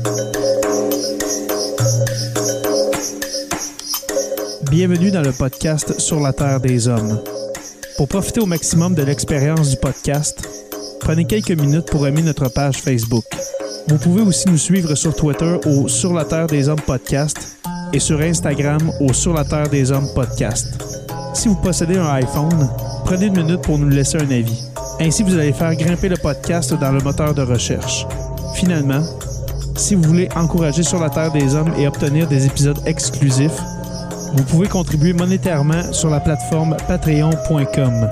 Bienvenue dans le podcast Sur la Terre des Hommes. Pour profiter au maximum de l'expérience du podcast, prenez quelques minutes pour aimer notre page Facebook. Vous pouvez aussi nous suivre sur Twitter au Sur la Terre des Hommes podcast et sur Instagram au Sur la Terre des Hommes podcast. Si vous possédez un iPhone, prenez une minute pour nous laisser un avis. Ainsi, vous allez faire grimper le podcast dans le moteur de recherche. Finalement, si vous voulez encourager Sur la Terre des Hommes et obtenir des épisodes exclusifs, vous pouvez contribuer monétairement sur la plateforme patreon.com.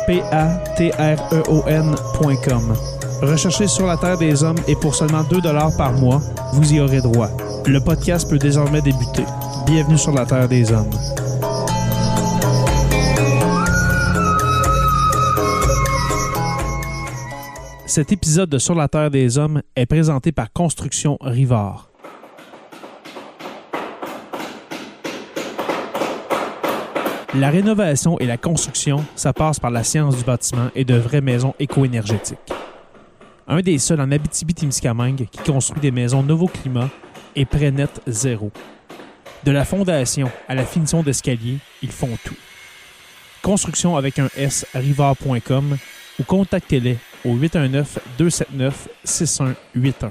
patreon.com. Recherchez Sur la Terre des Hommes et pour seulement 2$ par mois, vous y aurez droit. Le podcast peut désormais débuter. Bienvenue sur la Terre des Hommes. Cet épisode de Sur la Terre des Hommes est présenté par Construction Rivard. La rénovation et la construction, ça passe par la science du bâtiment et de vraies maisons éco-énergétiques. Un des seuls en Abitibi-Témiscamingue qui construit des maisons Novoclimat et Prénet Zéro. De la fondation à la finition d'escalier, ils font tout. Construction avec un S, rivard.com ou contactez-les au 819-279-6181.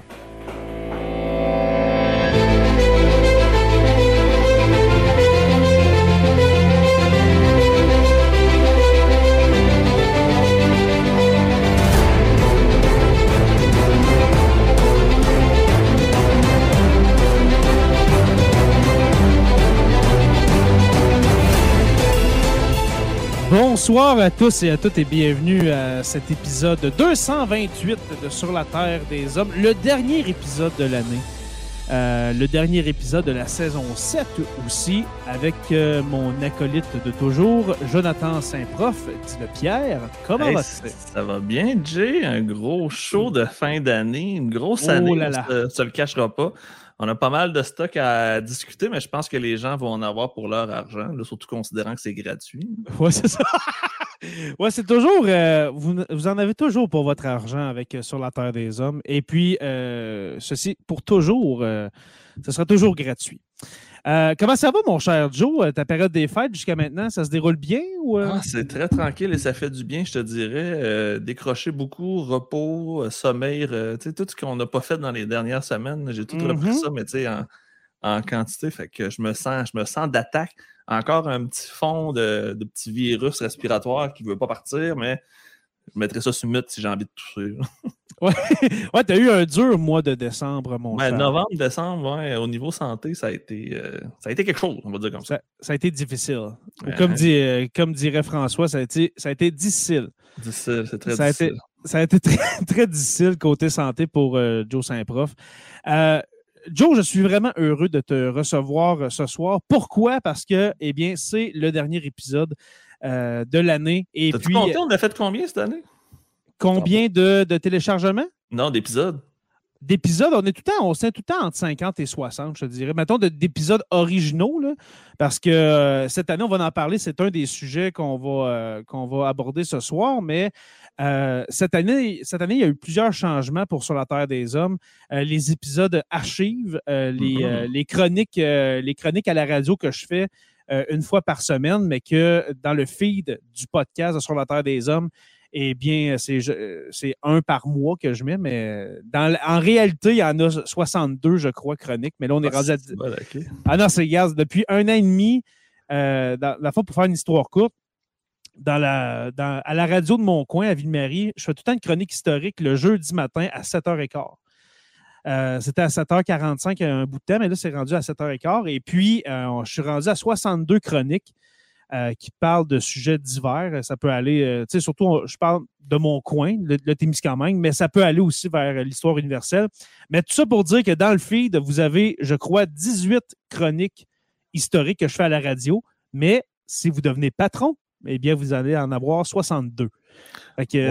Bonsoir à tous et à toutes et bienvenue à cet épisode 228 de Sur la Terre des Hommes, le dernier épisode de l'année, le dernier épisode de la saison 7 aussi, avec mon acolyte de toujours, Jonathan Saint-Prof, dit le Pierre. Comment vas-tu? Ça va bien, Jay? Un gros show de fin d'année, une grosse année, là là. On ne se le cachera pas. On a pas mal de stock à discuter, mais je pense que les gens vont en avoir pour leur argent, là, surtout considérant que c'est gratuit. Ouais, c'est ça. Ouais, c'est toujours... vous en avez toujours pour votre argent avec Sur la Terre des Hommes. Et puis, ceci, pour toujours, ce sera toujours gratuit. Comment ça va, mon cher Joe? Ta période des fêtes jusqu'à maintenant, ça se déroule bien? Ou c'est très tranquille et ça fait du bien, je te dirais. Décrocher beaucoup, repos, sommeil, tout ce qu'on n'a pas fait dans les dernières semaines. J'ai tout repris ça, mais en quantité. Fait que je me sens d'attaque. Encore un petit fond de petits virus respiratoires qui ne veut pas partir, mais je mettrais ça sur mute si j'ai envie de tousser. Ouais, t'as eu un dur mois de décembre, mon cher. Novembre, décembre, ouais, au niveau santé, ça a été quelque chose, on va dire comme ça. Ça a été difficile. Ou comme dirait François, ça a été difficile. Difficile, c'est très difficile. Ça a été très, très difficile côté santé pour Joe Saint-Prof. Joe, je suis vraiment heureux de te recevoir ce soir. Pourquoi? Parce que, eh bien, c'est le dernier épisode de l'année. T'as-tu compté, on a fait combien cette année? Combien de téléchargements? Non, d'épisodes. D'épisodes, on est tout le temps entre 50 et 60, je te dirais. Mettons d'épisodes originaux, là, parce que cette année, on va en parler. C'est un des sujets qu'on va aborder ce soir, mais cette année, il y a eu plusieurs changements pour Sur la Terre des Hommes. Les épisodes archives, les chroniques à la radio que je fais une fois par semaine, mais que dans le feed du podcast de Sur la Terre des Hommes, eh bien, c'est un par mois que je mets, mais en réalité, il y en a 62, je crois, chroniques. Mais là, on est rendu à... Okay. Ah non, c'est gaz. Depuis 1 an et demi, la fois, pour faire une histoire courte, à la radio de mon coin, à Ville-Marie, je fais tout le temps une chronique historique le jeudi matin à 7h15. C'était à 7h45 un bout de temps, mais là, c'est rendu à 7h15. Et puis, je suis rendu à 62 chroniques qui parlent de sujets divers. Ça peut aller, surtout, je parle de mon coin, le Témiscamingue, mais ça peut aller aussi vers l'histoire universelle. Mais tout ça pour dire que dans le feed, vous avez, je crois, 18 chroniques historiques que je fais à la radio. Mais si vous devenez patron, eh bien, vous allez en avoir 62. Fait que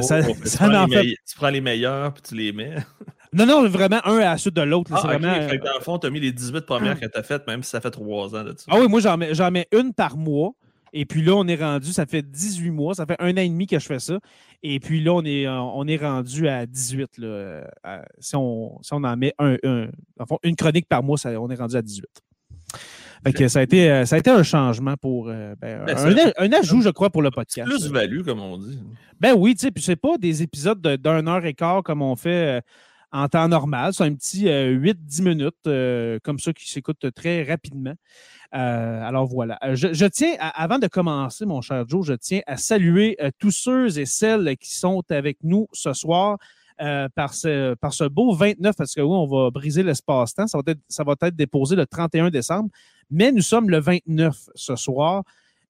tu prends les meilleurs puis tu les mets. Non, vraiment un à la suite de l'autre. Fait que dans le fond, tu as mis les 18 premières que tu as faites, même si ça fait 3 ans de ça. Ah oui, moi, j'en mets une par mois. Et puis là, on est rendu, ça fait 18 mois, ça fait 1 an et demi que je fais ça. Et puis là, on est rendu à 18. Là, si on en met une chronique par mois, on est rendu à 18. Fait que ça a été un changement pour un ajout, je crois, pour le podcast. Plus-value, comme on dit. Ben oui, tu sais, puis c'est pas des épisodes d'1 heure et quart comme on fait en temps normal. C'est un petit 8-10 minutes comme ça qui s'écoute très rapidement. Alors voilà. Je tiens, avant de commencer, mon cher Joe, je tiens à saluer tous ceux et celles qui sont avec nous ce soir. Par ce beau 29, parce que oui, on va briser l'espace-temps. Ça va être déposé le 31 décembre, mais nous sommes le 29 ce soir.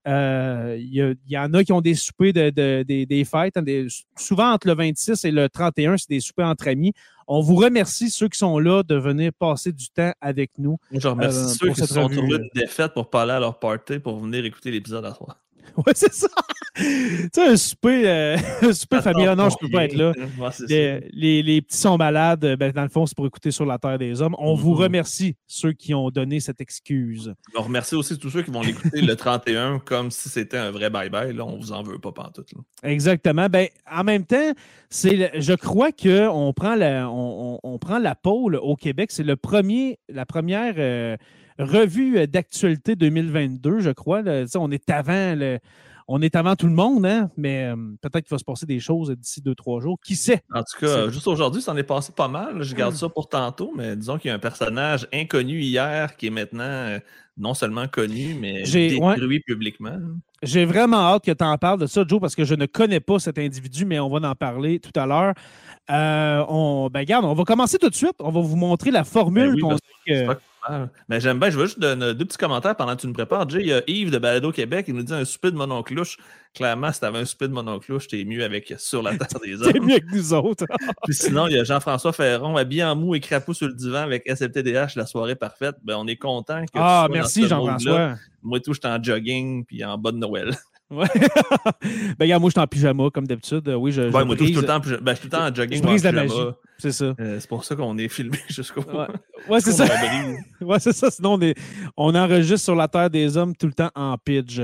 Il y en a qui ont des soupers des fêtes. Souvent, entre le 26 et le 31, c'est des soupers entre amis. On vous remercie, ceux qui sont là, de venir passer du temps avec nous. Je remercie ceux qui se sont trouvés une défaite pour pas aller à leur party pour venir écouter l'épisode à soir. Oui, c'est ça. Tu sais, un souper familial, non, je ne peux pas être là. Ouais, les petits sont malades. Ben, dans le fond, c'est pour écouter Sur la Terre des Hommes. On vous remercie, ceux qui ont donné cette excuse. On remercie aussi tous ceux qui vont l'écouter le 31 comme si c'était un vrai bye-bye. Là, on vous en veut pas pantoute. Là. Exactement. Ben, en même temps, je crois qu'on prend on prend la pôle au Québec. C'est la première revue d'actualité 2022, je crois. Là. On est avant tout le monde, hein? Mais peut-être qu'il va se passer des choses d'ici 2-3 jours. Qui sait? En tout cas, juste aujourd'hui, ça en est passé pas mal. Je garde ça pour tantôt, mais disons qu'il y a un personnage inconnu hier qui est maintenant non seulement connu, mais détruit publiquement. J'ai vraiment hâte que tu en parles de ça, Joe, parce que je ne connais pas cet individu, mais on va en parler tout à l'heure. Regarde, on va commencer tout de suite. On va vous montrer la formule qu'on Mais j'aime bien, je veux juste donner 2 petits commentaires pendant que tu me prépares. Jay, il y a Yves de Balado Québec, il nous dit un souper de mononclouche. Clairement, si tu avais un souper de mononclouche, t'es mieux avec Sur la Terre des Hommes. T'es mieux que nous autres. Puis sinon, il y a Jean-François Ferron, habillé en mou et crapaud sur le divan avec SLTDH, la soirée parfaite. Ben, on est content que merci Jean-François. Moi, tout, j'étais en jogging puis en bas de Noël. Ouais. Regarde, moi, je suis en pyjama, comme d'habitude. Oui, moi, tout, je suis tout le temps en jogging. Je brise la magie. C'est ça. C'est pour ça qu'on est filmé jusqu'au bout. Ouais, c'est ça. Ouais, c'est ça. Sinon, on enregistre Sur la Terre des Hommes tout le temps en pitch.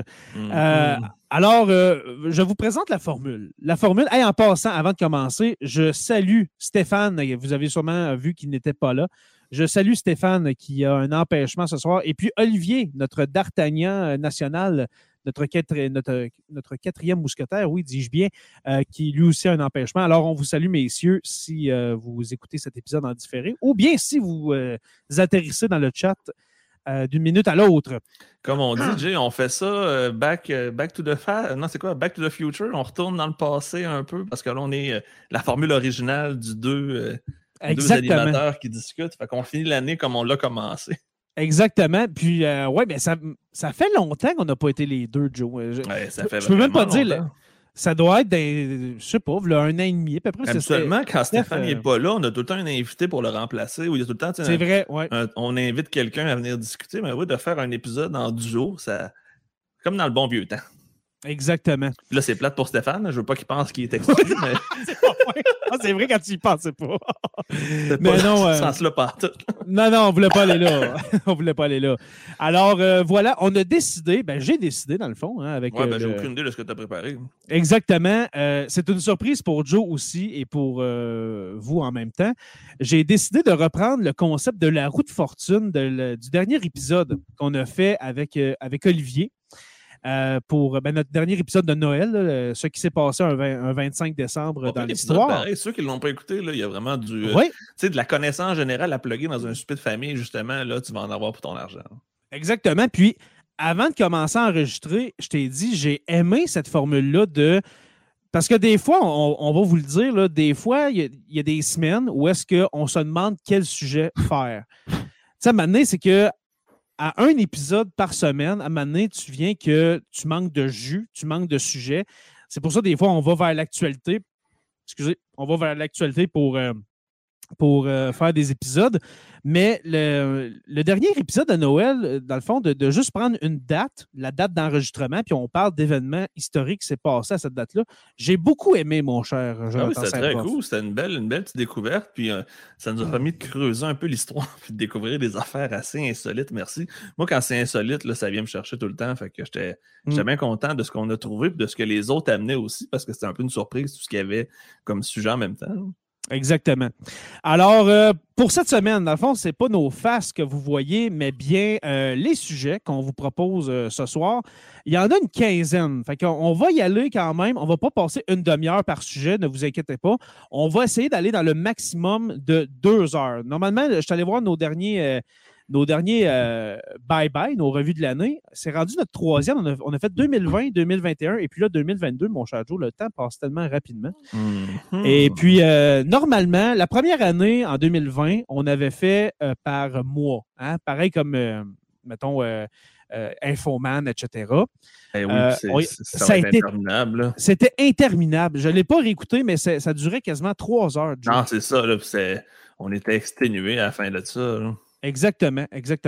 Alors, je vous présente la formule. La formule, en passant, avant de commencer, je salue Stéphane. Vous avez sûrement vu qu'il n'était pas là. Je salue Stéphane qui a un empêchement ce soir. Et puis Olivier, notre D'Artagnan national, notre quatrième mousquetaire, oui, dis-je bien, qui lui aussi a un empêchement. Alors, on vous salue, messieurs, si vous écoutez cet épisode en différé, ou bien si vous atterrissez dans le chat d'une minute à l'autre. Comme on dit, Jay, on fait ça back to the future. On retourne dans le passé un peu, parce que là, on est la formule originale du deux animateurs qui discutent. Fait qu'on finit l'année comme on l'a commencé. Exactement. Puis, ça fait longtemps qu'on n'a pas été les deux, Joe. Ça fait je peux même pas dire. Ça doit être je sais pas, là, 1 an et demi à peu près. Absolument, quand Stéphane n'est pas là, on a tout le temps un invité pour le remplacer. Ou il y a tout le temps, c'est vrai, ouais. On invite quelqu'un à venir discuter. Mais oui, de faire un épisode en duo, ça comme dans le bon vieux temps. Exactement. Là, c'est plate pour Stéphane. Je veux pas qu'il pense qu'il est exclu. Mais... c'est vrai quand tu y pensais pas. Mais non. Sens-là pas tout. Non, on voulait pas aller là. On voulait pas aller là. Alors, voilà, on a décidé, j'ai décidé dans le fond. Hein, avec, j'ai aucune idée de ce que tu as préparé. Exactement. C'est une surprise pour Joe aussi et pour vous en même temps. J'ai décidé de reprendre le concept de la roue de fortune du dernier épisode qu'on a fait avec Olivier. Pour notre dernier épisode de Noël, ce qui s'est passé un 25 décembre dans l'histoire. Ceux qui ne l'ont pas écouté, là, il y a vraiment de la connaissance générale à plugger dans un souper de famille, justement, là, tu vas en avoir pour ton argent. Exactement. Puis, avant de commencer à enregistrer, je t'ai dit, j'ai aimé cette formule-là parce que des fois, on va vous le dire, là, des fois, il y a des semaines où est-ce qu'on se demande quel sujet faire. Tu sais, maintenant, c'est que à un épisode par semaine, à un moment donné, tu viens que tu manques de jus, tu manques de sujet. C'est pour ça, des fois, on va vers l'actualité. On va vers l'actualité pour pour faire des épisodes. Mais le dernier épisode de Noël, dans le fond, de juste prendre une date, la date d'enregistrement, puis on parle d'événements historiques qui s'est passé à cette date-là, j'ai beaucoup aimé, mon cher Jonathan. Ah oui, c'était très Saint-Prof. cool. C'était une belle petite découverte. Puis ça nous a permis de creuser un peu l'histoire puis de découvrir des affaires assez insolites. Merci. Moi, quand c'est insolite, là, ça vient me chercher tout le temps. Fait que j'étais bien content de ce qu'on a trouvé et de ce que les autres amenaient aussi, parce que c'était un peu une surprise tout ce qu'il y avait comme sujet en même temps. Exactement. Alors, pour cette semaine, dans le fond, ce n'est pas nos faces que vous voyez, mais bien les sujets qu'on vous propose ce soir. Il y en a une quinzaine. Fait qu'on va y aller quand même. On ne va pas passer une demi-heure par sujet, ne vous inquiétez pas. On va essayer d'aller dans le maximum de 2 heures. Normalement, je suis allé voir nos derniers bye-bye, nos revues de l'année. C'est rendu notre 3e. On a fait 2020, 2021 et puis là, 2022, mon cher Joe, le temps passe tellement rapidement. Et puis, normalement, la première année, en 2020, on avait fait par mois. Hein? Pareil comme, mettons, Infoman, etc. Eh oui, ça a été interminable. C'était interminable. Je ne l'ai pas réécouté, mais ça durait quasiment 3 heures. Joe. Non, c'est ça. Là, on était exténués à la fin de ça. Là. Exactement.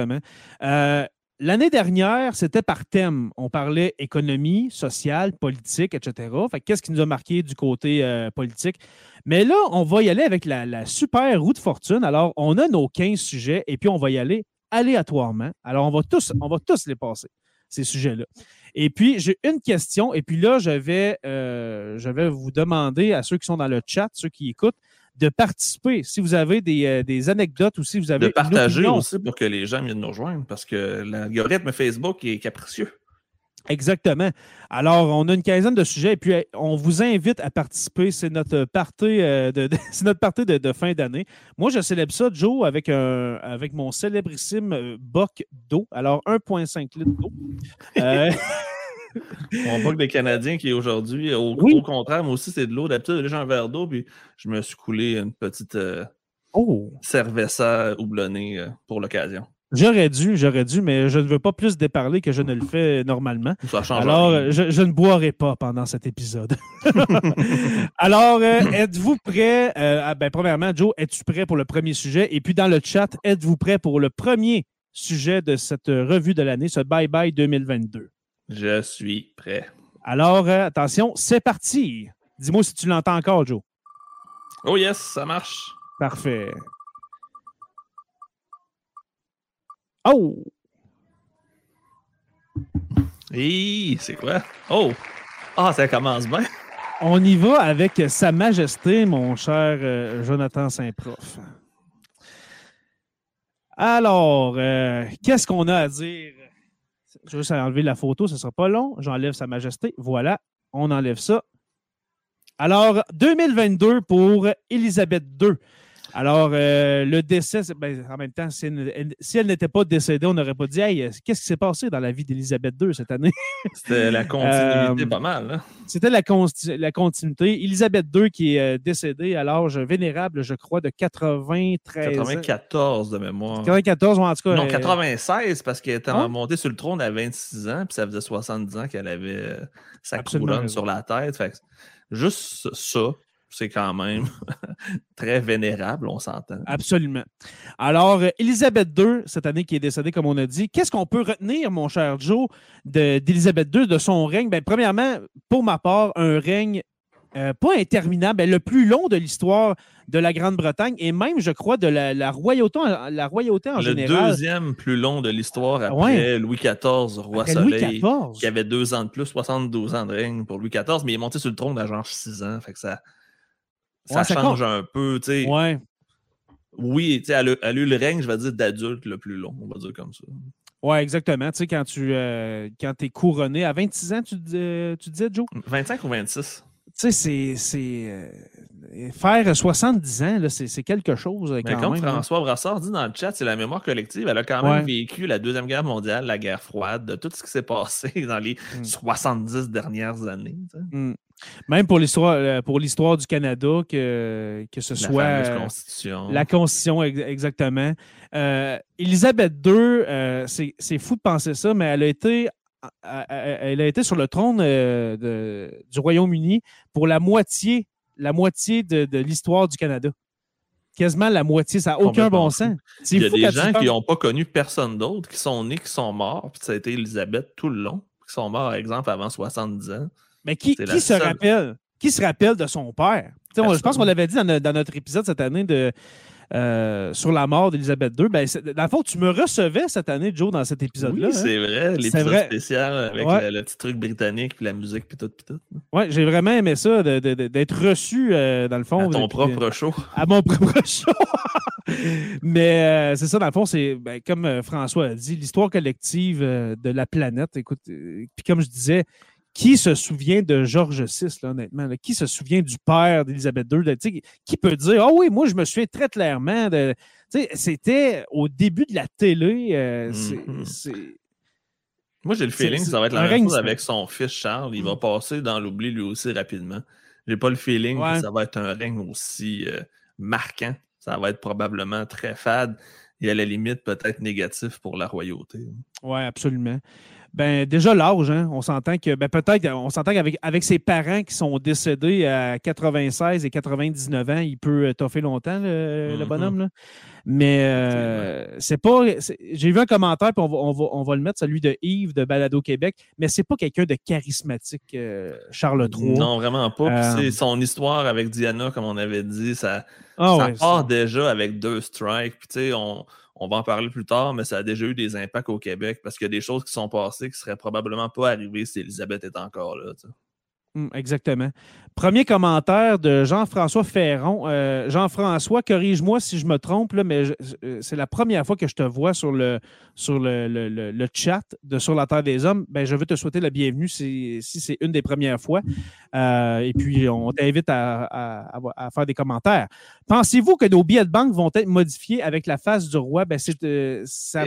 L'année dernière, c'était par thème. On parlait économie, sociale, politique, etc. Fait qu'est-ce qui nous a marqué du côté politique? Mais là, on va y aller avec la super roue de fortune. Alors, on a nos 15 sujets et puis on va y aller aléatoirement. Alors, on va tous les passer, ces sujets-là. Et puis, j'ai une question. Et puis là, je vais vous demander à ceux qui sont dans le chat, ceux qui écoutent, de participer. Si vous avez des anecdotes ou si vous avez de partager aussi pour que les gens viennent nous rejoindre, parce que l'algorithme Facebook est capricieux. Exactement. Alors, on a une quinzaine de sujets et puis on vous invite à participer. C'est notre party de fin d'année. Moi, je célèbre ça, Joe, avec mon célébrissime boc d'eau. Alors, 1,5 litre d'eau. Mon boc des Canadiens qui est aujourd'hui, au contraire, moi aussi, c'est de l'eau. D'habitude, j'ai un verre d'eau, puis je me suis coulé une petite cerveza houblonnée pour l'occasion. J'aurais dû, mais je ne veux pas plus déparler que je ne le fais normalement. Ça change Alors, rien. Je ne boirai pas pendant cet épisode. Alors, êtes-vous prêt? Premièrement, Joe, es-tu prêt pour le premier sujet? Et puis, dans le chat, êtes-vous prêt pour le premier sujet de cette revue de l'année, ce Bye Bye 2022? Je suis prêt. Alors, attention, c'est parti. Dis-moi si tu l'entends encore, Joe. Oh yes, ça marche. Parfait. Oh! Hi, c'est quoi? Oh! Ah, ça commence bien. On y va avec Sa Majesté, mon cher Jonathan Saint-Prof. Alors, qu'est-ce qu'on a à dire? Je vais juste enlever la photo, ce ne sera pas long. J'enlève Sa Majesté. Voilà, on enlève ça. Alors, 2022 pour Élisabeth II. Alors, le décès, en même temps, si elle n'était pas décédée, on n'aurait pas dit « Hey, qu'est-ce qui s'est passé dans la vie d'Élisabeth II cette année? » C'était la continuité pas mal. Hein? C'était la continuité. Élisabeth II qui est décédée à l'âge vénérable, je crois, de 94 de mémoire. 94, en tout cas. Non, 96, parce qu'elle était montée sur le trône à 26 ans, puis ça faisait 70 ans qu'elle avait sa couronne sur la tête. Fait que juste ça. C'est quand même très vénérable, on s'entend. Absolument. Alors, Élisabeth II, cette année qui est décédée, comme on a dit, qu'est-ce qu'on peut retenir, mon cher Joe, d'Élisabeth II, de son règne? Bien, premièrement, pour ma part, un règne pas interminable, mais le plus long de l'histoire de la Grande-Bretagne et même, je crois, de la royauté en général. Le deuxième plus long de l'histoire après Louis XIV, roi Soleil, qui avait 2 ans de plus, 72 ans de règne pour Louis XIV, mais il est monté sur le trône à genre 6 ans, fait que ça change un peu, tu sais. Ouais. Oui, tu sais, elle a eu le règne, je vais dire, d'adulte le plus long, on va dire comme ça. Oui, exactement. Tu sais, quand tu es couronné à 26 ans, tu disais, Joe? 25 ou 26? Tu sais, faire 70 ans, là, c'est quelque chose. Mais comme François Brassard dit dans le chat, c'est la mémoire collective. Elle a quand même vécu la Deuxième Guerre mondiale, la guerre froide, tout ce qui s'est passé dans les 70 dernières années. Même pour l'histoire du Canada, que ce soit la fameuse Constitution. La Constitution, exactement. Élisabeth II, c'est fou de penser ça, mais elle a été sur le trône du Royaume-Uni pour la moitié de l'histoire du Canada. quasiment la moitié. Ça n'a aucun bon sens. Il y a des gens qui n'ont pas connu personne d'autre, qui sont nés, qui sont morts, puis ça a été Élisabeth tout le long, qui sont morts, par exemple, avant 70 ans. Mais qui se rappelle? Qui se rappelle de son père? Je pense qu'on l'avait dit dans notre épisode cette année sur la mort d'Élisabeth II. Ben, dans le fond, tu me recevais cette année, Joe, dans cet épisode-là. Oui, c'est vrai. L'épisode spécial avec le petit truc britannique, puis la musique, puis tout. Oui, j'ai vraiment aimé ça, d'être reçu, dans le fond. À ton propre show. À mon propre show. Mais c'est ça, dans le fond, c'est comme François a dit, l'histoire collective de la planète. Écoute, puis comme je disais, qui se souvient de Georges VI, là, honnêtement? Là? Qui se souvient du père d'Élisabeth II? Qui peut dire « Ah oui, moi, je me souviens très clairement de... » C'était au début de la télé. Moi, j'ai le feeling que ça va être la même chose avec son fils Charles. Il va passer dans l'oubli lui aussi rapidement. J'ai pas le feeling que ça va être un règne aussi marquant. Ça va être probablement très fade et à la limite peut-être négatif pour la royauté. Oui, absolument. Ben, déjà, l'âge, hein, on s'entend qu'avec ses parents qui sont décédés à 96 et 99 ans, il peut toffer longtemps, le bonhomme. Là. Mais c'est pas. J'ai vu un commentaire, puis on va le mettre, celui de Yves de Balado Québec, mais c'est pas quelqu'un de charismatique, Charles III. Non, vraiment pas. Puis son histoire avec Diana, comme on avait dit, ça part déjà avec 2 strikes. Puis tu sais, on va en parler plus tard, mais ça a déjà eu des impacts au Québec parce qu'il y a des choses qui sont passées qui ne seraient probablement pas arrivées si Élisabeth est encore là. Tu sais. Exactement. Premier commentaire de Jean-François Ferron. Jean-François, corrige-moi si je me trompe, là, mais c'est la première fois que je te vois sur le chat de Sur la Terre des Hommes. Ben, je veux te souhaiter la bienvenue si c'est une des premières fois. Et puis, on t'invite à faire des commentaires. Pensez-vous que nos billets de banque vont être modifiés avec la face du roi? Ben, ça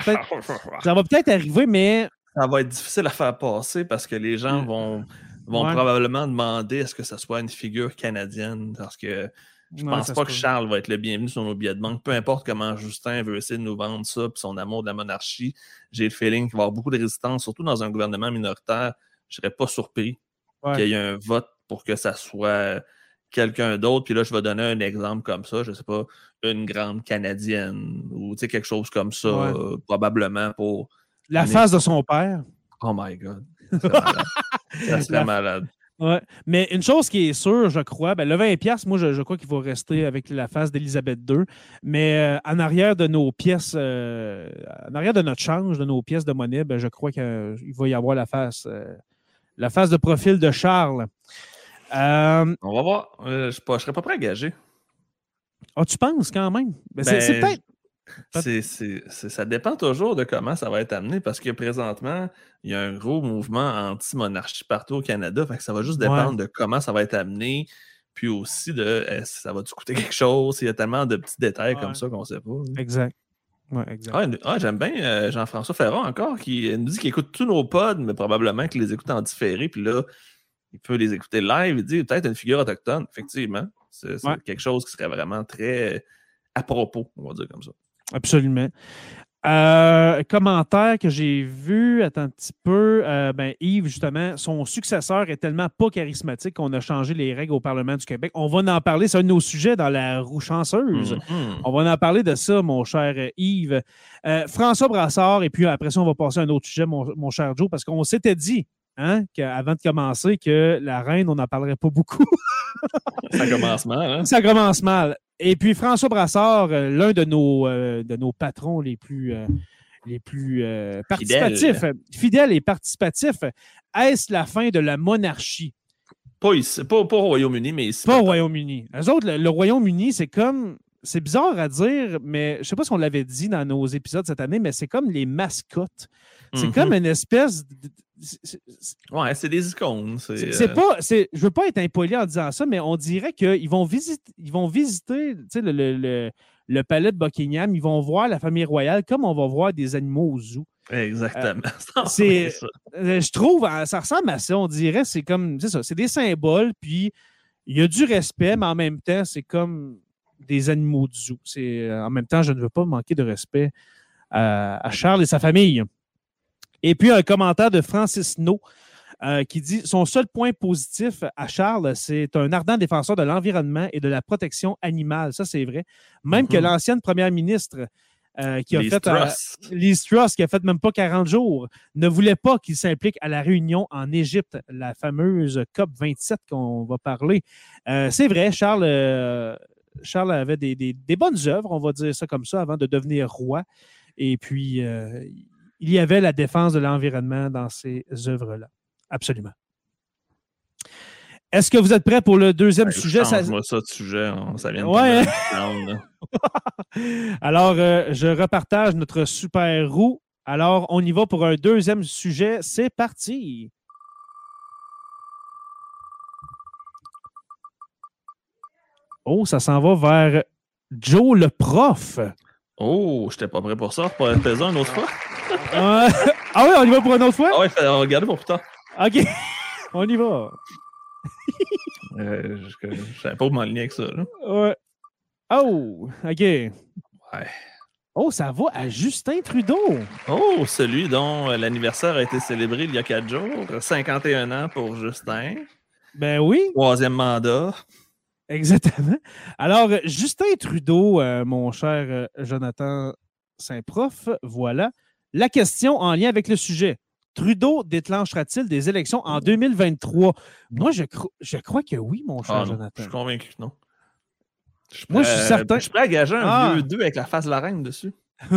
va peut-être arriver, mais... Ça va être difficile à faire passer parce que les gens vont probablement demander est-ce que ça soit une figure canadienne parce que je pense pas que Charles va être le bienvenu sur nos billets de banque. Peu importe comment Justin veut essayer de nous vendre ça puis son amour de la monarchie, j'ai le feeling qu'il va y avoir beaucoup de résistance, surtout dans un gouvernement minoritaire. Je serais pas surpris qu'il y ait un vote pour que ça soit quelqu'un d'autre. Puis là, je vais donner un exemple comme ça. Je sais pas, une grande Canadienne ou quelque chose comme ça, probablement pour... La face de son père. Oh my God. Ça serait malade. Ouais. Mais une chose qui est sûre, je crois, le 20$, moi, je crois qu'il va rester avec la face d'Élisabeth II. Mais en arrière de nos pièces, en arrière de notre change, de nos pièces de monnaie, je crois qu'il va y avoir la face de profil de Charles. On va voir. Je ne serais pas prêt à gager. Ah, tu penses quand même? C'est peut-être. Ça dépend toujours de comment ça va être amené parce que présentement, il y a un gros mouvement anti-monarchie partout au Canada. Fait que ça va juste dépendre de comment ça va être amené, puis aussi de ça va-tu coûter quelque chose. Il y a tellement de petits détails comme ça qu'on ne sait pas. Exact. Ouais, exact. J'aime bien Jean-François Ferron encore qui nous dit qu'il écoute tous nos pods, mais probablement qu'il les écoute en différé. Puis là, il peut les écouter live. Il dit peut-être une figure autochtone. Effectivement, c'est quelque chose qui serait vraiment très à propos, on va dire comme ça. Absolument. Commentaire que j'ai vu, attends un petit peu, Yves, justement, son successeur est tellement pas charismatique qu'on a changé les règles au Parlement du Québec. On va en parler, c'est un de nos sujets dans la roue chanceuse. On va en parler de ça, mon cher Yves. François Brassard, et puis après ça, on va passer à un autre sujet, mon cher Joe, parce qu'on s'était dit, avant de commencer, que la reine, on n'en parlerait pas beaucoup. Ça commence mal, hein? Ça commence mal. Et puis François Brassard, l'un de nos patrons les plus participatifs, fidèles et participatifs, est-ce la fin de la monarchie? Pas ici, pas au Royaume-Uni, mais ici. Pas au Royaume-Uni. Eux autres, le Royaume-Uni, c'est bizarre à dire, mais je ne sais pas si on l'avait dit dans nos épisodes cette année, mais c'est comme les mascottes. C'est comme une espèce ouais, c'est des icônes. Je veux pas être impoli en disant ça, mais on dirait qu'ils vont visiter le palais de Buckingham, ils vont voir la famille royale comme on va voir des animaux au zoo. Exactement. Je trouve, ça ressemble à ça. On dirait, c'est ça, c'est des symboles, puis il y a du respect, mais en même temps, c'est comme des animaux du zoo. En même temps, je ne veux pas manquer de respect à Charles et sa famille. Et puis, un commentaire de Francis No. qui dit « Son seul point positif à Charles, c'est un ardent défenseur de l'environnement et de la protection animale. » Ça, c'est vrai. Même que l'ancienne première ministre qui a fait Liz Truss, qui a fait même pas 40 jours, ne voulait pas qu'il s'implique à la réunion en Égypte, la fameuse COP 27 qu'on va parler. C'est vrai, Charles avait des bonnes œuvres, on va dire ça comme ça, avant de devenir roi. Et puis, il y avait la défense de l'environnement dans ces œuvres-là. Absolument. Est-ce que vous êtes prêts pour le deuxième sujet? Change-moi ça de sujet, ça vient de tomber. Alors, je repartage notre super roue. Alors, on y va pour un deuxième sujet. C'est parti! Oh, ça s'en va vers Joe le prof. Oh, j'étais pas prêt pour ça. Pour faire ça une autre fois? Ah oui, on y va pour une autre fois? Ah oui, on va regarder pour plus tard. OK, on y va. Je savais pas m'aligner avec ça. Là. Ouais. Oh, OK. Ouais. Oh, ça va à Justin Trudeau. Oh, celui dont l'anniversaire a été célébré il y a 4 jours. 51 ans pour Justin. Ben oui. 3e mandat. Exactement. Alors, Justin Trudeau, mon cher Jonathan Saint-Prof, voilà. La question en lien avec le sujet. Trudeau déclenchera-t-il des élections en 2023? Moi, je crois que oui, mon cher Jonathan. Je suis convaincu que non. Moi, je suis certain. Je suis prêt à gager un vieux 2 avec la face de la reine dessus.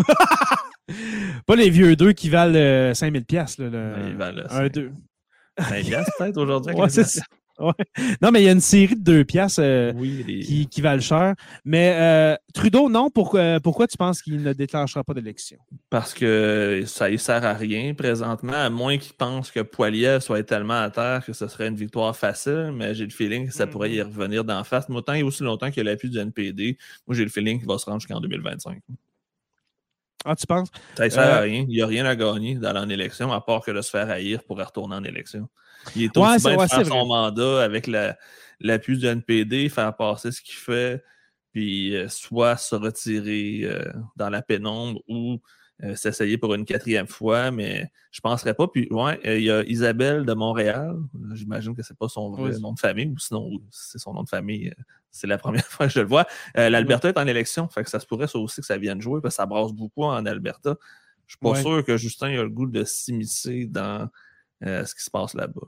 Pas les vieux 2 qui valent 5000 $. Ils valent un 2. 5 $, peut-être, aujourd'hui. Ouais, c'est ça. Ouais. Non, mais il y a une série de 2 piastres qui valent cher. Mais Trudeau, non. Pourquoi tu penses qu'il ne déclenchera pas d'élection? Parce que ça ne sert à rien présentement, à moins qu'il pense que Poilievre soit tellement à terre que ce serait une victoire facile. Mais j'ai le feeling que ça pourrait y revenir d'en face. Mais autant et aussi longtemps qu'il y a l'appui du NPD, moi, j'ai le feeling qu'il va se rendre jusqu'en 2025. Ah, tu penses? Ça ne sert à rien. Il n'y a rien à gagner d'aller en élection, à part que de se faire haïr pour retourner en élection. Il est aussi bien de faire son mandat avec l'appui du NPD, faire passer ce qu'il fait, puis soit se retirer dans la pénombre ou s'essayer pour une 4e fois, mais je ne penserais pas. Puis, il y a Isabelle de Montréal. J'imagine que ce n'est pas son vrai nom de famille, ou sinon, c'est son nom de famille. C'est la première fois que je le vois. L'Alberta est en élection, fait que ça se pourrait ça aussi que ça vienne jouer, parce que ça brasse beaucoup en Alberta. Je ne suis pas sûr que Justin a le goût de s'immiscer dans ce qui se passe là-bas.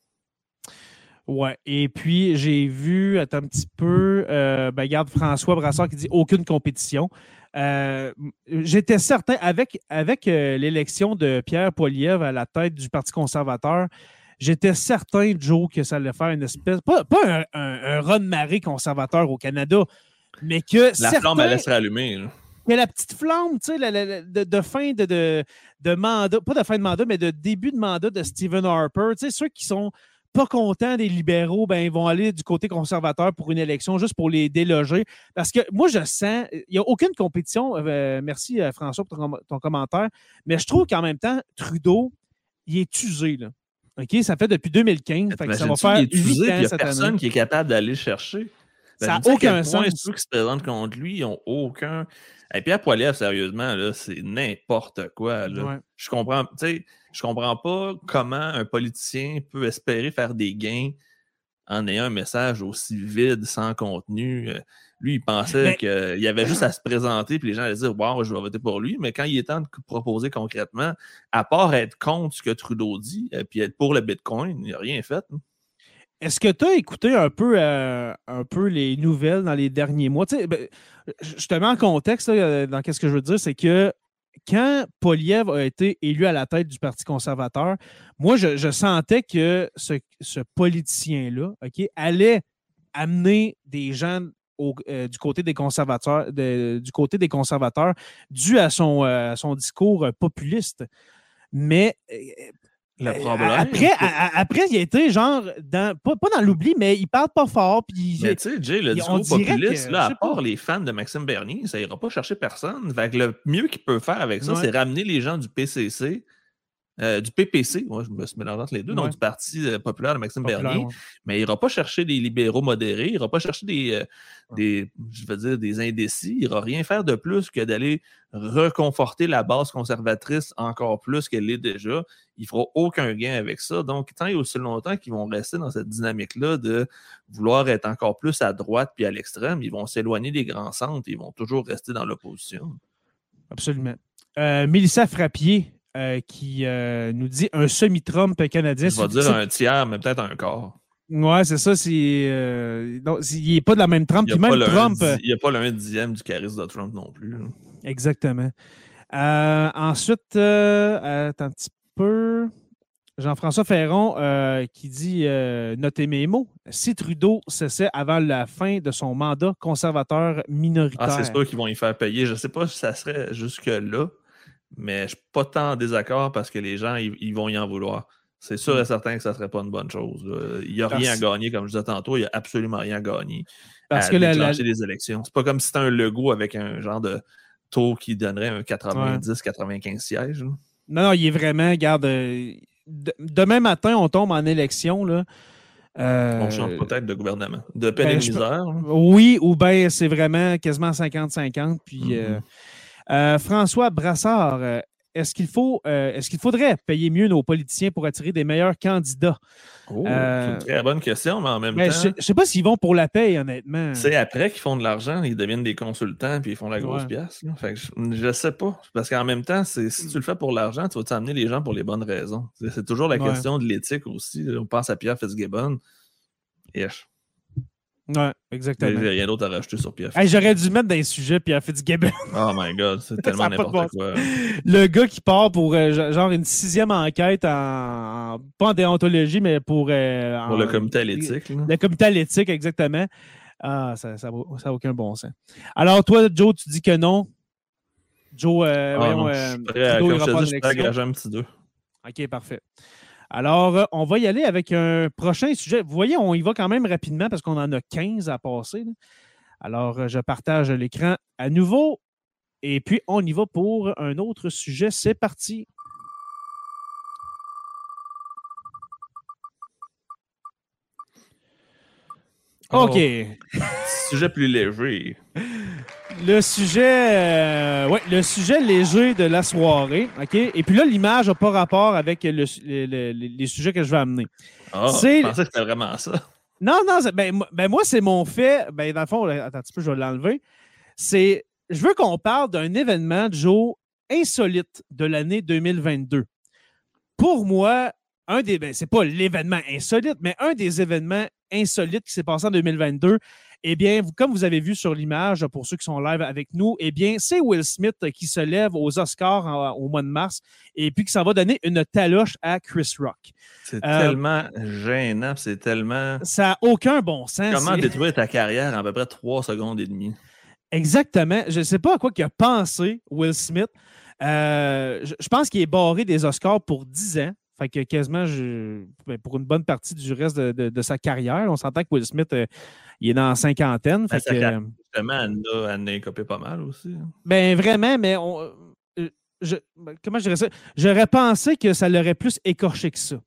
Ouais. Et puis, j'ai vu, attends un petit peu, regarde François Brassard qui dit aucune compétition. J'étais certain, avec l'élection de Pierre Poilievre à la tête du Parti conservateur, j'étais certain, Joe, que ça allait faire une espèce, pas un ron-marée conservateur au Canada, mais que la flamme allait se rallumer. Là. Mais la petite flamme, tu sais, de fin de mandat, pas de fin de mandat, mais de début de mandat de Stephen Harper, tu sais, ceux qui sont pas contents des libéraux, ben, ils vont aller du côté conservateur pour une élection juste pour les déloger. Parce que moi, je sens, il n'y a aucune compétition. Merci, François, pour ton commentaire. Mais je trouve qu'en même temps, Trudeau, il est usé, là. OK? Ça fait depuis 2015. Fait que ça va faire 8 ans cette année. Il n'y a personne qui est capable d'aller le chercher. Ça n'a aucun sens. Ceux qui se présentent contre lui, ils n'ont aucun... Et Pierre Poilievre, sérieusement, là, c'est n'importe quoi. Là. Ouais. Je comprends pas comment un politicien peut espérer faire des gains en ayant un message aussi vide, sans contenu. Lui, il pensait qu'il y avait juste à se présenter puis les gens allaient dire « Wow, je vais voter pour lui ». Mais quand il est temps de proposer concrètement, à part être contre ce que Trudeau dit puis être pour le Bitcoin, il n'a rien fait. Hein. Est-ce que tu as écouté un peu les nouvelles dans les derniers mois? Tu sais, je te mets en contexte là, dans ce que je veux dire, c'est que quand Poilievre a été élu à la tête du Parti conservateur, moi, je sentais que ce politicien-là allait amener des gens du côté des conservateurs, dû à son discours populiste. Mais... le problème, après, il a été genre, pas dans l'oubli, mais il parle pas fort. Mais tu sais, Jay, le discours populiste, là, à part les fans de Maxime Bernier, ça ira pas chercher personne. Fait que le mieux qu'il peut faire avec ça, c'est ramener les gens du PCC Du PPC, moi, je me suis mélangé entre les deux, donc du Parti populaire de Maxime Bernier, mais il n'ira pas chercher des libéraux modérés, il n'ira pas chercher des indécis, il n'ira rien faire de plus que d'aller reconforter la base conservatrice encore plus qu'elle l'est déjà. Il ne fera aucun gain avec ça. Donc, tant et aussi longtemps qu'ils vont rester dans cette dynamique-là de vouloir être encore plus à droite puis à l'extrême, ils vont s'éloigner des grands centres, ils vont toujours rester dans l'opposition. Absolument. Mélissa Frappier, qui nous dit un semi-Trump canadien. Je vais dire un tiers, mais peut-être un quart. Ouais, c'est ça. il n'est pas de la même trempe. Il n'y a pas le 1/10 du charisme de Trump non plus. Là. Exactement. Ensuite, attends un petit peu. Jean-François Ferron qui dit, notez mes mots, si Trudeau cessait avant la fin de son mandat conservateur minoritaire. Ah, c'est sûr qu'ils vont y faire payer. Je ne sais pas si ça serait jusque-là, mais je ne suis pas tant en désaccord parce que les gens, ils vont y en vouloir. C'est sûr et certain que ça ne serait pas une bonne chose. Là. Il n'y a rien à gagner, comme je disais tantôt, il n'y a absolument rien à gagner à déclencher les élections. C'est pas comme si c'était un Legault avec un genre de taux qui donnerait un 90-95 sièges. Là. Non, il est vraiment, regarde, demain matin, on tombe en élection, là. On change peut-être de gouvernement. De peine et misère. Oui, ou bien c'est vraiment quasiment 50-50. Puis François Brassard, est-ce qu'il faudrait payer mieux nos politiciens pour attirer des meilleurs candidats? Oh, c'est une très bonne question, mais en même temps... Je ne sais pas s'ils vont pour la paye, honnêtement. C'est après qu'ils font de l'argent, ils deviennent des consultants puis ils font la grosse pièce. Fait que je sais pas. Parce qu'en même temps, si tu le fais pour l'argent, tu vas t'amener les gens pour les bonnes raisons. C'est toujours la question de l'éthique aussi. On pense à Pierre Fitzgibbon. Yes. Oui, exactement. Il n'y a rien d'autre à rajouter sur Pierre Fitzgibbon. J'aurais dû mettre dans les sujets Pierre Fitzgibbon. Oh my God, c'est tellement n'importe quoi. Le gars qui part pour genre une 6e enquête pas en déontologie, mais pour le comité à l'éthique. Le comité à l'éthique, exactement. Ah, ça n'a aucun bon sens. Alors, toi, Joe, tu dis que non. Joe, je suis prêt à gager un petit 2. OK, parfait. Alors, on va y aller avec un prochain sujet. Vous voyez, on y va quand même rapidement parce qu'on en a 15 à passer. Là. Alors, je partage l'écran à nouveau et puis on y va pour un autre sujet. C'est parti. OK. Sujet plus léger. Le sujet léger de la soirée. OK? Et puis là, l'image n'a pas rapport avec les sujets que je vais amener. Ah, je pensais que c'était vraiment ça. Non, moi, c'est mon fait. Ben, dans le fond, attends un petit peu, je vais l'enlever. Je veux qu'on parle d'un événement, Joe, insolite de l'année 2022. Pour moi, c'est pas l'événement insolite, mais un des événements insolites qui s'est passé en 2022, eh bien, comme vous avez vu sur l'image, pour ceux qui sont live avec nous, eh bien, c'est Will Smith qui se lève aux Oscars au mois de mars et puis qui s'en va donner une taloche à Chris Rock. C'est tellement gênant, c'est tellement... Ça n'a aucun bon sens. Comment détruire ta carrière en à peu près 3 secondes et demie? Exactement. Je ne sais pas à quoi qu'il a pensé Will Smith. Je pense qu'il est barré des Oscars pour 10 ans. Fait que quasiment pour une bonne partie du reste de sa carrière. On s'entend que Will Smith, il est dans la cinquantaine. Fait que, justement, elle a écopé pas mal aussi. Ben vraiment, mais comment je dirais ça? J'aurais pensé que ça l'aurait plus écorché que ça.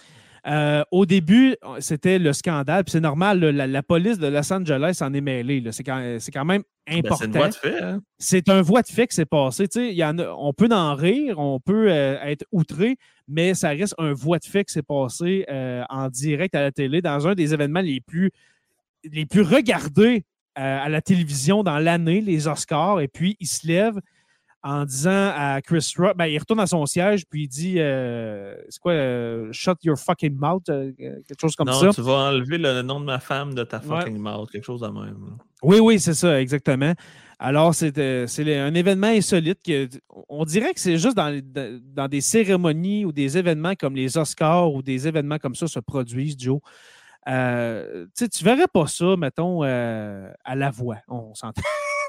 Au début, c'était le scandale, puis c'est normal, la police de Los Angeles s'en est mêlée. C'est quand même important. C'est une voie de fait. Hein? C'est un voie de fait qui s'est passé. On peut en rire, on peut être outré, mais ça reste un voie de fait qui s'est passé en direct à la télé dans un des événements les plus regardés à la télévision dans l'année, les Oscars. Et puis, il se lève en disant à Chris Rock, il retourne à son siège, puis il dit, c'est quoi, shut your fucking mouth, quelque chose comme ça. Non, tu vas enlever le nom de ma femme de ta fucking mouth, quelque chose de même. Oui, c'est ça, exactement. Alors, c'est un événement insolite. On dirait que c'est juste dans des cérémonies ou des événements comme les Oscars ou des événements comme ça se produisent, Joe. Tu ne verrais pas ça, mettons, à la voix. On s'entend.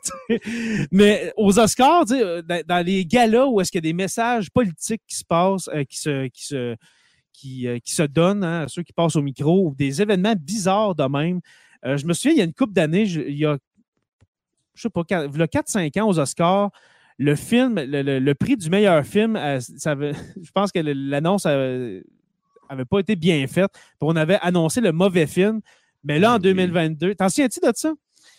Mais aux Oscars, dans les galas où est-ce qu'il y a des messages politiques qui se passent, qui se donnent, hein, à ceux qui passent au micro, ou des événements bizarres de même. Je me souviens, il y a une couple d'années, il y a, je sais pas, 4-5 ans aux Oscars, le film, le prix du meilleur film, je pense que l'annonce n'avait pas été bien faite. Puis on avait annoncé le mauvais film. Mais là, en 2022, t'en souviens-tu de ça?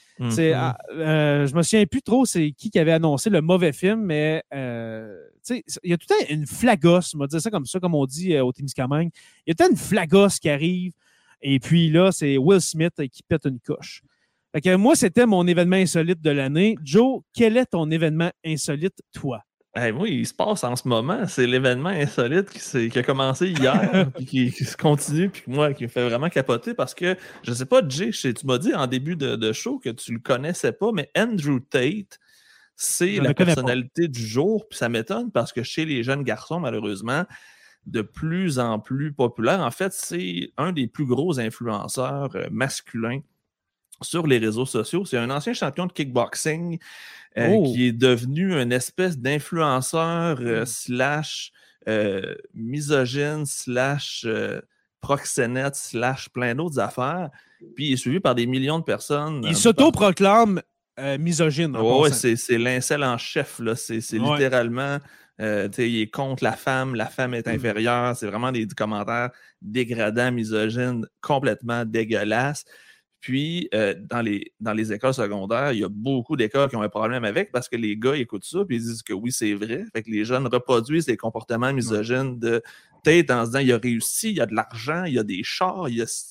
Je me souviens plus trop c'est qui avait annoncé le mauvais film, mais il y a tout le temps une flagosse, on va dire ça, comme on dit au Témiscamingue. Il y a tout le temps une flagosse qui arrive, et puis là, c'est Will Smith qui pète une coche. Fait que moi, c'était mon événement insolite de l'année. Joe, quel est ton événement insolite, toi? Moi, il se passe en ce moment. C'est l'événement insolite qui a commencé hier, puis qui se continue, puis moi, qui me fait vraiment capoter parce que, je sais pas, Jay, tu m'as dit en début de show que tu le connaissais pas, mais Andrew Tate, c'est la personnalité du jour, puis ça m'étonne parce que chez les jeunes garçons, malheureusement, de plus en plus populaire. En fait, c'est un des plus gros influenceurs masculins sur les réseaux sociaux. C'est un ancien champion de kickboxing qui est devenu une espèce d'influenceur slash misogyne slash proxénète slash plein d'autres affaires. Puis il est suivi par des millions de personnes. Il s'auto-proclame misogyne. Oui, c'est l'incel en chef. Là. C'est littéralement... il est contre la femme est inférieure. C'est vraiment des commentaires dégradants, misogynes, complètement dégueulasses. Puis, dans les écoles secondaires, il y a beaucoup d'écoles qui ont un problème avec parce que les gars écoutent ça et ils disent que oui, c'est vrai. Fait que les jeunes reproduisent des comportements misogynes de tête en se disant il a réussi, il y a de l'argent, il y a des chars,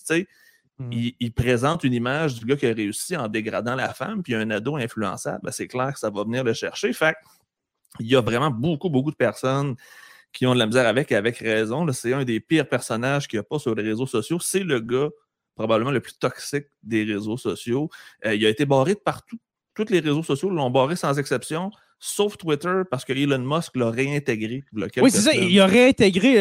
il présente une image du gars qui a réussi en dégradant la femme, puis un ado influençable. Ben, c'est clair que ça va venir le chercher. Fait il y a vraiment beaucoup, beaucoup de personnes qui ont de la misère avec raison. Là, c'est un des pires personnages qu'il n'y a pas sur les réseaux sociaux. C'est le gars probablement le plus toxique des réseaux sociaux. Il a été barré de partout. Tous les réseaux sociaux l'ont barré sans exception, sauf Twitter, parce que Elon Musk l'a réintégré. Oui, c'est ça. Il a réintégré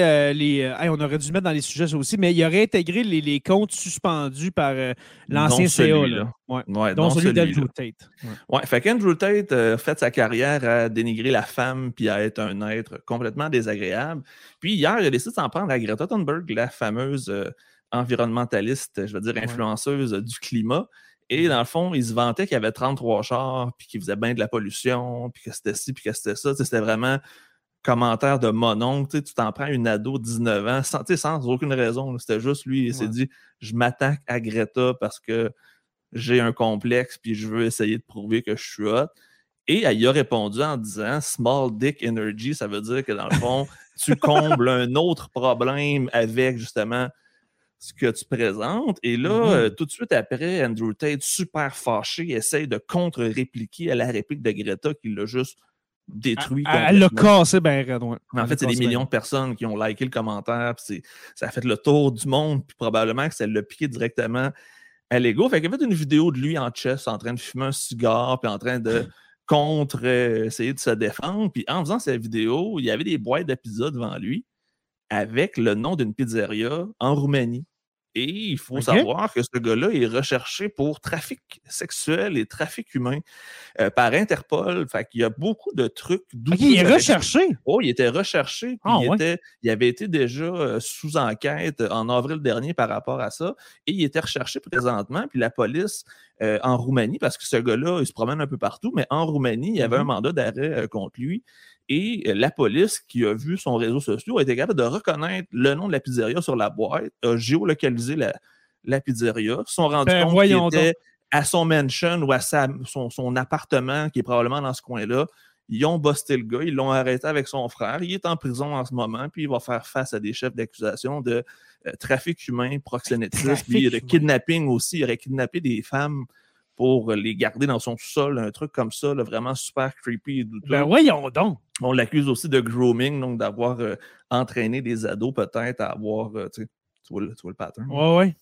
on aurait dû le mettre dans les sujets aussi, mais il a réintégré les comptes suspendus par l'ancien CA. Dont celui d'Andrew Tate. Fait qu'Andrew Tate a fait sa carrière à dénigrer la femme puis à être un être complètement désagréable. Puis hier, il a décidé de s'en prendre à Greta Thunberg, la fameuse... environnementaliste, je veux dire influenceuse du climat. Et dans le fond, il se vantait qu'il y avait 33 chars, puis qu'il faisait bien de la pollution, puis que c'était ci, puis que c'était ça. C'était vraiment commentaire de mononcle. Tu t'en prends une ado de 19 ans sans aucune raison. C'était juste lui, il s'est dit « Je m'attaque à Greta parce que j'ai un complexe, puis je veux essayer de prouver que je suis hot. » Et elle y a répondu en disant « Small dick energy », ça veut dire que dans le fond, tu combles un autre problème avec justement ce que tu présentes. Et là, tout de suite après, Andrew Tate, super fâché, essaye de contre-répliquer à la réplique de Greta qui l'a juste détruit. Elle l'a cassé ben raide. En fait, c'est des millions de personnes qui ont liké le commentaire. Ça a fait le tour du monde. Puis probablement que ça l'a piqué directement à l'ego. Fait qu'il a fait une vidéo de lui en chess en train de fumer un cigare puis en train de essayer de se défendre. Puis en faisant cette vidéo, il y avait des boîtes de pizza devant lui avec le nom d'une pizzeria en Roumanie. Et il faut savoir que ce gars-là est recherché pour trafic sexuel et trafic humain par Interpol. Fait qu'il y a beaucoup de trucs. Il est recherché? Oh, il était recherché. Puis il avait été déjà sous enquête en avril dernier par rapport à ça. Et il était recherché présentement. Puis la police en Roumanie, parce que ce gars-là, il se promène un peu partout, mais en Roumanie, il y avait un mandat d'arrêt contre lui. Et la police, qui a vu son réseau social, a été capable de reconnaître le nom de la pizzeria sur la boîte, a géolocalisé la pizzeria, se sont rendus compte qu'il était à son mansion ou à son appartement, qui est probablement dans ce coin-là. Ils ont busté le gars, ils l'ont arrêté avec son frère. Il est en prison en ce moment, puis il va faire face à des chefs d'accusation de trafic humain, proxénétisme, puis de kidnapping aussi. Il aurait kidnappé des femmes pour les garder dans son sous-sol, un truc comme ça, là, vraiment super creepy et douteux. Ben voyons donc! On l'accuse aussi de grooming, donc d'avoir entraîné des ados peut-être à avoir, tu vois le pattern. Oui.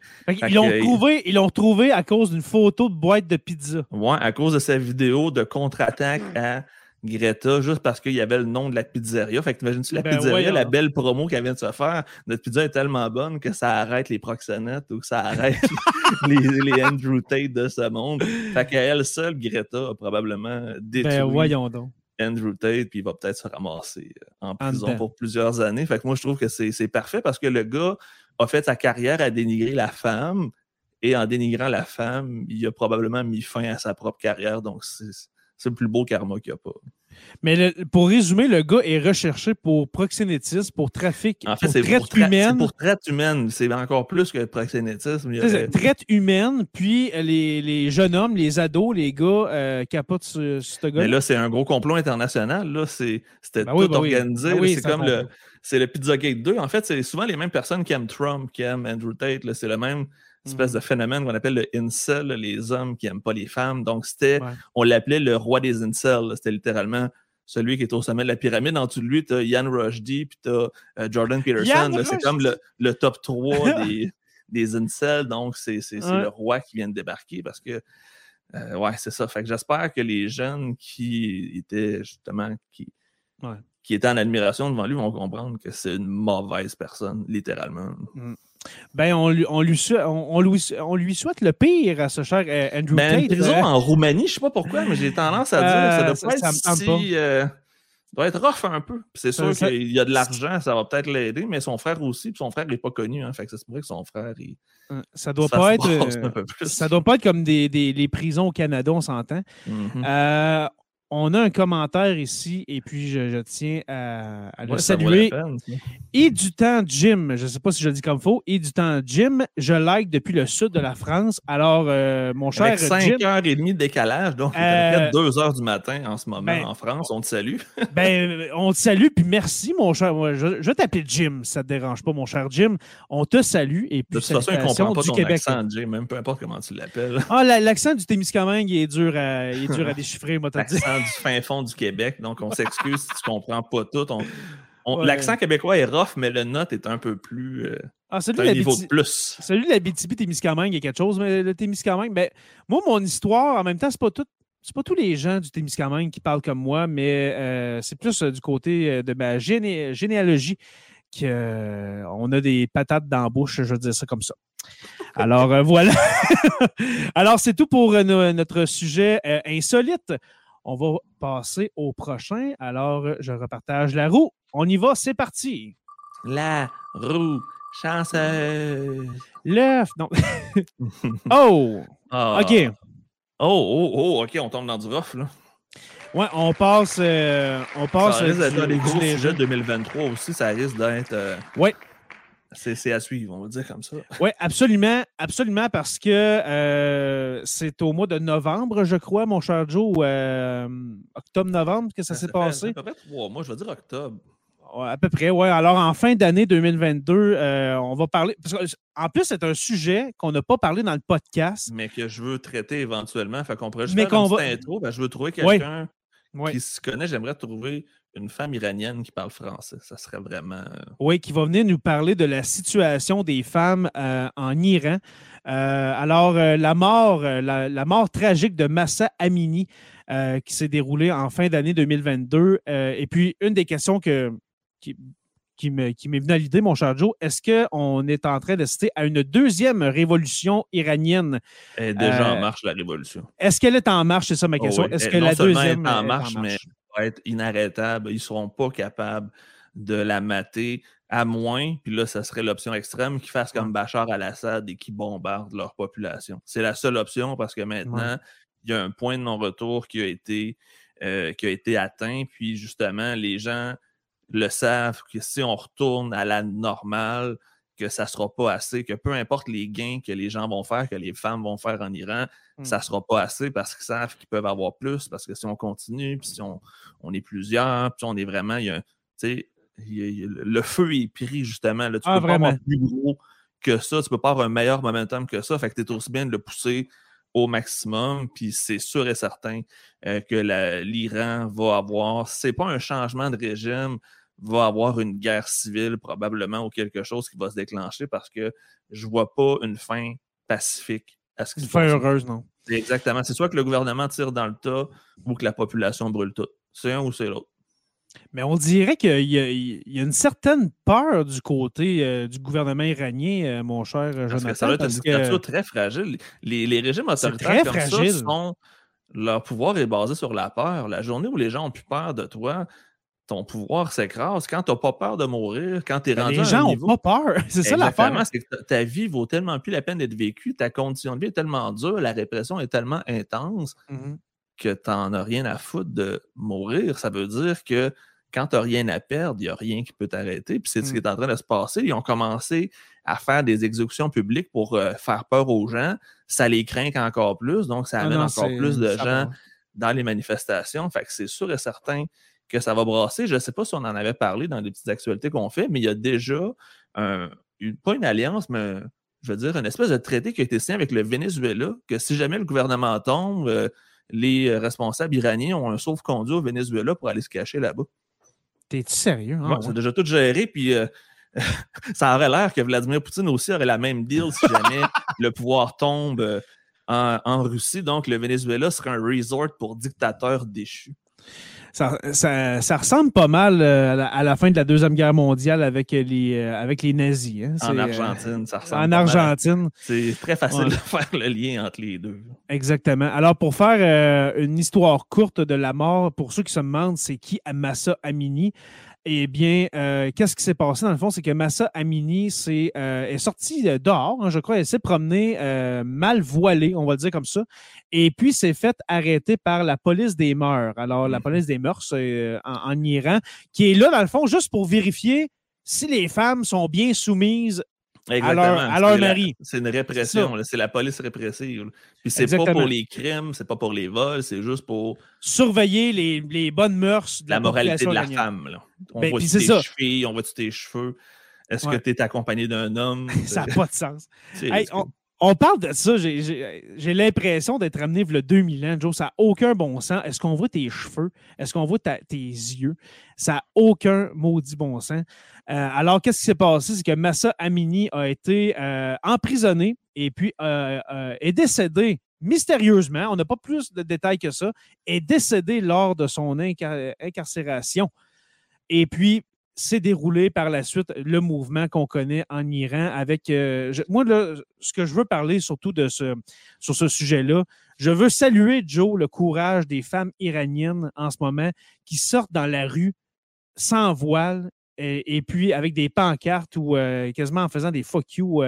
Ils l'ont retrouvé à cause d'une photo de boîte de pizza. Oui, à cause de sa vidéo de contre-attaque à Greta, juste parce qu'il y avait le nom de la pizzeria. Fait que t'imagines-tu la pizzeria, la belle promo qu'elle vient de se faire? Notre pizza est tellement bonne que ça arrête les proxénètes ou que ça arrête les Andrew Tate de ce monde. Fait qu'elle seule, Greta a probablement détruit voyons donc. Andrew Tate, puis il va peut-être se ramasser en prison pour plusieurs années. Fait que moi, je trouve que c'est parfait parce que le gars a fait sa carrière à dénigrer la femme et en dénigrant la femme, il a probablement mis fin à sa propre carrière. Donc, c'est le plus beau karma qu'il n'y a pas. Mais pour résumer, le gars est recherché pour proxénétisme, pour trafic, En fait, pour traite humaine. C'est pour traite humaine. C'est encore plus que proxénétisme. Traite humaine, puis les jeunes hommes, les ados, les gars capotent sur ce gars. Mais là, c'est un gros complot international. Là. C'était tout organisé. Oui, c'est comme le Pizzagate 2. En fait, c'est souvent les mêmes personnes qui aiment Trump, qui aiment Andrew Tate. Là. C'est le même espèce de phénomène qu'on appelle le incel, là, les hommes qui n'aiment pas les femmes. Donc, on l'appelait le roi des incels. Là. C'était littéralement celui qui est au sommet de la pyramide. En dessous de lui, tu as Ian Rushdie puis tu as Jordan Peterson. Là, c'est comme le top 3 des incels. Donc, c'est le roi qui vient de débarquer parce que ouais, c'est ça. Fait que j'espère que les jeunes qui étaient justement qui étaient en admiration devant lui vont comprendre que c'est une mauvaise personne, littéralement. Ben, on lui souhaite le pire à ce cher Andrew Tate. Une prison en Roumanie, je sais pas pourquoi, mais j'ai tendance à dire que ça doit pas être si... doit être rough un peu. C'est sûr qu'il y a de l'argent, ça va peut-être l'aider, mais son frère aussi, puis son frère n'est pas connu. Hein, fait que ça se pourrait que son frère... Ça doit pas être comme les prisons au Canada, on s'entend. On a un commentaire ici, et puis je tiens à le saluer. Et du temps, Jim, je ne sais pas si je le dis comme il faut, et du temps, Jim, je like depuis le sud de la France. Alors, mon cher avec 5 Jim, heures et demie de décalage, donc il est 2 heures du matin en ce moment en France. On te salue. On te salue, puis merci, mon cher. Je vais t'appeler Jim, si ça ne te dérange pas, mon cher Jim. On te salue. Et puis, de toute façon, il ne comprend pas ton accent, Jim, même peu importe comment tu l'appelles. L'accent du Témiscamingue, il est dur à déchiffrer, moi, t'as dit. Du fin fond du Québec, donc on s'excuse si tu comprends pas tout. L'accent québécois est rough, mais le note est un peu plus... celui un niveau de plus. Celui de la BTB-Témiscamingue, il y a quelque chose, mais le Témiscamingue, moi, mon histoire, en même temps, c'est pas tous les gens du Témiscamingue qui parlent comme moi, mais c'est plus du côté de ma généalogie qu'on a des patates dans la bouche, je veux dire ça comme ça. Alors, voilà. Alors, c'est tout pour notre sujet insolite. On va passer au prochain. Alors, je repartage la roue. On y va, c'est parti. La roue chanceuse. L'œuf. Non. Oh! OK. OK, on tombe dans du rough, là. Ouais, on passe. Ça risque d'être dans les gros sujets de 2023 aussi. Ça risque d'être. Ouais. C'est à suivre, on va dire comme ça. Oui, absolument. Absolument, parce que c'est au mois de novembre, je crois, mon cher Joe, octobre-novembre que ça s'est passé. À peu près 3 mois, je vais dire octobre. Ouais, à peu près, oui. Alors, en fin d'année 2022, on va parler. Parce en plus, c'est un sujet qu'on n'a pas parlé dans le podcast. Mais que je veux traiter éventuellement. Fait qu'on pourrait juste faire une petite intro. Je veux trouver quelqu'un qui se connaît. J'aimerais trouver une femme iranienne qui parle français. Ça serait vraiment... Oui, qui va venir nous parler de la situation des femmes en Iran. Alors, la mort tragique de Mahsa Amini qui s'est déroulée en fin d'année 2022. Et puis, une des questions qui m'est venue à l'idée, mon cher Joe, est-ce qu'on est en train d'assister à une deuxième révolution iranienne? Elle est déjà en marche, la révolution. Est-ce qu'elle est en marche? C'est ça ma question. Oui. Est-ce que la deuxième est en marche, mais elle va être inarrêtable. Ils ne seront pas capables de la mater, à moins, puis là, ça serait l'option extrême, qu'ils fassent comme Bachar al-Assad et qu'ils bombardent leur population. C'est la seule option parce que maintenant, il y a un point de non-retour qui a été atteint, puis justement, les gens le savent que si on retourne à la normale, que ça ne sera pas assez, que peu importe les gains que les gens vont faire, que les femmes vont faire en Iran, ça ne sera pas assez parce qu'ils savent qu'ils peuvent avoir plus, parce que si on continue, puis si on est plusieurs, puis on est vraiment, le feu est pris justement. Là, tu peux pas avoir plus gros que ça, tu peux pas avoir un meilleur momentum que ça, fait que tu es aussi bien de le pousser au maximum, puis c'est sûr et certain que l'Iran va avoir, c'est pas un changement de régime, va avoir une guerre civile probablement ou quelque chose qui va se déclencher parce que je vois pas une fin pacifique à ce qui se passe. Une fin heureuse, non? Exactement. C'est soit que le gouvernement tire dans le tas ou que la population brûle tout. C'est un ou c'est l'autre. Mais on dirait qu'il y a une certaine peur du côté du gouvernement iranien, mon cher Jonathan. Parce que ça va être une dictature très fragile. Les régimes autoritaires comme ça, leur pouvoir est basé sur la peur. La journée où les gens ont plus peur de toi, ton pouvoir s'écrase. Quand tu n'as pas peur de mourir, quand tu es rendu à un niveau... Les gens n'ont pas peur. C'est ça l'affaire. C'est que ta vie vaut tellement plus la peine d'être vécue, ta condition de vie est tellement dure, la répression est tellement intense que tu n'en as rien à foutre de mourir. Ça veut dire que quand tu n'as rien à perdre, il n'y a rien qui peut t'arrêter. Puis c'est ce qui est en train de se passer. Ils ont commencé à faire des exécutions publiques pour faire peur aux gens. Ça les craint encore plus. Donc, ça amène encore plus de gens dans les manifestations. Fait que c'est sûr et certain que ça va brasser. Je ne sais pas si on en avait parlé dans les petites actualités qu'on fait, mais il y a déjà pas une alliance, mais je veux dire, une espèce de traité qui a été signé avec le Venezuela, que si jamais le gouvernement tombe, les responsables iraniens ont un sauf-conduit au Venezuela pour aller se cacher là-bas. T'es-tu sérieux? Ouais, c'est déjà tout géré, puis ça aurait l'air que Vladimir Poutine aussi aurait la même deal si jamais le pouvoir tombe en Russie. Donc, le Venezuela serait un resort pour dictateurs déchus. Ça ressemble pas mal à la fin de la Deuxième Guerre mondiale avec les nazis. Hein. En Argentine, ça ressemble. En Argentine. C'est très facile de faire le lien entre les deux. Exactement. Alors, pour faire une histoire courte de la mort, pour ceux qui se demandent c'est qui Mahsa Amini, eh bien, qu'est-ce qui s'est passé dans le fond? C'est que Mahsa Amini est sortie dehors, hein, je crois. Elle s'est promenée mal voilée, on va le dire comme ça. Et puis, s'est faite arrêter par la police des mœurs. Alors, la police des mœurs en Iran, qui est là, dans le fond, juste pour vérifier si les femmes sont bien soumises à leur mari. C'est une répression. C'est la police répressive. Puis c'est pas pour les crimes, c'est pas pour les vols, c'est juste pour surveiller les bonnes mœurs de la moralité de la femme. Là. On voit tes chevilles, on voit tes cheveux. Est-ce que tu es accompagné d'un homme? Ça n'a pas de sens. Hey, on parle de ça. J'ai l'impression d'être ramené il y a 2000 ans, Joe. Ça n'a aucun bon sens. Est-ce qu'on voit tes cheveux? Est-ce qu'on voit tes yeux? Ça n'a aucun maudit bon sens. Alors, qu'est-ce qui s'est passé? C'est que Mahsa Amini a été emprisonné et puis est décédé mystérieusement. On n'a pas plus de détails que ça. Est décédé lors de son incarcération. Et puis, s'est déroulé par la suite le mouvement qu'on connaît en Iran avec... moi, là, ce que je veux parler surtout sur ce sujet-là, je veux saluer, Joe, le courage des femmes iraniennes en ce moment qui sortent dans la rue sans voile et puis avec des pancartes ou quasiment en faisant des fuck you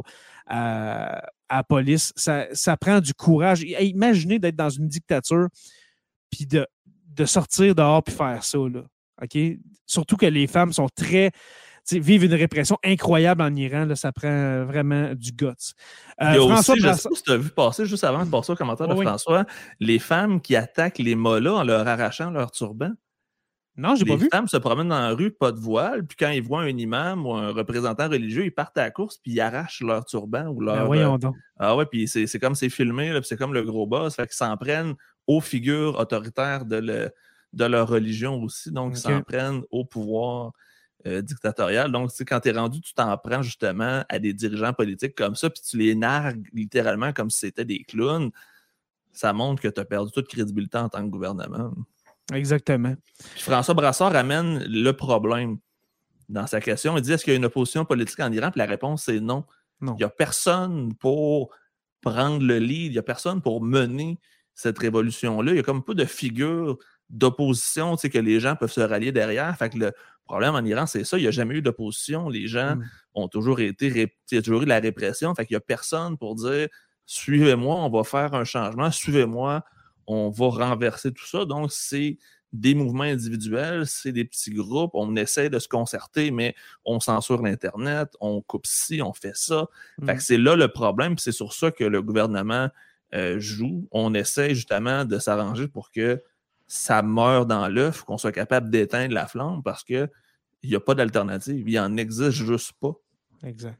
à la police. Ça prend du courage. Imaginez d'être dans une dictature puis de sortir dehors puis faire ça, là. OK? Surtout que les femmes sont vivent une répression incroyable en Iran. Là, ça prend vraiment du guts. François, je ne sais pas si tu as vu passer, juste avant de passer au commentaire de François, les femmes qui attaquent les mollahs en leur arrachant leur turban. Non, j'ai pas vu. Les femmes se promènent dans la rue, pas de voile, puis quand ils voient un imam ou un représentant religieux, ils partent à la course, puis ils arrachent leur turban ou leur... voyons donc. Ah ouais, puis c'est comme c'est filmé, là, puis c'est comme le gros boss, fait qu'ils s'en prennent aux figures autoritaires de leur religion aussi, donc ils s'en prennent au pouvoir dictatorial. Donc, quand tu es rendu, tu t'en prends justement à des dirigeants politiques comme ça, puis tu les nargues littéralement comme si c'était des clowns. Ça montre que tu as perdu toute crédibilité en tant que gouvernement. Exactement. Puis François Brassard amène le problème dans sa question. Il dit, est-ce qu'il y a une opposition politique en Iran? Puis la réponse, c'est non. Il n'y a personne pour prendre le lead, il n'y a personne pour mener cette révolution-là. Il n'y a comme pas de figure d'opposition, que les gens peuvent se rallier derrière. Fait que le problème en Iran, c'est ça. Il n'y a jamais eu d'opposition. Les gens ont toujours été... Il y a toujours eu de la répression. Fait qu'il n'y a personne pour dire « Suivez-moi, on va faire un changement. Suivez-moi, on va renverser tout ça. » Donc, c'est des mouvements individuels, c'est des petits groupes. On essaie de se concerter, mais on censure l'Internet, on coupe ci, on fait ça. Fait que c'est là le problème. C'est sur ça que le gouvernement joue. On essaie justement de s'arranger pour que ça meurt dans l'œuf, qu'on soit capable d'éteindre la flamme parce qu'il n'y a pas d'alternative. Il n'en existe juste pas. Exact.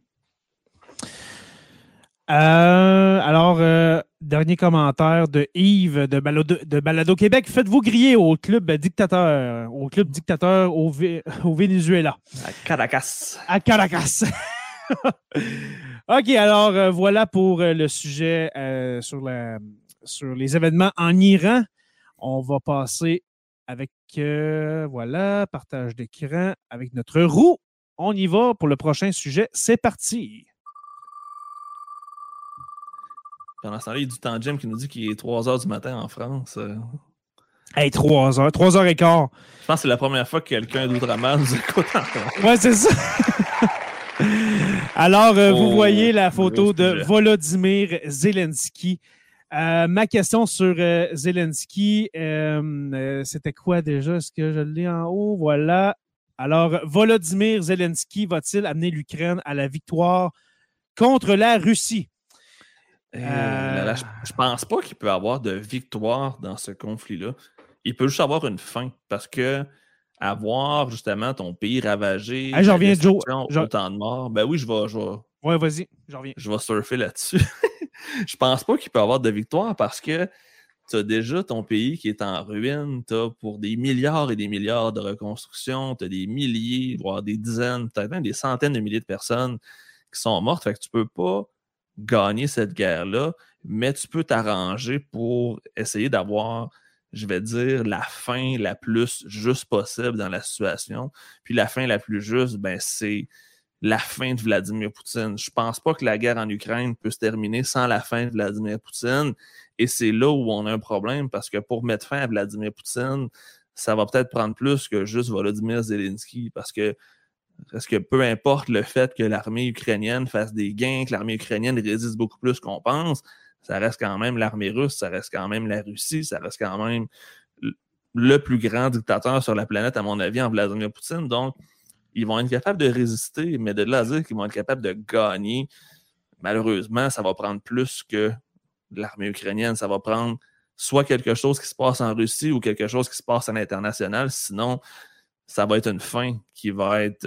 Alors, dernier commentaire de Yves de Balado Québec. Faites-vous griller au club dictateur au Venezuela. À Caracas. À Caracas. OK, alors voilà pour le sujet sur les événements en Iran. On va passer avec, partage d'écran avec notre roue. On y va pour le prochain sujet. C'est parti. Pendant ce temps-là, il y a du temps Jim qui nous dit qu'il est 3h du matin en France. Hey, 3h, 3h15. Je pense que c'est la première fois que quelqu'un d'outre-mer nous écoute en France. Ouais, c'est ça. Alors, vous voyez la photo de Volodymyr Zelensky Ma question sur Zelensky, c'était quoi déjà? Est-ce que je l'ai en haut? Voilà. Alors, Volodymyr Zelensky va-t-il amener l'Ukraine à la victoire contre la Russie? Je pense pas qu'il peut avoir de victoire dans ce conflit-là. Il peut juste avoir une fin parce que avoir justement ton pays ravagé, Hey, j'en reviens, Joe. autant de morts, ben oui, je vais ouais, vas-y, j'en reviens. Je vais surfer là-dessus. Je pense pas qu'il peut avoir de victoire parce que tu as déjà ton pays qui est en ruine, tu as pour des milliards et des milliards de reconstruction, tu as des milliers, voire des dizaines, peut-être même des centaines de milliers de personnes qui sont mortes. Fait que tu peux pas gagner cette guerre-là, mais tu peux t'arranger pour essayer d'avoir, je vais dire, la fin la plus juste possible dans la situation. Puis la fin la plus juste, ben, c'est la fin de Vladimir Poutine. Je pense pas que la guerre en Ukraine peut se terminer sans la fin de Vladimir Poutine. Et c'est là où on a un problème, parce que pour mettre fin à Vladimir Poutine, ça va peut-être prendre plus que juste Volodymyr Zelensky, parce que peu importe le fait que l'armée ukrainienne fasse des gains, que l'armée ukrainienne résiste beaucoup plus qu'on pense, ça reste quand même l'armée russe, ça reste quand même la Russie, ça reste quand même le plus grand dictateur sur la planète, à mon avis, en Vladimir Poutine. Donc, ils vont être capables de résister, mais de là à dire qu'ils vont être capables de gagner, malheureusement, ça va prendre plus que l'armée ukrainienne. Ça va prendre soit quelque chose qui se passe en Russie ou quelque chose qui se passe à l'international. Sinon, ça va être une fin qui va être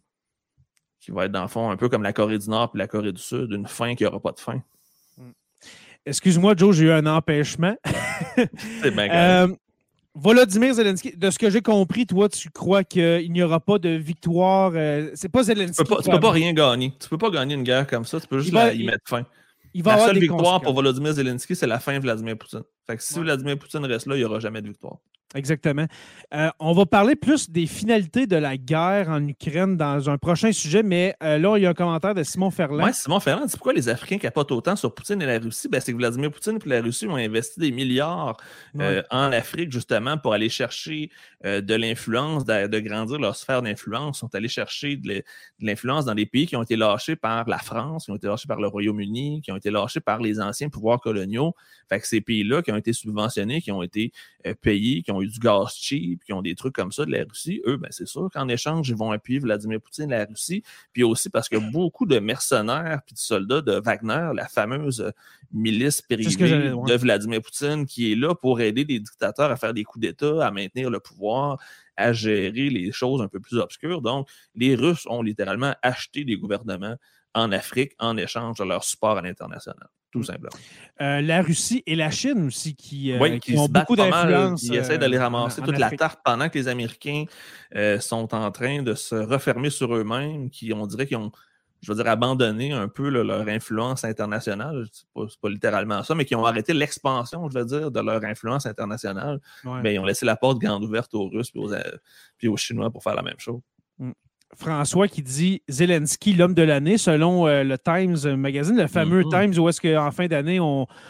dans le fond un peu comme la Corée du Nord et la Corée du Sud, une fin qui n'aura pas de fin. Excuse-moi, Joe, j'ai eu un empêchement. C'est bien Volodymyr Zelensky, de ce que j'ai compris, toi, tu crois qu'il n'y aura pas de victoire. C'est pas Zelensky. Tu peux pas rien gagner. Tu peux pas gagner une guerre comme ça. Tu peux juste y mettre fin. La seule victoire pour Volodymyr Zelensky, c'est la fin de Vladimir Poutine. Fait que si Vladimir Poutine reste là, il n'y aura jamais de victoire. Exactement. On va parler plus des finalités de la guerre en Ukraine dans un prochain sujet, mais là, il y a un commentaire de Simon Ferland. Oui, Simon Ferland dit pourquoi les Africains capotent autant sur Poutine et la Russie? Ben, c'est que Vladimir Poutine et la Russie ont investi des milliards en Afrique, justement, pour aller chercher de l'influence, de grandir leur sphère d'influence. Ils sont allés chercher de l'influence dans des pays qui ont été lâchés par la France, qui ont été lâchés par le Royaume-Uni, qui ont été lâchés par les anciens pouvoirs coloniaux. Fait que ces pays-là qui ont été subventionnés, qui ont été payés, qui ont eu du gaz cheap, qui ont des trucs comme ça de la Russie, eux, ben c'est sûr qu'en échange, ils vont appuyer Vladimir Poutine et la Russie. Puis aussi parce que beaucoup de mercenaires puis de soldats de Wagner, la fameuse milice privée de Vladimir Poutine, qui est là pour aider les dictateurs à faire des coups d'État, à maintenir le pouvoir, à gérer les choses un peu plus obscures. Donc, les Russes ont littéralement acheté des gouvernements en Afrique en échange de leur support à l'international. Tout simplement. La Russie et la Chine aussi qui ont beaucoup d'influence. Ils essaient d'aller ramasser toute la tarte pendant que les Américains sont en train de se refermer sur eux-mêmes, on dirait qu'ils ont, je veux dire, abandonné un peu leur influence internationale. C'est pas littéralement ça, mais qui ont arrêté l'expansion, je veux dire, de leur influence internationale. Ouais. Mais ils ont laissé la porte grande ouverte aux Russes puis aux Chinois pour faire la même chose. François qui dit Zelensky, l'homme de l'année, selon le Times Magazine, le fameux Times, où est-ce qu'en fin d'année,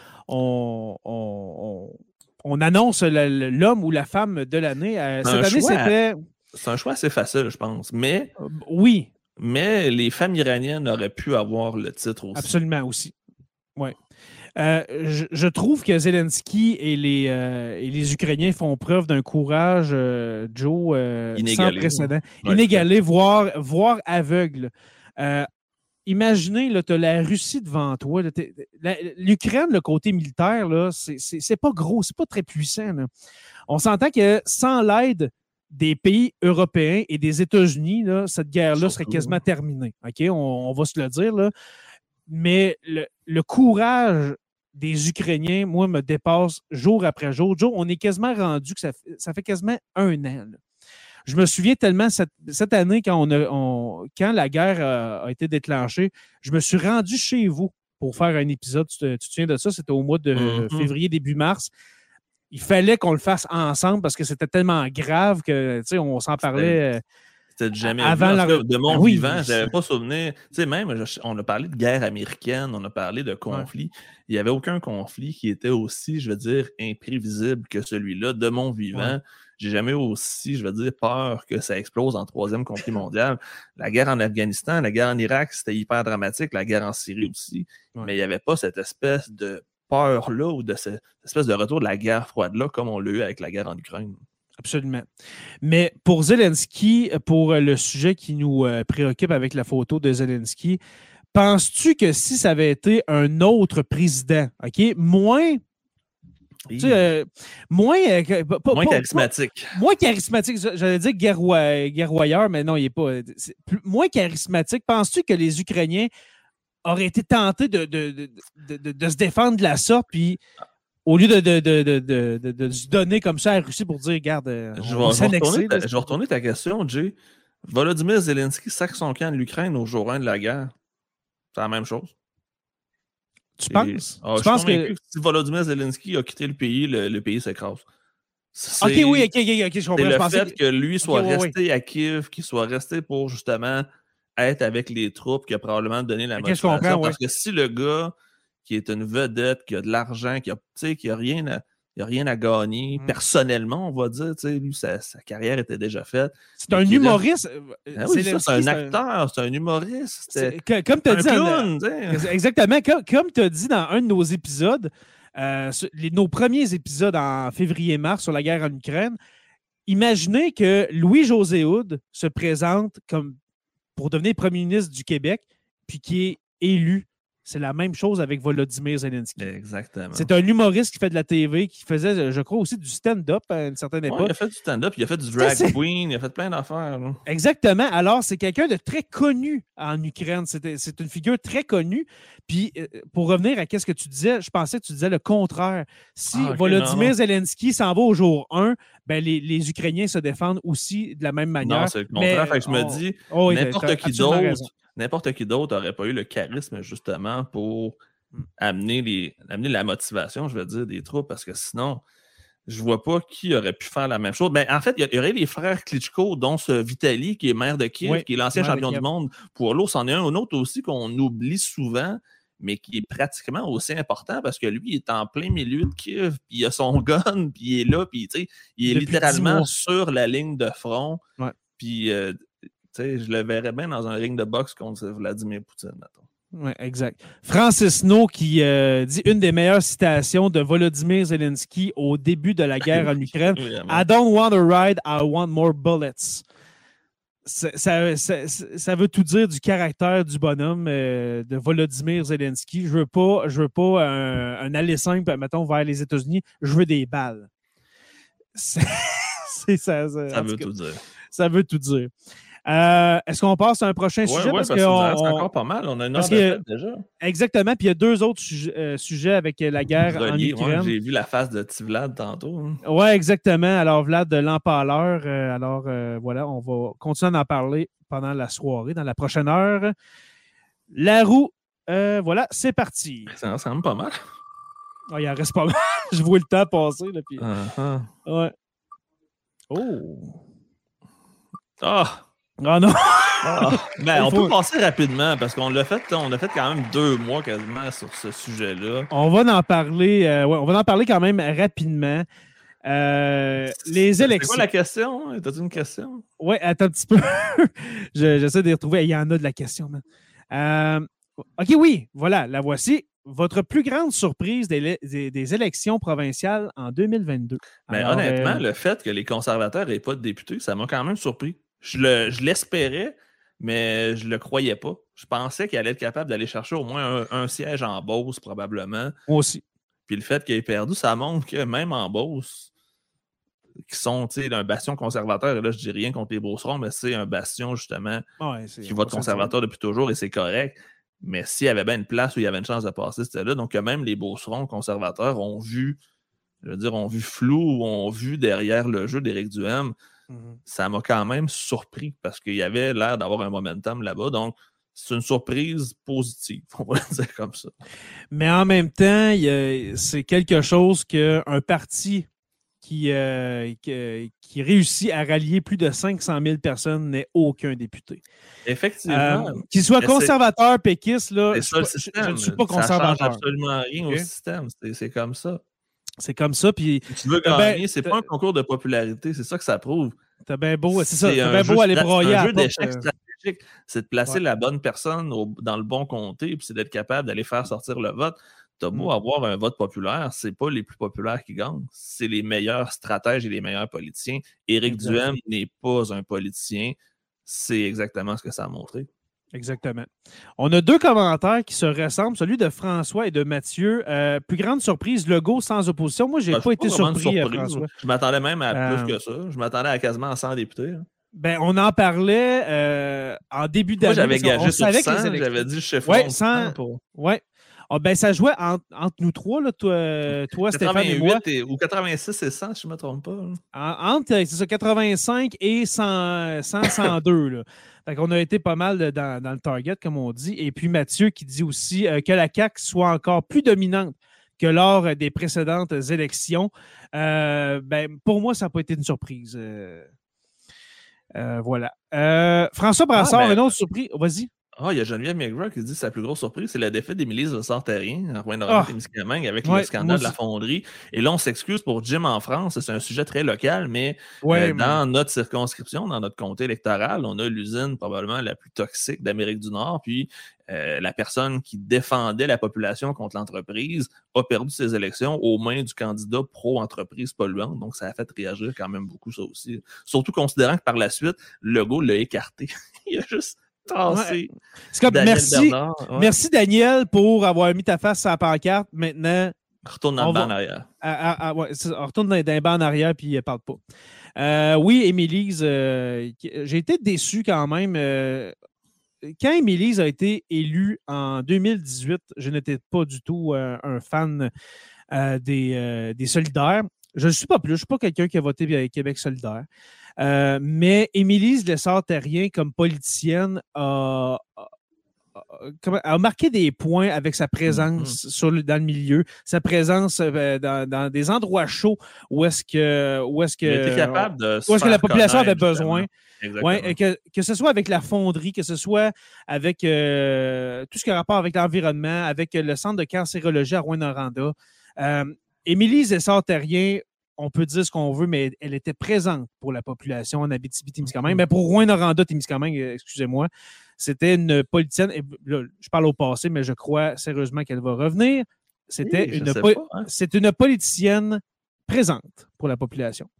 on annonce l'homme ou la femme de l'année. Cette année, c'était... C'est un choix assez facile, je pense. Mais, oui. Mais les femmes iraniennes auraient pu avoir le titre aussi. Absolument aussi. Oui. Je trouve que Zelensky et les Ukrainiens font preuve d'un courage, Joe, sans précédent. Ouais. Inégalé, voire aveugle. Imaginez, tu as la Russie devant toi. L'Ukraine, le côté militaire, c'est pas gros, c'est pas très puissant. Là. On s'entend que sans l'aide des pays européens et des États-Unis, là, cette guerre-là serait quasiment terminée. Okay? On va se le dire. Là. Mais le courage des Ukrainiens, moi, me dépasse jour après jour. Joe, on est quasiment rendu que ça fait quasiment un an. Là. Je me souviens tellement cette année, quand la guerre a été déclenchée, je me suis rendu chez vous pour faire un épisode. Tu te souviens de ça? C'était au mois de février, début mars. Il fallait qu'on le fasse ensemble parce que c'était tellement grave que, on s'en parlait... C'était jamais avant de mon vivant, je n'avais pas souvenir. Tu sais, même, on a parlé de guerre américaine, on a parlé de conflit. Ouais. Il n'y avait aucun conflit qui était aussi, je veux dire, imprévisible que celui-là. De mon vivant, j'ai jamais aussi, je veux dire, peur que ça explose en troisième conflit mondial. La guerre en Afghanistan, la guerre en Irak, c'était hyper dramatique. La guerre en Syrie aussi. Ouais. Mais il n'y avait pas cette espèce de peur-là ou de cette espèce de retour de la guerre froide-là, comme on l'a eu avec la guerre en Ukraine. Absolument. Mais pour Zelensky, pour le sujet qui nous préoccupe avec la photo de Zelensky, penses-tu que si ça avait été un autre président, OK, moins charismatique. Moins charismatique. J'allais dire guerroyeur, mais non, il n'est pas. Moins charismatique. Penses-tu que les Ukrainiens auraient été tentés de se défendre de la sorte, puis au lieu de se donner comme ça à la Russie pour dire, regarde, je vais retourner ta question, Jay. Volodymyr Zelensky sac son camp de l'Ukraine au jour 1 de la guerre. C'est la même chose. Tu penses? Je suis convaincu que si Volodymyr Zelensky a quitté le pays s'écrase. OK, je comprends. C'est le fait que lui soit resté à Kiev, qu'il soit resté pour justement être avec les troupes, qui a probablement donné la motivation. Parce que si le gars qui est une vedette, qui a de l'argent, qui a rien à gagner, personnellement, on va dire, lui, sa carrière était déjà faite. C'est un humoriste. C'est un acteur, c'est un humoriste. Comme tu as dit. Exactement. Comme tu as dit dans un de nos épisodes, nos premiers épisodes en février-mars sur la guerre en Ukraine, imaginez que Louis-José Houd se présente comme pour devenir premier ministre du Québec, puis qui est élu. C'est la même chose avec Volodymyr Zelensky. Exactement. C'est un humoriste qui fait de la TV, qui faisait, je crois, aussi du stand-up à une certaine époque. Il a fait du stand-up, il a fait du drag queen, il a fait plein d'affaires. Là. Exactement. Alors, c'est quelqu'un de très connu en Ukraine. C'est une figure très connue. Puis, pour revenir à ce que tu disais, je pensais que tu disais le contraire. Si Volodymyr Zelensky s'en va au jour 1, ben les Ukrainiens se défendent aussi de la même manière. Non, c'est le contraire. Fait que je me dis, n'importe qui d'autre n'aurait pas eu le charisme, justement, pour amener la motivation, je veux dire, des troupes, parce que sinon, je vois pas qui aurait pu faire la même chose. Ben, en fait, il y aurait les frères Klitschko, dont ce Vitaly, qui est maire de Kiev, qui est l'ancien champion du monde pour l'eau. C'en est un autre aussi qu'on oublie souvent, mais qui est pratiquement aussi important, parce que lui, il est en plein milieu de Kiev, puis il a son gun, puis il est là, puis il est littéralement sur la ligne de front. Puis... je le verrais bien dans un ring de boxe contre Vladimir Poutine, mettons. Oui, exact. Francis No qui dit une des meilleures citations de Volodymyr Zelensky au début de la guerre en Ukraine. I don't want a ride, I want more bullets. Ça veut tout dire du caractère du bonhomme de Volodymyr Zelensky. Je veux pas un aller simple, mettons, vers les États-Unis. Je veux des balles. Ça veut tout dire. Ça veut tout dire. Est-ce qu'on passe à un prochain sujet? Parce que c'est encore pas mal. On a une heure de fête déjà. Exactement. Puis il y a deux autres sujets avec la guerre en Ukraine. J'ai vu la face de Vlad tantôt. Oui, exactement. Alors, Vlad de l'Empaleur. Voilà, on va continuer d'en parler pendant la soirée, dans la prochaine heure. La roue, voilà, c'est parti. Ça ressemble pas mal. Il en reste pas mal. Je vois le temps passer. Là, puis... Ouais. Oh! Ah non! On peut passer rapidement parce qu'on l'a fait, on a fait quand même 2 mois quasiment sur ce sujet-là. On va en parler, on va en parler quand même rapidement. Les élections. C'est quoi la question? T'as-tu une question? Oui, attends un petit peu. J'essaie de les retrouver. Il y en a de la question, man. OK, oui, voilà, la voici. Votre plus grande surprise des élections provinciales en 2022? Mais honnêtement, le fait que les conservateurs n'aient pas de députés, ça m'a quand même surpris. Je l'espérais, mais je le croyais pas. Je pensais qu'il allait être capable d'aller chercher au moins un siège en Beauce, probablement. Moi aussi. Puis le fait qu'il ait perdu, ça montre que même en Beauce, qui sont un bastion conservateur, et là, je dis rien contre les Beaucerons, mais c'est un bastion, justement, qui vote conservateur depuis toujours, et c'est correct. Mais s'il y avait bien une place où il y avait une chance de passer, c'était là. Donc, même les Beaucerons conservateurs ont vu flou, ou ont vu derrière le jeu d'Éric Duhaime. Ça m'a quand même surpris parce qu'il y avait l'air d'avoir un momentum là-bas. Donc, c'est une surprise positive, on va le dire comme ça. Mais en même temps, c'est quelque chose qu'un parti qui réussit à rallier plus de 500 000 personnes n'ait aucun député. Effectivement. Qu'il soit conservateur, péquiste, là, je ne suis pas conservateur. Ça ne change absolument rien au système. C'est comme ça. C'est comme ça. Puis, si tu veux gagner, c'est pas un concours de popularité, c'est ça que ça prouve. T'as bien beau, c'est ça. T'as bien beau aller broyer à la porte. C'est un jeu d'échecs stratégique. C'est de placer la bonne personne dans le bon comté, puis c'est d'être capable d'aller faire sortir le vote. t'as beau avoir un vote populaire, c'est pas les plus populaires qui gagnent, c'est les meilleurs stratèges et les meilleurs politiciens. Éric Duhem n'est pas un politicien, c'est exactement ce que ça a montré. Exactement. On a 2 commentaires qui se ressemblent, celui de François et de Mathieu. Plus grande surprise, Legault sans opposition. Moi, j'ai pas été surpris, François. Je m'attendais même à plus que ça. Je m'attendais à quasiment 100 députés. Hein. Ben, on en parlait en début d'année. Moi, j'avais gagé sur 100, j'avais dit chiffre 100 pour... Ouais. Oh, ben, ça jouait entre nous 3, là, toi Stéphane et moi. Ou 86 et 100, si je ne me trompe pas. Entre, c'est ça, 85 et 102, là. Fait qu'on a été pas mal dans le target, comme on dit. Et puis Mathieu qui dit aussi que la CAQ soit encore plus dominante que lors des précédentes élections. Ben, pour moi, ça n'a pas été une surprise. Voilà. François Brassard, une autre surprise. Vas-y. Il y a Geneviève McGraw qui dit que sa plus grosse surprise, c'est la défaite d'Émilie Lessard-Terrien à Rouyn-Noranda-Témiscamingue avec le scandale de la fonderie. Et là, on s'excuse pour Jim en France. C'est un sujet très local, mais dans notre circonscription, dans notre comté électoral, on a l'usine probablement la plus toxique d'Amérique du Nord. Puis la personne qui défendait la population contre l'entreprise a perdu ses élections aux mains du candidat pro-entreprise polluante. Donc, ça a fait réagir quand même beaucoup, ça aussi. Surtout considérant que par la suite, Legault l'a écarté. Il a juste... C'est comme, merci Daniel pour avoir mis ta face sur la pancarte. Maintenant, retourne dans le banc en arrière. Retourne dans le banc en arrière puis il parle pas. Oui, Émilise, j'ai été déçu quand même. Quand Émilise a été élue en 2018, je n'étais pas du tout un fan des Solidaires. Je ne suis pas plus. Je ne suis pas quelqu'un qui a voté avec Québec solidaire. Mais Émilie Lessard-Terrien, comme politicienne, a marqué des points avec sa présence dans le milieu, sa présence dans des endroits chauds où est-ce que la population avait besoin. Ouais, que ce soit avec la fonderie, que ce soit avec tout ce qui a rapport avec l'environnement, avec le centre de cancérologie à Rouyn-Noranda. Émilie Lessard-Terrien, on peut dire ce qu'on veut, mais elle était présente pour la population en Abitibi-Témiscamingue. Mais pour Rouyn-Noranda-Témiscamingue, excusez-moi, c'était une politicienne, et là, je parle au passé, mais je crois sérieusement qu'elle va revenir. C'est une politicienne présente pour la population.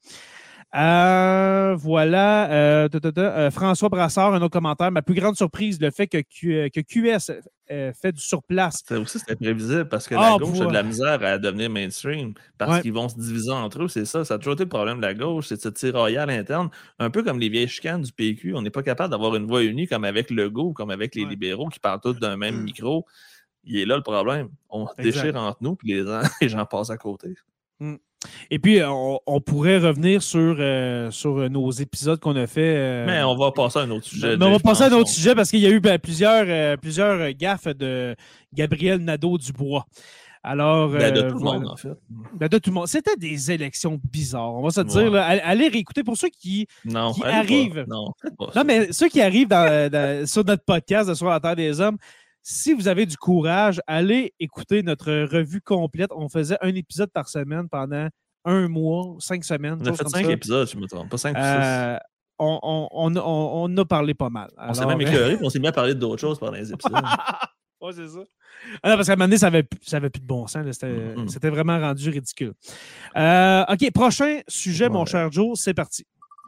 Voilà. François Brassard, un autre commentaire. Ma plus grande surprise, le fait que QS fait du surplace. Ça aussi, c'était prévisible parce que la gauche a de la misère à devenir mainstream parce qu'ils vont se diviser entre eux. C'est ça. Ça a toujours été le problème de la gauche, c'est de se tirailler à l'interne. Un peu comme les vieilles chicanes du PQ. On n'est pas capable d'avoir une voix unie comme avec Legault, comme avec les libéraux qui parlent tous d'un même micro. Il est là le problème. On se déchire entre nous puis les gens passent à côté. Et puis, on pourrait revenir sur nos épisodes qu'on a fait. Mais on va passer à un autre sujet. Mais on va passer à un autre sujet parce qu'il y a eu plusieurs gaffes de Gabriel Nadeau-Dubois. Alors, de tout le monde, en fait. De tout le monde. C'était des élections bizarres, on va se dire. Là, allez réécouter pour ceux qui arrivent. Non, mais ceux qui arrivent sur notre podcast de Sur la Terre des Hommes, si vous avez du courage, allez écouter notre revue complète. On faisait un épisode par semaine pendant 1 mois, 5 semaines. On a fait 5 épisodes, je me trompe. Pas 5 ou 6. On a parlé pas mal. On s'est même écœuré, on s'est mis à parler d'autres choses pendant les épisodes. Oui, c'est ça. Alors, parce qu'à un moment donné, ça n'avait plus de bon sens. C'était vraiment rendu ridicule. OK, prochain sujet, mon cher Joe, c'est parti.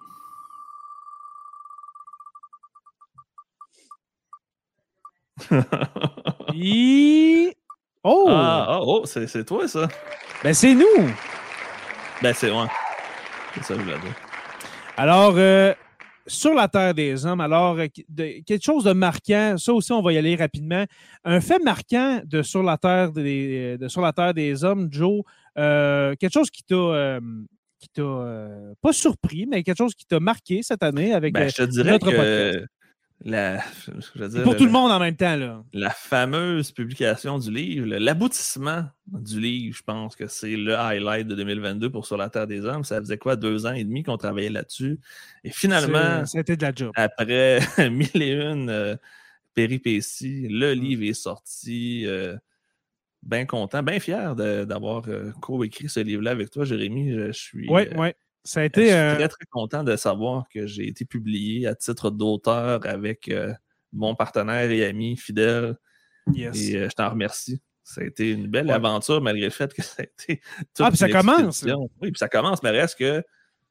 C'est toi, ça. Ben, c'est nous. Ben, c'est ça, je voulais dire. Alors, sur la Terre des Hommes, quelque chose de marquant, ça aussi, on va y aller rapidement. Un fait marquant de Sur la Terre des Hommes, Joe, quelque chose qui t'a pas surpris, mais quelque chose qui t'a marqué cette année avec je te dirais notre podcast. Pour tout le monde en même temps. Là. La fameuse publication du livre, l'aboutissement du livre, je pense que c'est le highlight de 2022 pour Sur la Terre des Hommes. Ça faisait 2 ans et demi qu'on travaillait là-dessus. Et finalement, c'était de la job. Après 1001 péripéties, le livre est sorti. Bien content, bien fier d'avoir coécrit ce livre-là avec toi, Jérémy. Je suis... Oui. Ça a été, je suis très, très content de savoir que j'ai été publié à titre d'auteur avec mon partenaire et ami fidèle. Yes. Et je t'en remercie. Ça a été une belle aventure, malgré le fait que ça a été... puis ça commence! Oui, puis ça commence, mais reste que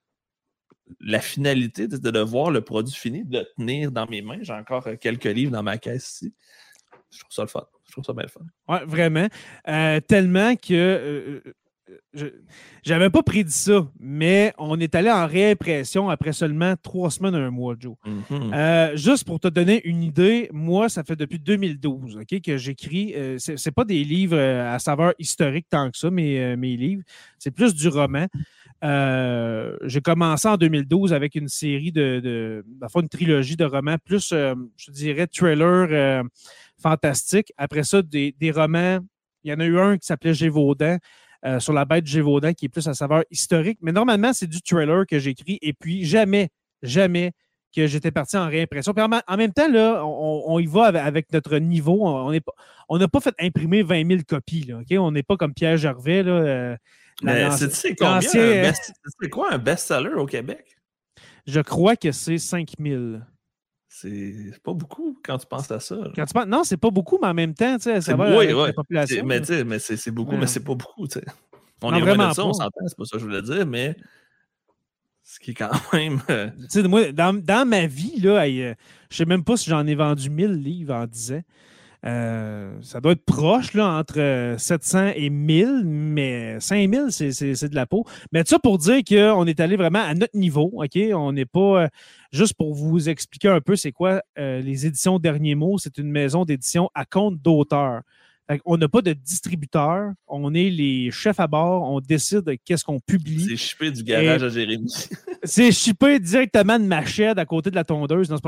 la finalité de voir le produit fini, de le tenir dans mes mains. J'ai encore quelques livres dans ma caisse ici. Je trouve ça le fun. Je trouve ça bien le fun. Oui, vraiment. Tellement que j'avais pas prédit ça, mais on est allé en réimpression après seulement 3 semaines, 1 mois, Joe. Juste pour te donner une idée, moi, ça fait depuis 2012 que j'écris. C'est pas des livres à saveur historique tant que ça, mes livres. C'est plus du roman. J'ai commencé en 2012 avec une série une trilogie de romans, plus, je dirais, thriller fantastique. Après ça, des romans. Il y en a eu un qui s'appelait Gévaudan, sur la bête de Gévaudan, qui est plus à saveur historique. Mais normalement, c'est du thriller que j'écris. Et puis, jamais que j'étais parti en réimpression. Puis en même temps, là, on y va avec notre niveau. On n'a pas fait imprimer 20 000 copies. Là, okay? On n'est pas comme Pierre Gervais. Là, c'est quoi un best-seller au Québec? Je crois que c'est 5 000. C'est pas beaucoup quand tu penses à ça. Non, c'est pas beaucoup, mais en même temps, ça va avec la population. Mais c'est beaucoup, mais c'est pas beaucoup. On est vraiment loin de ça, on s'entend, c'est pas ça que je voulais dire, mais ce qui est quand même... Moi, dans ma vie, là, je sais même pas si j'en ai vendu 1000 livres en 10 ans. Ça doit être proche, là, entre 700 et 1000, mais 5000, c'est de la peau. Mais ça pour dire qu'on est allé vraiment à notre niveau, OK? On n'est pas... juste pour vous expliquer un peu c'est quoi les éditions Derniers Mots, c'est une maison d'édition à compte d'auteur. On n'a pas de distributeur, on est les chefs à bord, on décide qu'est-ce qu'on publie. C'est shippé du garage à Jérémy. C'est shippé directement de ma chaîne à côté de la tondeuse, non, c'est pas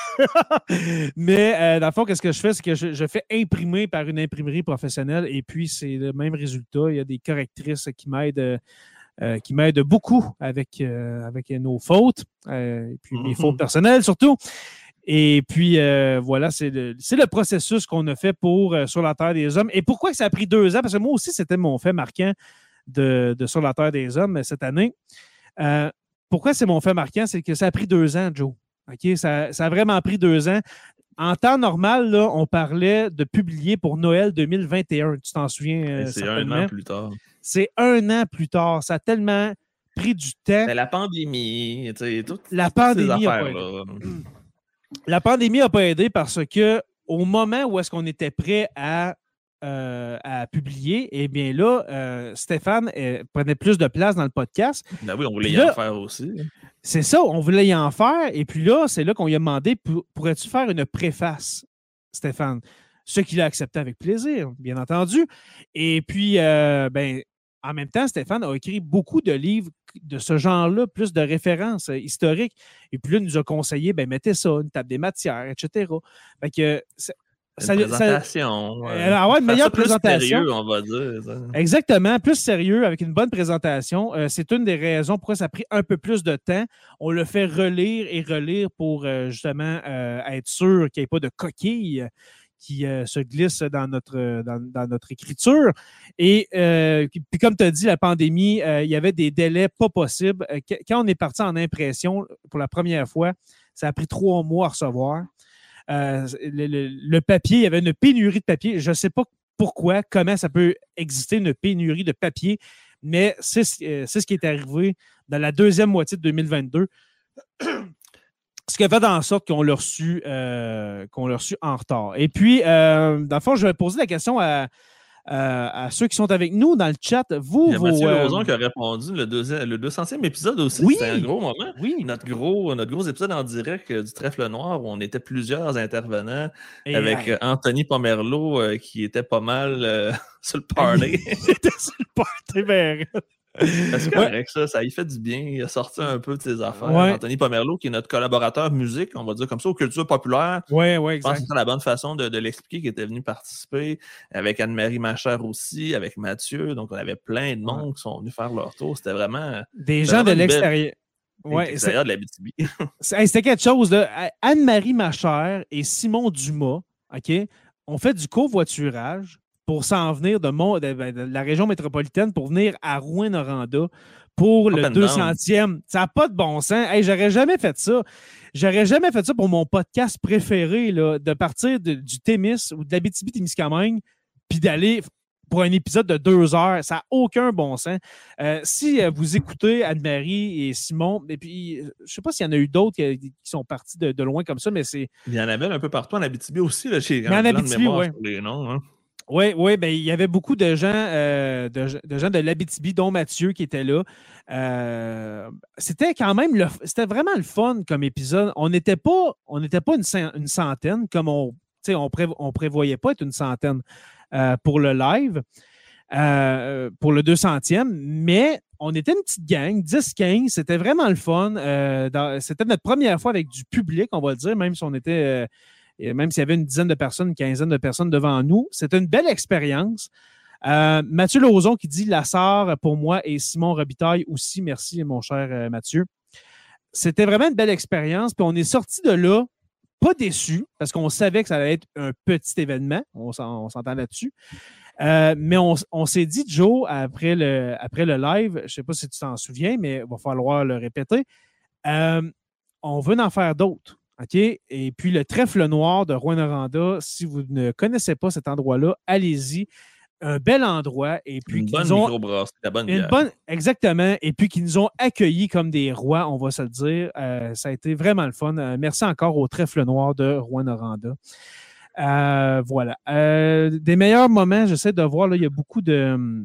vrai. Mais dans le fond, qu'est-ce que je fais? C'est que je fais imprimer par une imprimerie professionnelle et puis c'est le même résultat. Il y a des correctrices qui m'aident beaucoup avec nos fautes, et puis mes fautes personnelles surtout. Et puis, voilà, c'est le processus qu'on a fait pour Sur la Terre des Hommes. Et pourquoi ça a pris 2 ans? Parce que moi aussi, c'était mon fait marquant de Sur la Terre des Hommes cette année. Pourquoi c'est mon fait marquant? C'est que ça a pris 2 ans, Joe. OK? Ça a vraiment pris 2 ans. En temps normal, là, on parlait de publier pour Noël 2021. Tu t'en souviens? C'est certainement. 1 an plus tard. C'est 1 an plus tard. Ça a tellement pris du temps. Mais la pandémie, la pandémie a pas aidé. La pandémie n'a pas aidé parce que au moment où est-ce qu'on était prêt à publier, eh bien là, Stéphane prenait plus de place dans le podcast. Ben oui, on voulait y en faire aussi. C'est ça, on voulait y en faire. Et puis là, c'est là qu'on lui a demandé, pourrais-tu faire une préface, Stéphane? Ce qu'il a accepté avec plaisir, bien entendu. Et puis, en même temps, Stéphane a écrit beaucoup de livres de ce genre-là, plus de références historiques. Et puis là, il nous a conseillé, mettez ça, une table des matières, etc. Fait que présentation. Une meilleure présentation. Plus sérieux, on va dire. Ça. Exactement, plus sérieux, avec une bonne présentation. C'est une des raisons pourquoi ça a pris un peu plus de temps. On le fait relire et relire pour justement être sûr qu'il n'y ait pas de coquilles qui se glissent dans notre écriture. Et puis comme tu as dit, la pandémie, il y avait des délais pas possibles. Quand on est parti en impression pour la première fois, ça a pris 3 mois à recevoir. Le papier, il y avait une pénurie de papier. Je ne sais pas pourquoi, comment ça peut exister une pénurie de papier, mais c'est ce qui est arrivé dans la deuxième moitié de 2022. Ce qui a fait en sorte qu'on l'a reçu en retard. Et puis, dans le fond, je vais poser la question à ceux qui sont avec nous dans le chat. Il y a Mathieu Lauzon qui a répondu le 200e épisode aussi. Oui, c'était un gros moment. Oui. Notre gros épisode en direct du Trèfle Noir où on était plusieurs intervenants avec Anthony Pomerleau qui était pas mal sur le party. Il était sur le party, ben. C'est correct, ça y fait du bien. Il a sorti un peu de ses affaires. Ouais. Anthony Pomerleau, qui est notre collaborateur musique, on va dire comme ça, aux cultures populaires. Oui, Je exact. pense que c'est la bonne façon de l'expliquer, qui était venu participer avec Anne-Marie Machère aussi, avec Mathieu. Donc, on avait plein de monde qui sont venus faire leur tour. C'était vraiment... Des gens de l'extérieur. Ouais, l'extérieur de l'Abitibi. C'était quelque chose. Là. Anne-Marie Machère et Simon Dumas, OK, ont fait du covoiturage pour s'en venir de la région métropolitaine pour venir à Rouyn-Noranda pour le 200e. Ça n'a pas de bon sens. Hey, j'aurais jamais fait ça. J'aurais jamais fait ça pour mon podcast préféré, là, de partir du Témis ou de l'Abitibi-Témiscamingue puis d'aller pour un épisode de 2 heures. Ça n'a aucun bon sens. Si vous écoutez Anne-Marie et Simon, et puis je ne sais pas s'il y en a eu d'autres qui sont partis de loin comme ça, mais c'est... Il y en avait un peu partout en Abitibi aussi, là, chez mais en Abitibi, oui. Les noms, hein. Oui, ben, il y avait beaucoup de gens de l'Abitibi, dont Mathieu qui était là. C'était quand même c'était vraiment le fun comme épisode. On n'était pas une centaine, comme on prévoyait pas être une centaine pour le live, pour le 200e, mais on était une petite gang, 10-15. C'était vraiment le fun. C'était notre première fois avec du public, on va le dire, même si on était... même s'il y avait une dizaine de personnes, une quinzaine de personnes devant nous. C'était une belle expérience. Mathieu Lauzon qui dit Lassard pour moi et Simon Robitaille aussi. Merci, mon cher Mathieu. C'était vraiment une belle expérience. Puis on est sorti de là pas déçus parce qu'on savait que ça allait être un petit événement. On s'entend là-dessus. Mais on s'est dit, Joe, après le live, je ne sais pas si tu t'en souviens, mais il va falloir le répéter, on veut en faire d'autres. OK? Et puis, le trèfle noir de Rouyn-Noranda, si vous ne connaissez pas cet endroit-là, allez-y. Un bel endroit. Et puis, une bonne microbrasserie, la bonne bière. Exactement. Et puis, qui nous ont accueillis comme des rois, on va se le dire. Ça a été vraiment le fun. Merci encore au trèfle noir de Rouyn-Noranda. Voilà. Des meilleurs moments, j'essaie de voir, là, il y a beaucoup de...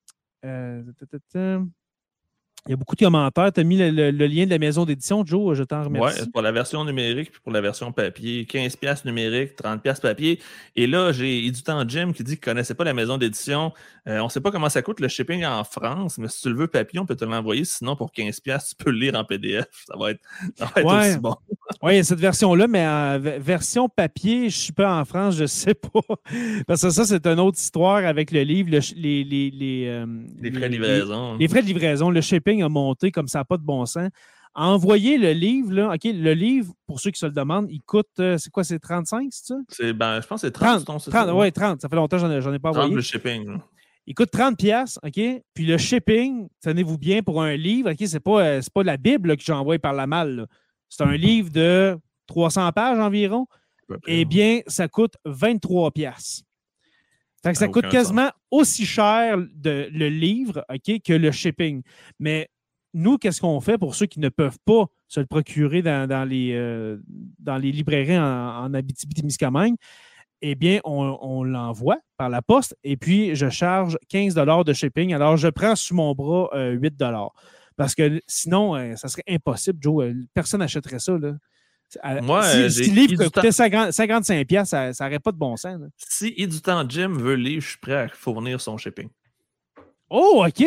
il y a beaucoup de commentaires. Tu as mis le lien de la maison d'édition, Joe, je t'en remercie. Oui, pour la version numérique puis pour la version papier. 15$ numérique, 30$ papier. Et là, j'ai du temps Jim qui dit qu'il ne connaissait pas la maison d'édition. On ne sait pas comment ça coûte le shipping en France, mais si tu le veux papier, on peut te l'envoyer. Sinon, pour 15$, tu peux le lire en PDF. Ça va être aussi bon. Oui, il y a cette version-là, mais en version papier, je ne suis pas en France, je ne sais pas. Parce que ça, c'est une autre histoire avec le livre, les frais de livraison. Les frais de livraison, le shipping a monté comme ça n'a pas de bon sens. Envoyer le livre, là, OK, le livre, pour ceux qui se le demandent, il coûte, c'est quoi, c'est 35, c'est ça? Je pense que c'est 30. 30, oui, 30. Ça fait longtemps que j'en ai pas envoyé. 30 le shipping. Là. Il coûte 30$, OK? Puis le shipping, tenez-vous bien, pour un livre, OK, c'est pas la Bible là, que j'envoie par la malle, là. C'est un livre de 300 pages environ. Eh bien, ça coûte 23$. Fait que ça coûte quasiment aussi cher le livre, OK, que le shipping. Mais nous, qu'est-ce qu'on fait pour ceux qui ne peuvent pas se le procurer dans les librairies en Abitibi-Témiscamingue? Eh bien, on l'envoie par la poste et puis je charge 15$ de shipping. Alors, je prends sous mon bras 8$. Parce que sinon, ça serait impossible, Joe. Personne n'achèterait ça, là. Moi, si le livre coûtait 55$, ça n'aurait pas de bon sens. Là. Si Idutan Jim veut le livre, je suis prêt à fournir son shipping. Oh, OK.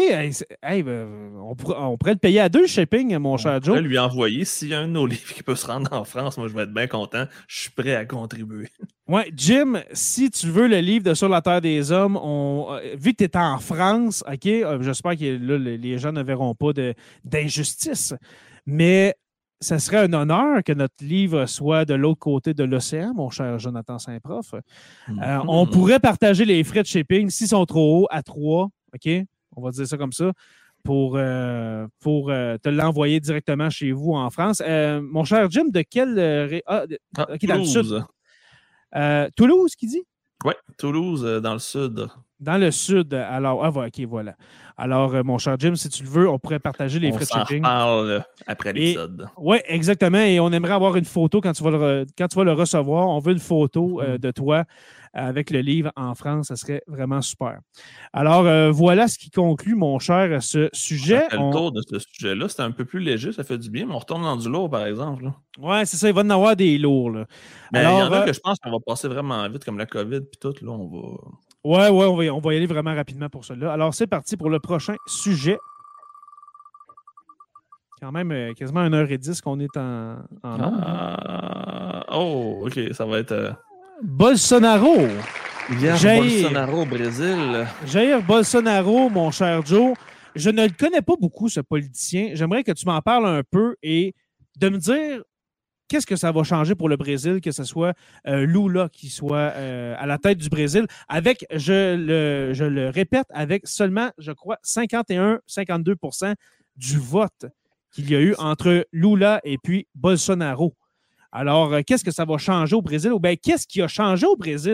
On pourrait le payer à 2 shipping, mon cher Joe. On pourrait lui envoyer. S'il y a un de nos livres qui peut se rendre en France, moi, je vais être bien content. Je suis prêt à contribuer. Oui, Jim, si tu veux le livre de Sur la Terre des Hommes, vu que tu es en France, OK, j'espère que là, les gens ne verront pas d'injustice, mais ça serait un honneur que notre livre soit de l'autre côté de l'océan, mon cher Jonathan Saint-Prof. On pourrait partager les frais de shipping s'ils sont trop hauts à 3, OK? On va dire ça comme ça, pour te l'envoyer directement chez vous en France. Mon cher Jim, de quel... OK, dans le sud. Toulouse, qui dit? Oui, Toulouse, dans le sud. Dans le sud. Alors, OK, voilà. Alors, mon cher Jim, si tu le veux, on pourrait partager les frais de shipping. On parle après l'épisode. Oui, exactement. Et on aimerait avoir une photo quand tu vas le recevoir. On veut une photo de toi avec le livre en France. Ça serait vraiment super. Alors, voilà ce qui conclut, mon cher, ce sujet. Ça fait le tour de ce sujet-là. C'était un peu plus léger. Ça fait du bien, mais on retourne dans du lourd, par exemple. Oui, c'est ça. Il va en avoir des lourds. Là. Mais alors, il y en a que je pense qu'on va passer vraiment vite, comme la COVID puis tout. Là, on va... Oui, on va y aller vraiment rapidement pour cela. Alors, c'est parti pour le prochain sujet. Quand même, quasiment 1h10 qu'on est en Oh, OK, ça va être... Bolsonaro. Bolsonaro au Brésil. Jair Bolsonaro, mon cher Joe. Je ne le connais pas beaucoup, ce politicien. J'aimerais que tu m'en parles un peu et de me dire qu'est-ce que ça va changer pour le Brésil, que ce soit Lula qui soit à la tête du Brésil, avec, je le répète, avec seulement, je crois, 51-52% du vote qu'il y a eu entre Lula et puis Bolsonaro. Alors, qu'est-ce que ça va changer au Brésil? Ou bien, qu'est-ce qui a changé au Brésil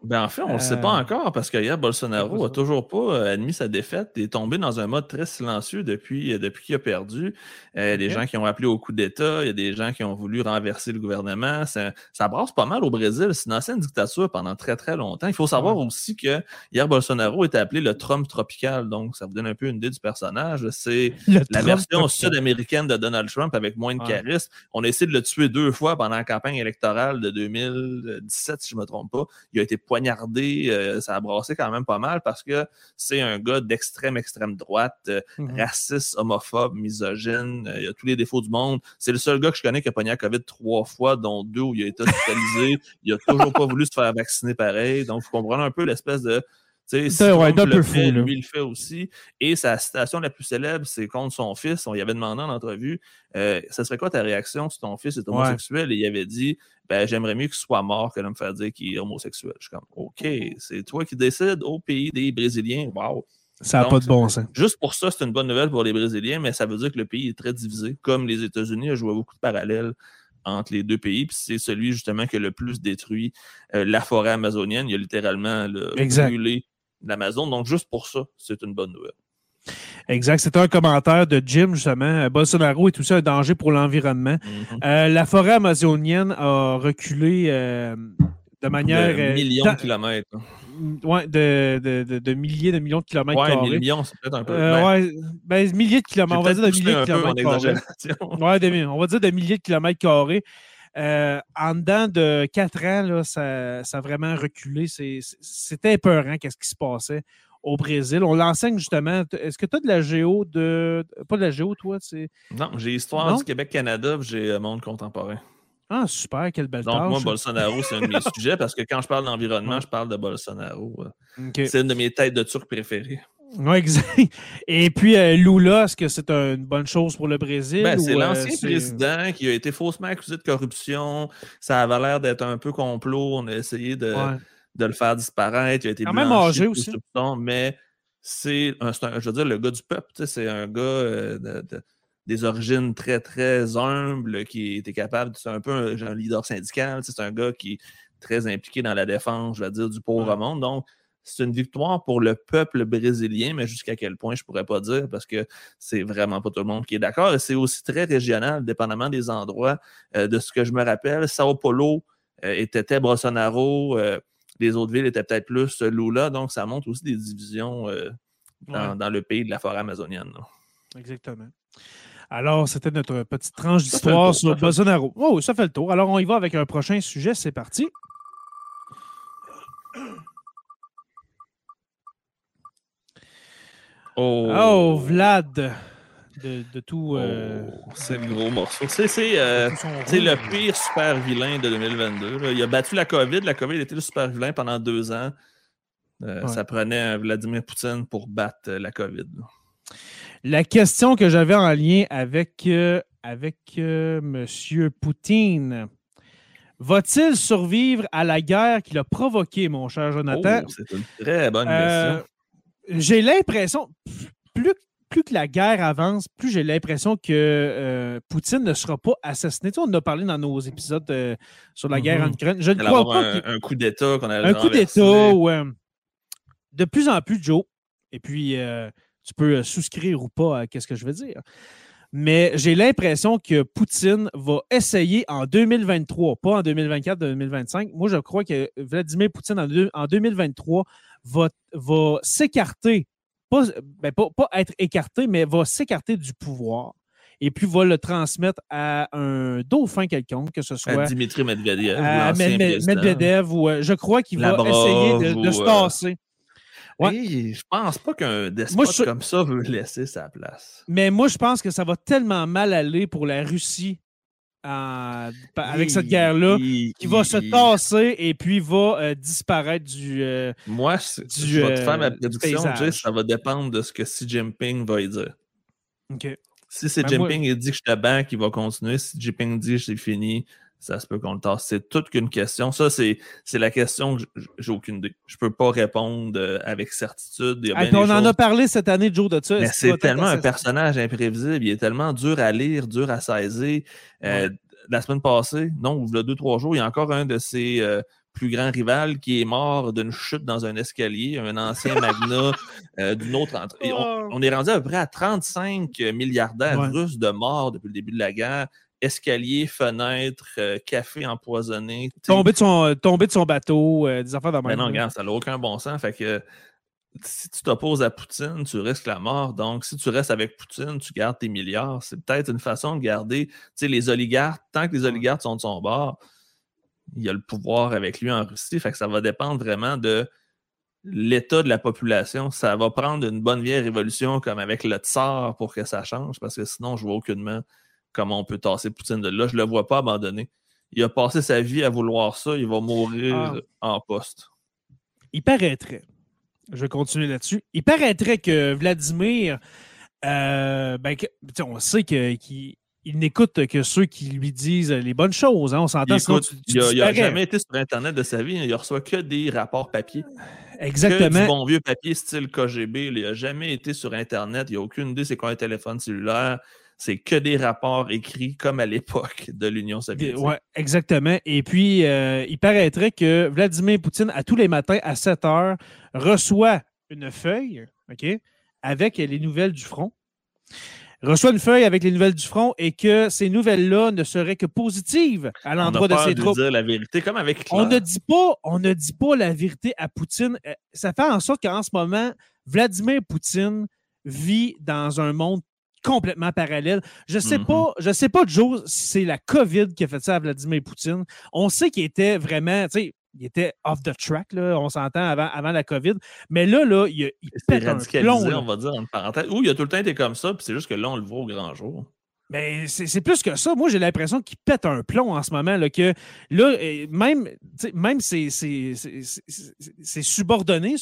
Ben en fait, on ne le sait pas encore parce que hier, Bolsonaro n'a toujours pas admis sa défaite et est tombé dans un mode très silencieux depuis qu'il a perdu. Il y a des gens qui ont appelé au coup d'État, il y a des gens qui ont voulu renverser le gouvernement. Ça brasse pas mal au Brésil. C'est une ancienne dictature pendant très, très longtemps. Il faut savoir aussi que hier, Bolsonaro était appelé le Trump tropical. Donc, ça vous donne un peu une idée du personnage. C'est la version sud-américaine de Donald Trump avec moins de charisme. On a essayé de le tuer 2 fois pendant la campagne électorale de 2017, si je ne me trompe pas. Il a été poignardé, ça a brassé quand même pas mal parce que c'est un gars extrême droite, raciste, homophobe, misogyne, il a tous les défauts du monde. C'est le seul gars que je connais qui a pogné la COVID 3 fois, dont 2 où il a été hospitalisé. Il a toujours pas voulu se faire vacciner pareil. Donc, vous comprenez un peu l'espèce de... Si Trump le fait, lui, il le fait aussi. Et sa citation la plus célèbre, c'est contre son fils. On lui avait demandé en entrevue, ça serait quoi ta réaction si ton fils est homosexuel? Et il avait dit, j'aimerais mieux qu'il soit mort que de me faire dire qu'il est homosexuel. Je suis comme, OK, c'est toi qui décides au pays des Brésiliens. Wow! Ça n'a pas de bon sens. Juste pour ça, c'est une bonne nouvelle pour les Brésiliens, mais ça veut dire que le pays est très divisé. Comme les États-Unis, je vois beaucoup de parallèles entre les deux pays, puis c'est celui justement qui a le plus détruit la forêt amazonienne. Il a littéralement brûlé l'Amazon. Donc, juste pour ça, c'est une bonne nouvelle. Exact. C'était un commentaire de Jim, justement. Bolsonaro est aussi un danger pour l'environnement. La forêt amazonienne a reculé de manière... De millions de kilomètres. Oui, de milliers de millions de kilomètres carrés. Oui, millions, c'est peut-être un peu... milliers de kilomètres. On va dire de milliers de kilomètres carrés. On va dire de milliers de kilomètres carrés. En dedans de 4 ans, là, ça a vraiment reculé. C'était épeurant qu'est-ce qui se passait au Brésil. On l'enseigne justement. Est-ce que tu as de la géo pas de la géo, toi? Non, j'ai Histoire du Québec-Canada, j'ai Monde contemporain. Ah, super, quelle belle tâche. Donc, moi, Bolsonaro, c'est un de mes sujets parce que quand je parle d'environnement, je parle de Bolsonaro. C'est une de mes têtes de Turc préférées. Oui, exact. Et puis, Lula, est-ce que c'est une bonne chose pour le Brésil? C'est l'ancien président qui a été faussement accusé de corruption. Ça avait l'air d'être un peu complot. On a essayé de le faire disparaître. Il a été même âgé aussi. Mais c'est je veux dire, le gars du peuple. C'est un gars des origines très, très humbles qui était capable. C'est un peu un leader syndical. C'est un gars qui est très impliqué dans la défense, je vais dire, du pauvre monde. Donc, c'est une victoire pour le peuple brésilien, mais jusqu'à quel point, je ne pourrais pas dire, parce que c'est vraiment pas tout le monde qui est d'accord. Et c'est aussi très régional, dépendamment des endroits. De ce que je me rappelle, Sao Paulo était Bolsonaro, les autres villes étaient peut-être plus Lula, donc ça montre aussi des divisions dans le pays de la forêt amazonienne. Là. Exactement. Alors, c'était notre petite tranche d'histoire sur Bolsonaro. Oh, ça fait le tour. Alors, on y va avec un prochain sujet. C'est parti. Oh, Vlad, de tout... c'est le gros morceau. C'est le pire super vilain de 2022. Là. Il a battu la COVID. La COVID était le super vilain pendant 2 ans. Ça prenait Vladimir Poutine pour battre la COVID. Là. La question que j'avais en lien avec M. Poutine... Va-t-il survivre à la guerre qu'il a provoquée, mon cher Jonathan? C'est une très bonne question. J'ai l'impression, plus que la guerre avance, plus j'ai l'impression que Poutine ne sera pas assassiné. Tu sais, on en a parlé dans nos épisodes sur la guerre en Ukraine. Je ne crois pas un coup d'État qu'on a un coup d'État, de plus en plus, Joe. Et puis, tu peux souscrire ou pas à ce que je veux dire. Mais j'ai l'impression que Poutine va essayer en 2023, pas en 2024, 2025. Moi, je crois que Vladimir Poutine, en 2023, va s'écarter, pas être écarté, mais va s'écarter du pouvoir et puis va le transmettre à un dauphin quelconque, que ce soit à Dimitri Medvedev, Medvedev, ou je crois qu'il va essayer de se tasser. Ouais. Hey, je pense pas qu'un despote comme ça veut laisser sa place. Mais moi, je pense que ça va tellement mal aller pour la Russie avec cette guerre-là qui va se tasser et puis va disparaître du Moi, je vais te faire ma prédiction, Jay, ça va dépendre de ce que Xi Jinping va y dire. OK. Si Xi Jinping il dit que je te banque, il va continuer. Si Xi Jinping dit que c'est fini, ça se peut qu'on le tasse. C'est toute qu'une question. Ça, c'est la question que j'ai aucune idée. Je peux pas répondre avec certitude. On en a parlé cette année, Joe, de ça. Mais c'est tellement un personnage imprévisible. Il est tellement dur à lire, dur à saisir. la semaine passée, non, il y a 2-3 jours, il y a encore un de ses plus grands rivaux qui est mort d'une chute dans un escalier, un ancien magnat d'une autre entreprise. On est rendu à peu près à 35 milliardaires russes de morts depuis le début de la guerre. Escalier, fenêtre, café empoisonné. Tombé de son bateau, des affaires de même. Ben non, regarde, ça n'a aucun bon sens. Fait que si tu t'opposes à Poutine, tu risques la mort. Donc, si tu restes avec Poutine, tu gardes tes milliards. C'est peut-être une façon de garder les oligarques. Tant que les oligarques sont de son bord, il y a le pouvoir avec lui en Russie. Fait que ça va dépendre vraiment de l'état de la population. Ça va prendre une bonne vieille révolution comme avec le tsar pour que ça change, parce que sinon, je vois aucunement comment on peut tasser Poutine de là. Je ne le vois pas abandonner. Il a passé sa vie à vouloir ça. Il va mourir en poste. Il paraîtrait, je vais continuer là-dessus, il paraîtrait que Vladimir, on sait qu'il n'écoute que ceux qui lui disent les bonnes choses. Hein, on s'entend. Il n'a jamais été sur Internet de sa vie. Il ne reçoit que des rapports papier. Exactement. Que du bon vieux papier style KGB. Il n'a jamais été sur Internet. Il n'a aucune idée c'est quoi un téléphone cellulaire. C'est que des rapports écrits comme à l'époque de l'Union soviétique. Oui, exactement. Et puis, il paraîtrait que Vladimir Poutine, à tous les matins à 7 heures, reçoit une feuille, OK, avec les nouvelles du front. Reçoit une feuille avec les nouvelles du front et que ces nouvelles-là ne seraient que positives à l'endroit de ses troupes. Dire la vérité, comme avec Hitler. On ne dit pas la vérité à Poutine. Ça fait en sorte qu'en ce moment, Vladimir Poutine vit dans un monde complètement parallèle. Je sais pas, Joe, si c'est la COVID qui a fait ça à Vladimir Poutine. On sait qu'il était vraiment, tu sais, il était off the track, là, on s'entend, avant la COVID. Mais là, il pète un plomb. On va dire, en parenthèse. Ou il a tout le temps été comme ça, puis c'est juste que là, on le voit au grand jour. Mais c'est plus que ça. Moi, j'ai l'impression qu'il pète un plomb en ce moment. Là, que là, même ses subordonnés,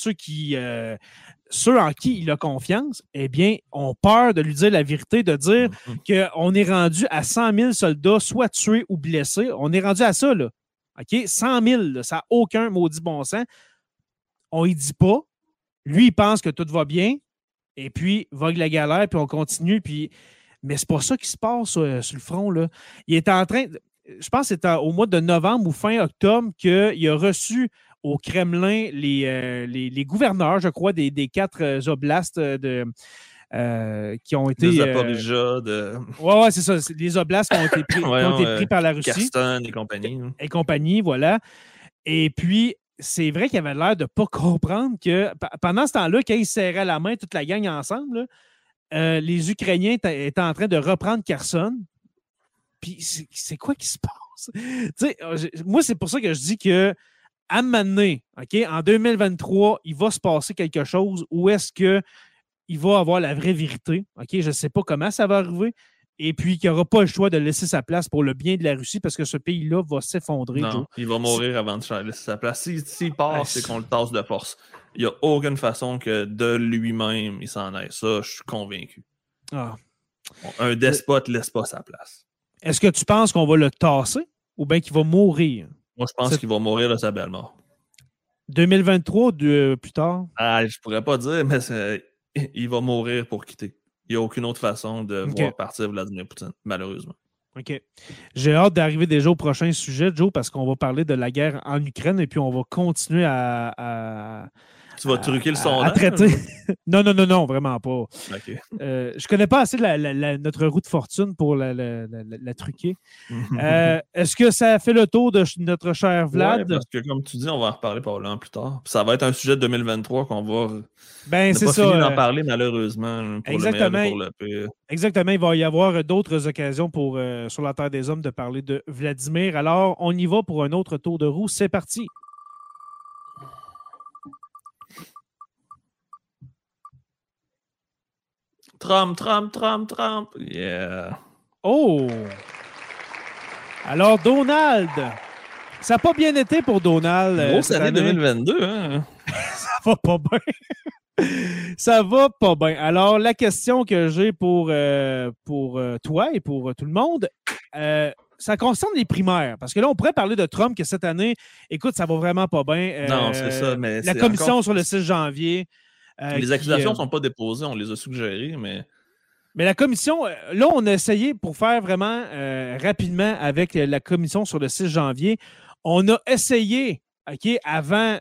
ceux en qui il a confiance, eh bien, ont peur de lui dire la vérité, de dire qu'on est rendu à 100 000 soldats, soit tués ou blessés. On est rendu à ça, là. OK? 100 000, là, ça n'a aucun maudit bon sens. On y dit pas. Lui, il pense que tout va bien. Et puis, vogue la galère, puis on continue. Puis... Mais c'est pas ça qui se passe sur le front, là. Il est en train... Je pense que c'était au mois de novembre ou fin octobre qu'il a reçu au Kremlin les gouverneurs, je crois, des 4 oblasts qui ont été... Les Zaporizhzhia, Oui, c'est ça. Les oblasts qui ont été pris par la Russie. Kherson et compagnie. Et compagnie, voilà. Et puis, c'est vrai qu'il avait l'air de ne pas comprendre que pendant ce temps-là, quand ils serraient la main, toute la gang ensemble, là, les Ukrainiens étaient en train de reprendre Kherson. Puis, c'est quoi qui se passe? Moi, c'est pour ça que je dis que à un moment donné, OK, en 2023, il va se passer quelque chose où est-ce qu'il va avoir la vraie vérité. OK, je ne sais pas comment ça va arriver. Et puis qu'il n'aura pas le choix de laisser sa place pour le bien de la Russie parce que ce pays-là va s'effondrer. Non, Joe. Il va mourir avant de laisser sa place. S'il part, c'est qu'on le tasse de force. Il n'y a aucune façon que de lui-même, il s'en aille. Ça, je suis convaincu. Ah. Un despote ne laisse pas sa place. Est-ce que tu penses qu'on va le tasser ou bien qu'il va mourir? Moi, je pense qu'il va mourir de sa belle mort. 2023 plus tard? Ah, je pourrais pas dire, mais il va mourir pour quitter. Il n'y a aucune autre façon de voir partir Vladimir Poutine, malheureusement. OK. J'ai hâte d'arriver déjà au prochain sujet, Joe, parce qu'on va parler de la guerre en Ukraine et puis on va continuer à tu vas truquer le sondage? À traiter. Non, vraiment pas. Okay. Je connais pas assez notre roue de fortune pour la truquer. Est-ce que ça fait le tour de notre cher Vlad? Ouais, parce que comme tu dis, on va en reparler probablement plus tard. Puis ça va être un sujet de 2023 qu'on va... Ben, c'est pas ça. fini d'en parler, malheureusement, pour exactement, le meilleur et pour le pire. Exactement. Il va y avoir d'autres occasions sur la Terre des Hommes de parler de Vladimir. Alors, on y va pour un autre tour de roue. C'est parti. Trump. Yeah. Oh! Alors, Donald. Ça n'a pas bien été pour Donald. Grosse année 2022, hein? Ça va pas bien. Ça va pas bien. Alors, la question que j'ai pour toi et pour tout le monde, ça concerne les primaires. Parce que là, on pourrait parler de Trump que cette année, écoute, ça va vraiment pas bien. Non, c'est ça. Mais la commission sur le 6 janvier. Les accusations ne sont pas déposées, on les a suggérées, mais Mais la commission, là, on a essayé pour faire vraiment rapidement avec la commission sur le 6 janvier. On a essayé, OK, avant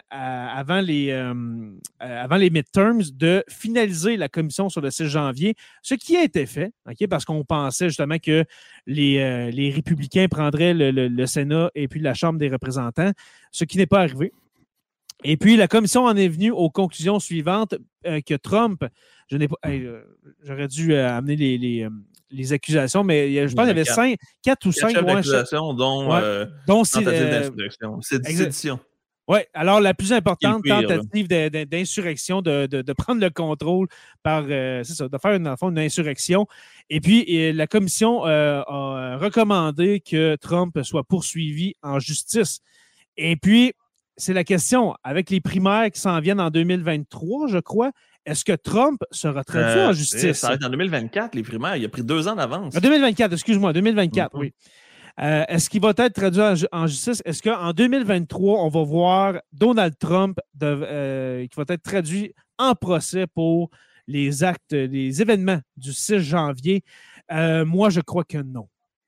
les midterms, de finaliser la commission sur le 6 janvier, ce qui a été fait, OK, parce qu'on pensait justement que les républicains prendraient le Sénat et puis la Chambre des représentants, ce qui n'est pas arrivé. Et puis, la commission en est venue aux conclusions suivantes que Trump, j'aurais dû amener les accusations, mais je pense qu'il y avait 4 ou 5 accusations, dont tentative d'insurrection. C'est sédition. Oui, alors la plus importante tentative d'insurrection, de prendre le contrôle par, c'est ça, de faire dans le fond une insurrection. Et puis, la commission a recommandé que Trump soit poursuivi en justice. Et puis, c'est la question, avec les primaires qui s'en viennent en 2023, je crois, est-ce que Trump sera traduit en justice? Ça va être en 2024, les primaires. Il a pris 2 ans d'avance. En 2024, excuse-moi, 2024, oui. Est-ce qu'il va être traduit en justice? Est-ce qu'en 2023, on va voir Donald Trump qui va être traduit en procès pour les actes, les événements du 6 janvier? Moi, je crois que non.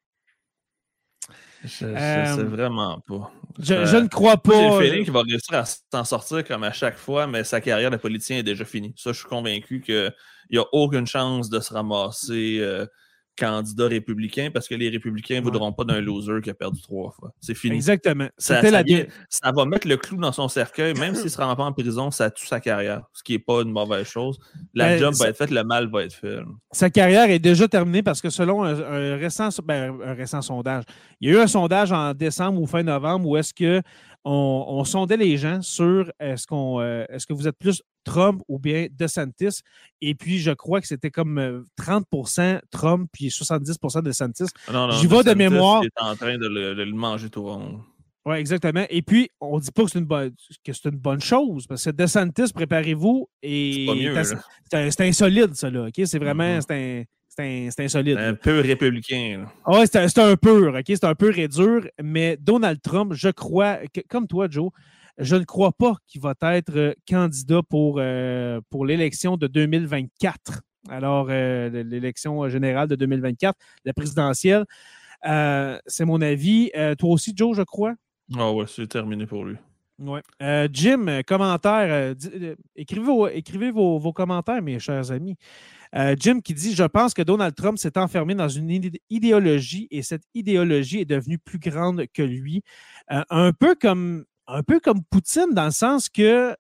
Je sais vraiment pas. Je ne crois pas. J'ai le feeling qu'il va réussir à s'en sortir comme à chaque fois, mais sa carrière de politicien est déjà finie. Ça, je suis convaincu qu'il n'y a aucune chance de se ramasser candidat républicain parce que les républicains ne voudront pas d'un loser qui a perdu 3 fois. C'est fini. Exactement. Ça va mettre le clou dans son cercueil, même s'il ne se rend pas en prison, ça tue sa carrière, ce qui n'est pas une mauvaise chose. La job va être faite, le mal va être fait. Sa carrière est déjà terminée parce que selon un récent sondage, il y a eu un sondage en décembre ou fin novembre où est-ce qu'on sondait les gens sur est-ce que vous êtes plus Trump ou bien DeSantis. Et puis, je crois que c'était comme 30% Trump puis 70% DeSantis. J'y vais de mémoire. Il est en train de le manger tout rond. Oui, exactement. Et puis, on ne dit pas que c'est une bonne chose, parce que DeSantis, préparez-vous, et c'est insolide, ça, là. Okay? C'est vraiment, c'est insolide. Un peu républicain. Oui, c'est un peu, OK? C'est un peu dur, mais Donald Trump, je crois, comme toi, Joe, je ne crois pas qu'il va être candidat pour l'élection de 2024. Alors, l'élection générale de 2024, la présidentielle, c'est mon avis. Toi aussi, Joe, je crois? Ah ouais, c'est terminé pour lui. Ouais. Jim, commentaire. Écrivez vos commentaires, mes chers amis. Jim qui dit « Je pense que Donald Trump s'est enfermé dans une idéologie et cette idéologie est devenue plus grande que lui. Un peu comme Poutine, dans le sens que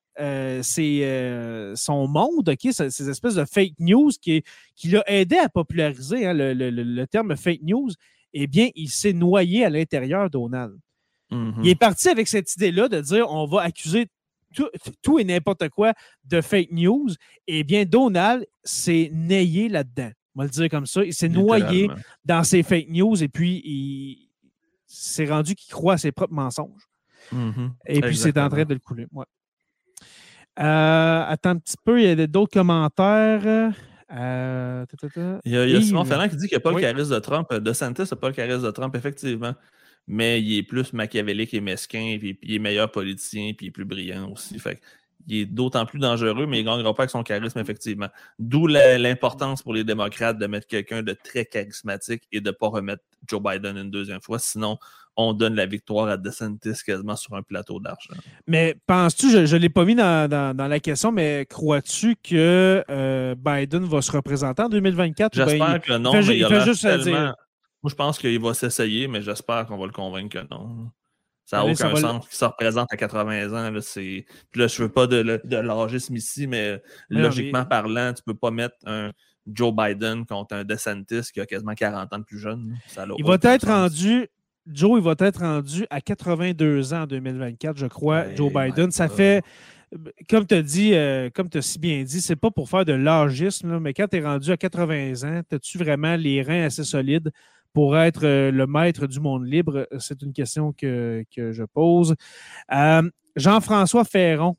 c'est son monde, okay, ces espèces de fake news qui l'a aidé à populariser le terme fake news, eh bien, il s'est noyé à l'intérieur, Donald. Il est parti avec cette idée-là de dire on va accuser tout et n'importe quoi de fake news. Eh bien, Donald s'est nayé là-dedans. On va le dire comme ça. Il s'est noyé dans ces fake news et puis il s'est rendu qu'il croit à ses propres mensonges. Et puis, c'est en train de le couler. Ouais. Attends un petit peu, il y a d'autres commentaires. Il y a Simon Ferrand qui dit qu'il n'y a pas le charisme de Trump. DeSantis n'a pas le charisme de Trump, effectivement. Mais il est plus machiavélique et mesquin, puis il est meilleur politicien, puis il est plus brillant aussi. Fait il est d'autant plus dangereux, mais il ne gagnera pas avec son charisme, effectivement. D'où l'importance pour les démocrates de mettre quelqu'un de très charismatique et de ne pas remettre Joe Biden une deuxième fois. Sinon, on donne la victoire à DeSantis quasiment sur un plateau d'argent. Mais penses-tu, je ne l'ai pas mis dans la question, mais crois-tu que Biden va se représenter en 2024? J'espère que non, mais il fait juste tellement... Moi, je pense qu'il va s'essayer, mais j'espère qu'on va le convaincre que non. Ça n'a aucun sens qu'il se représente à 80 ans. Là, puis là, je ne veux pas de l'âgisme ici, mais logiquement parlant, tu ne peux pas mettre un Joe Biden contre un DeSantis qui a quasiment 40 ans de plus jeune. Il va être rendu... Joe, il va être rendu à 82 ans en 2024, je crois, Joe Biden. Ça fait... Comme tu as dit, comme tu as si bien dit, c'est pas pour faire de l'âgisme, là, mais quand tu es rendu à 80 ans, as-tu vraiment les reins assez solides pour être le maître du monde libre? C'est une question que je pose. Jean-François Ferron.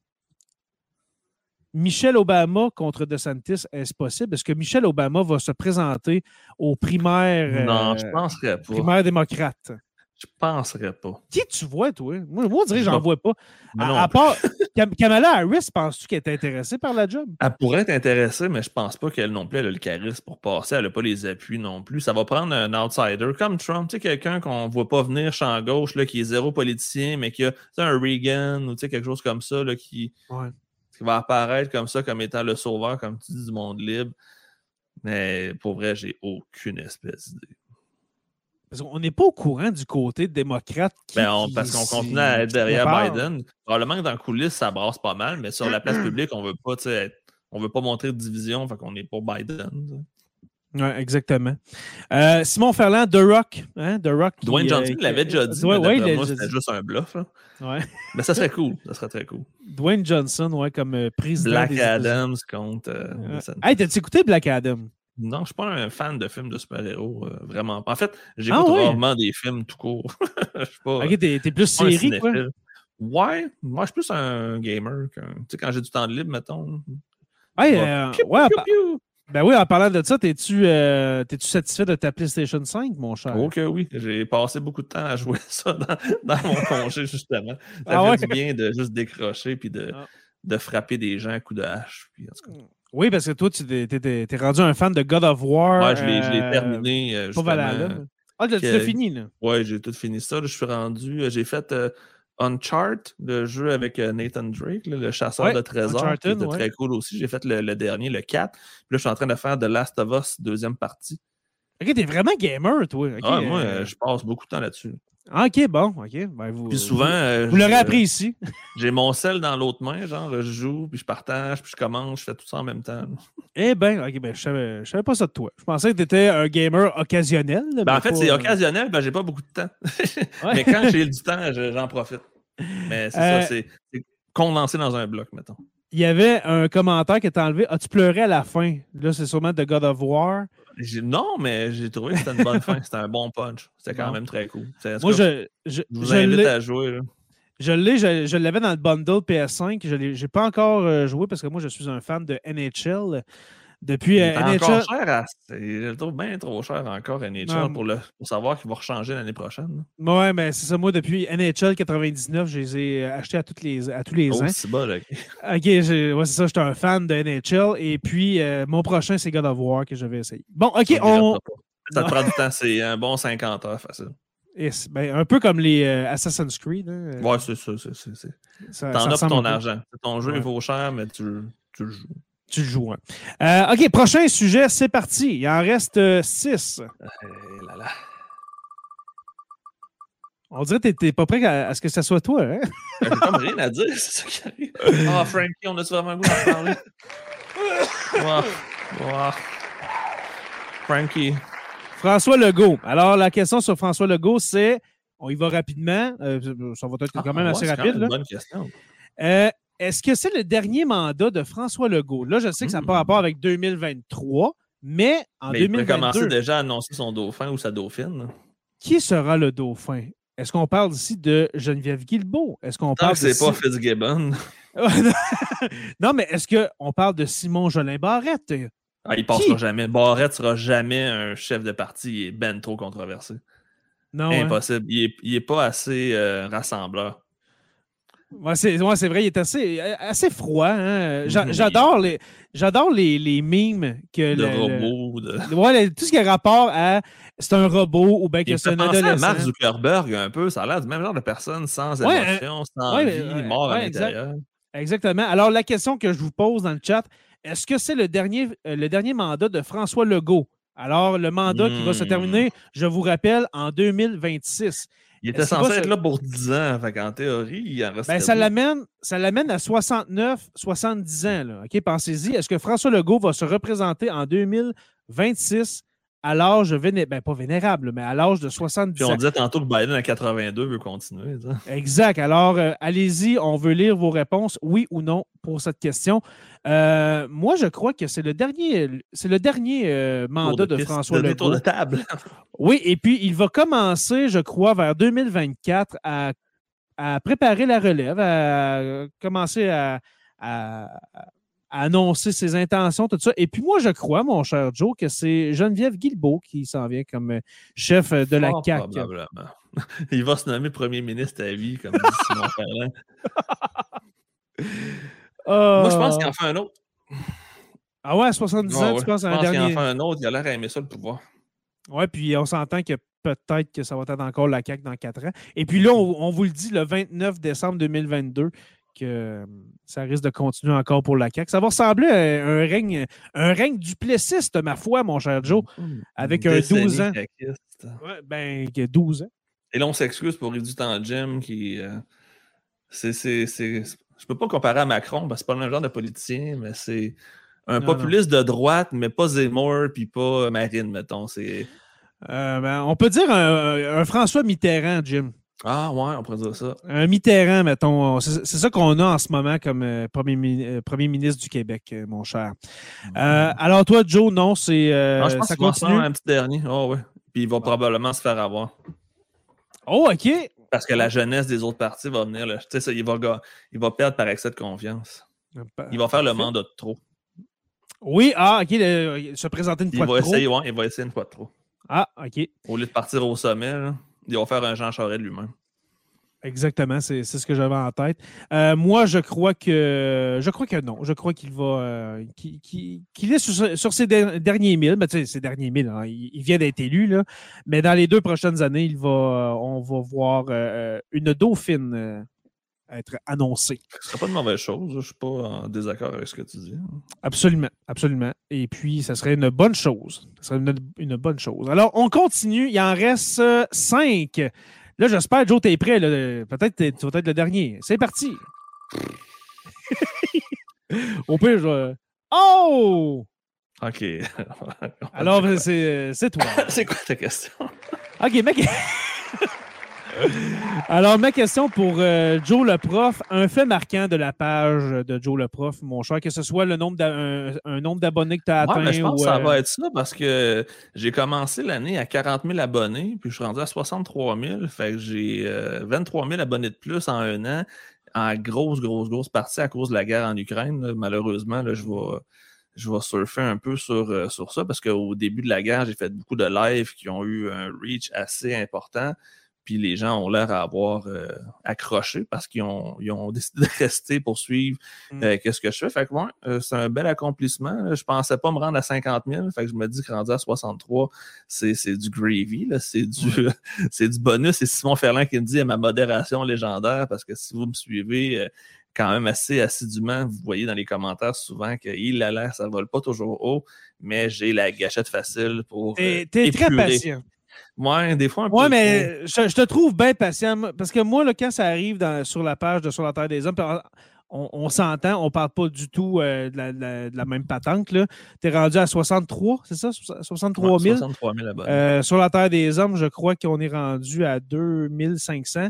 Michelle Obama contre DeSantis, est-ce possible? Est-ce que Michelle Obama va se présenter aux primaires, non, je penserais pas. Primaires démocrates? Je penserais pas. Qui tu vois, toi? Moi on dirait que j'en vois pas. Non. À part Kamala Harris, penses-tu qu'elle est intéressée par la job? Elle pourrait être intéressée, mais je pense pas qu'elle non plus elle a le charisme pour passer. Elle n'a pas les appuis non plus. Ça va prendre un outsider comme Trump, tu sais, quelqu'un qu'on voit pas venir champ gauche, là, qui est zéro politicien, mais qui a un Reagan ou quelque chose comme ça, là, qui va apparaître comme ça, comme étant le sauveur, comme tu dis, du monde libre. Mais pour vrai, j'ai aucune espèce d'idée. Parce qu'on n'est pas au courant du côté démocrate. Parce qu'on continue à être derrière Biden. Probablement que dans le coulisses, ça brasse pas mal, mais sur la place publique, on veut pas montrer de division, fait qu'on est pour Biden. Oui, exactement. Simon Ferland, The Rock. Hein? The Rock Dwayne Johnson l'avait déjà dit, mais moi, c'était juste un bluff. Ouais. Mais ça serait cool. Ça serait très cool. Dwayne Johnson, comme président Black Adams contre... Hey, t'as-tu écouté Black Adam? Non, je ne suis pas un fan de films de super-héros, vraiment. En fait, j'écoute rarement des films tout court. Je suis pas, ok, t'es plus série, quoi? Ouais, moi, je suis plus un gamer. Tu sais, quand j'ai du temps de libre, mettons. Hey, ben oui, en parlant de ça, t'es-tu satisfait de ta PlayStation 5, mon cher? Ok, oui. J'ai passé beaucoup de temps à jouer ça dans mon congé, justement. Ça fait du bien de juste décrocher et de frapper des gens à coups de hache. Puis, en tout cas. Oui, parce que toi, t'es rendu un fan de God of War. Ouais, je l'ai terminé. Pas Valhalla. Ah, tu l'as fini, là? Ouais, j'ai tout fini ça. Là, je suis rendu. J'ai fait Uncharted, le jeu avec Nathan Drake, là, le chasseur de trésors, qui était très cool aussi. J'ai fait le dernier, le 4. Puis là, je suis en train de faire The Last of Us, deuxième partie. Ok, t'es vraiment gamer, toi. Okay, moi, je passe beaucoup de temps là-dessus. Ah, ok, bon. Ok. Ben, puis souvent... vous l'aurez appris ici. J'ai mon sel dans l'autre main, genre, je joue, puis je partage, puis je commence, je fais tout ça en même temps. Eh bien, ok, ben, je savais pas ça de toi. Je pensais que tu étais un gamer occasionnel. En fait, c'est occasionnel, j'ai pas beaucoup de temps. Mais quand j'ai du temps, j'en profite. Mais c'est ça, c'est condensé dans un bloc, mettons. Il y avait un commentaire qui était enlevé. As-tu pleuré à la fin? Là, c'est sûrement de God of War. Non, mais j'ai trouvé que c'était une bonne fin. C'était un bon punch. C'était quand même très cool. Moi, je vous invite à jouer. Là. Je l'avais dans le bundle PS5. Je n'ai pas encore joué parce que moi, je suis un fan de NHL. Depuis NHL. Encore cher, je le trouve bien trop cher encore NHL pour savoir qu'il va rechanger l'année prochaine. Oui, mais c'est ça. Moi, depuis NHL 99, je les ai achetés à tous les ans. C'est bon, OK. OK, c'est ça. J'étais un fan de NHL. Et puis, mon prochain, c'est God of War que je vais essayer. Bon, OK, ça te prend du temps. C'est un bon 50 heures facile. Yes. Ben, un peu comme les Assassin's Creed. Hein. Ouais, c'est ça. T'en as pour ton argent. Ton jeu, il vaut cher, mais tu le joues. Tu le joues. Hein. OK, prochain sujet, c'est parti. Il en reste 6. On dirait que t'es pas prêt à ce que ça soit toi. Hein? J'ai comme rien à dire, c'est ça qui arrive. Ah, Frankie, on a-tu vraiment le goût d'en parler? Wow. Frankie. François Legault. Alors, la question sur François Legault, c'est, on y va rapidement. Ça va être quand même assez rapide. C'est une bonne question. Est-ce que c'est le dernier mandat de François Legault? Là, je sais que ça n'a pas rapport avec 2023, mais en 2022... Il peut commencer déjà à annoncer son dauphin ou sa dauphine. Qui sera le dauphin? Est-ce qu'on parle ici de Geneviève Guilbeault? Est-ce qu'on parle c'est pas Fitzgibbon. Non, mais est-ce qu'on parle de Simon Jolin Barrette? Il ne passera jamais. Barrette ne sera jamais un chef de parti. Il est ben trop controversé. Non, impossible. Hein? Il n'est pas assez rassembleur. Ouais, c'est vrai, il est assez froid. Hein? J'adore les mimes que robots. Ouais, tout ce qui a rapport à c'est un robot ou bien que c'est un adolescent. À Mark Zuckerberg un peu, ça a l'air du même genre de personne sans émotion, sans vie, mort à l'intérieur. Exactement. Alors la question que je vous pose dans le chat, est-ce que c'est le dernier mandat de François Legault? Alors le mandat qui va se terminer, je vous rappelle, en 2026. Il était censé être là pour 10 ans. Fait qu'en théorie, il en reste. Ça l'amène à 69, 70 ans. Là. OK, pensez-y. Est-ce que François Legault va se représenter en 2026 à l'âge pas vénérable, mais à l'âge de 70 ans? Puis on disait tantôt que Biden à 82 veut continuer. Ça. Exact. Alors, allez-y, on veut lire vos réponses, oui ou non, pour cette question. Moi, je crois que c'est le dernier mandat de François Legault. Tour de table. Oui, et puis il va commencer, je crois, vers 2024 à préparer la relève, à commencer à annoncer ses intentions, tout ça. Et puis moi, je crois, mon cher Joe, que c'est Geneviève Guilbeault qui s'en vient comme chef de la CAQ. Probablement. Il va se nommer premier ministre à vie, comme dit Simon Ferland. Moi, je pense qu'il en fait un autre. Ah ouais, à 70 ans, tu penses à un dernier... Je pense qu'il en fait un autre. Il a l'air à aimer ça, le pouvoir. Ouais, puis on s'entend que peut-être que ça va être encore la CAQ dans 4 ans. Et puis là, on vous le dit le 29 décembre 2022 que ça risque de continuer encore pour la CAQ. Ça va ressembler à un règne duplessiste, ma foi, mon cher Joe, avec un 12 ans. Ouais, ben, 12 ans. Et là, on s'excuse pour du temps de gym qui... Je peux pas comparer à Macron, parce que c'est pas le même genre de politicien, mais c'est un populiste de droite, mais pas Zemmour, puis pas Marine, mettons. Ben, on peut dire un François Mitterrand, Jim. Ah ouais, on pourrait dire ça. Un Mitterrand, mettons. C'est ça qu'on a en ce moment comme premier ministre du Québec, mon cher. Alors toi, Joe, non, c'est... je pense ça qu'il va continue. faire un petit dernier. Oh oui. Puis il va probablement se faire avoir. Oh, OK. Parce que la jeunesse des autres partis va venir. Tu sais, il va perdre par excès de confiance. Il va faire le mandat de trop. Oui, OK. Se présenter une fois de trop. Il va essayer une fois de trop. Ah, OK. Au lieu de partir au sommet, là, il va faire un Jean Charest de lui-même. Exactement, c'est ce que j'avais en tête. Moi, je crois que non. Je crois qu'il va qu'il est sur ses derniers 1000. Ben, tu sais, ses derniers 1000, hein, il vient d'être élu, là. Mais dans les 2 prochaines années, on va voir une dauphine être annoncée. Ce serait pas une mauvaise chose. Je ne suis pas en désaccord avec ce que tu dis. Absolument, absolument. Et puis, ça serait une bonne chose. Ça serait une bonne chose. Alors, on continue. Il en reste 5. Là, j'espère, Joe, t'es prêt. Peut-être que tu vas être le dernier. C'est parti. Au pire, Oh! OK. Alors, c'est toi. C'est quoi ta question? OK, mec. Alors, ma question pour Joe le prof, un fait marquant de la page de Joe le prof, mon cher, que ce soit le nombre un nombre d'abonnés que tu as atteint. Mais je pense que ça va être ça parce que j'ai commencé l'année à 40 000 abonnés, puis je suis rendu à 63 000. Fait que j'ai 23 000 abonnés de plus en un an, en grosse partie à cause de la guerre en Ukraine. Là. Malheureusement, là, je vais surfer un peu sur ça parce qu'au début de la guerre, j'ai fait beaucoup de lives qui ont eu un reach assez important. Puis les gens ont l'air à avoir accroché parce qu'ils ont décidé de rester pour suivre qu'est-ce que je fais. Fait que c'est un bel accomplissement. Je pensais pas me rendre à 50 000. Fait que je me dis que rendu à 63, c'est du gravy. Là. C'est du bonus. C'est Simon Ferland qui me dit à ma modération légendaire parce que si vous me suivez quand même assez assidûment, vous voyez dans les commentaires souvent que ça vole pas toujours haut, mais j'ai la gâchette facile pour T'es très patient. Ouais, des fois un peu. Ouais, mais je te trouve bien patient. Parce que moi, là, quand ça arrive sur la page de Sur la Terre des Hommes, on s'entend, on ne parle pas du tout de la même patente. Tu es rendu à 63, c'est ça? 63 000? 63 000 abonnés. Sur la Terre des Hommes, je crois qu'on est rendu à 2500.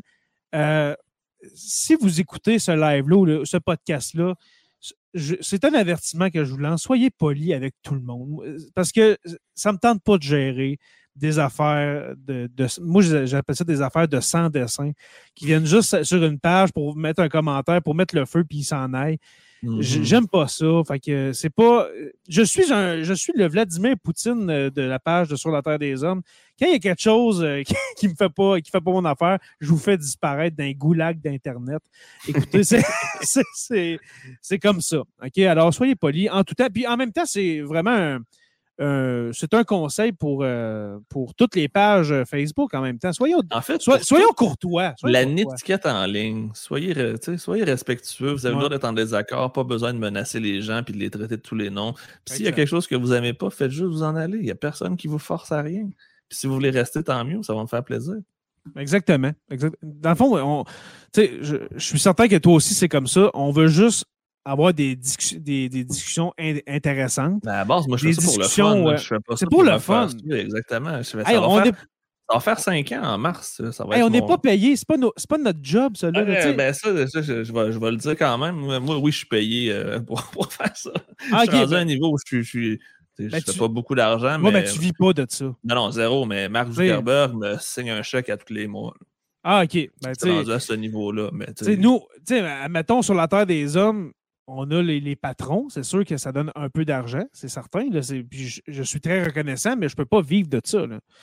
Si vous écoutez ce live-là, ce podcast-là, c'est un avertissement que je vous lance. Soyez polis avec tout le monde. Parce que ça ne me tente pas de gérer des affaires moi, j'appelle ça des affaires de 100 dessins qui viennent juste sur une page pour mettre un commentaire, pour mettre le feu, puis ils s'en aillent. J'aime pas ça. Fait que c'est pas... Je suis le Vladimir Poutine de la page de Sur la Terre des Hommes. Quand il y a quelque chose qui fait pas mon affaire, je vous fais disparaître d'un goulag d'Internet. Écoutez, c'est comme ça. OK? Alors, soyez polis en tout temps. Puis en même temps, c'est vraiment c'est un conseil pour toutes les pages Facebook en même temps. Soyons courtois. La netiquette en ligne. Soyez respectueux. Vous avez le droit d'être en désaccord. Pas besoin de menacer les gens et de les traiter de tous les noms. Puis s'il y a quelque chose que vous n'aimez pas, faites juste vous en aller. Il n'y a personne qui vous force à rien. Puis si vous voulez rester, tant mieux. Ça va me faire plaisir. Exactement. Dans le fond, je suis certain que toi aussi, c'est comme ça. On veut juste avoir des discussions intéressantes. À la base, moi, je fais ça pour le fun. Je fais pas ça pour le fun. Exactement. Ça va faire 5 ans en mars. Ça va on n'est pas payé. C'est pas notre job, ça. Je vais le dire quand même. Moi, oui, je suis payé pour faire ça. Je suis rendu à un niveau où je fais pas beaucoup d'argent. Mais tu vis pas de ça. Non, zéro. Mais Mark Zuckerberg me signe un chèque à tous les mois. Ah, OK. C'est rendu à ce niveau-là. Nous, mettons, Sur la Terre des Hommes, on a les patrons. C'est sûr que ça donne un peu d'argent, c'est certain. Puis je suis très reconnaissant, mais je ne peux pas vivre de ça. Là.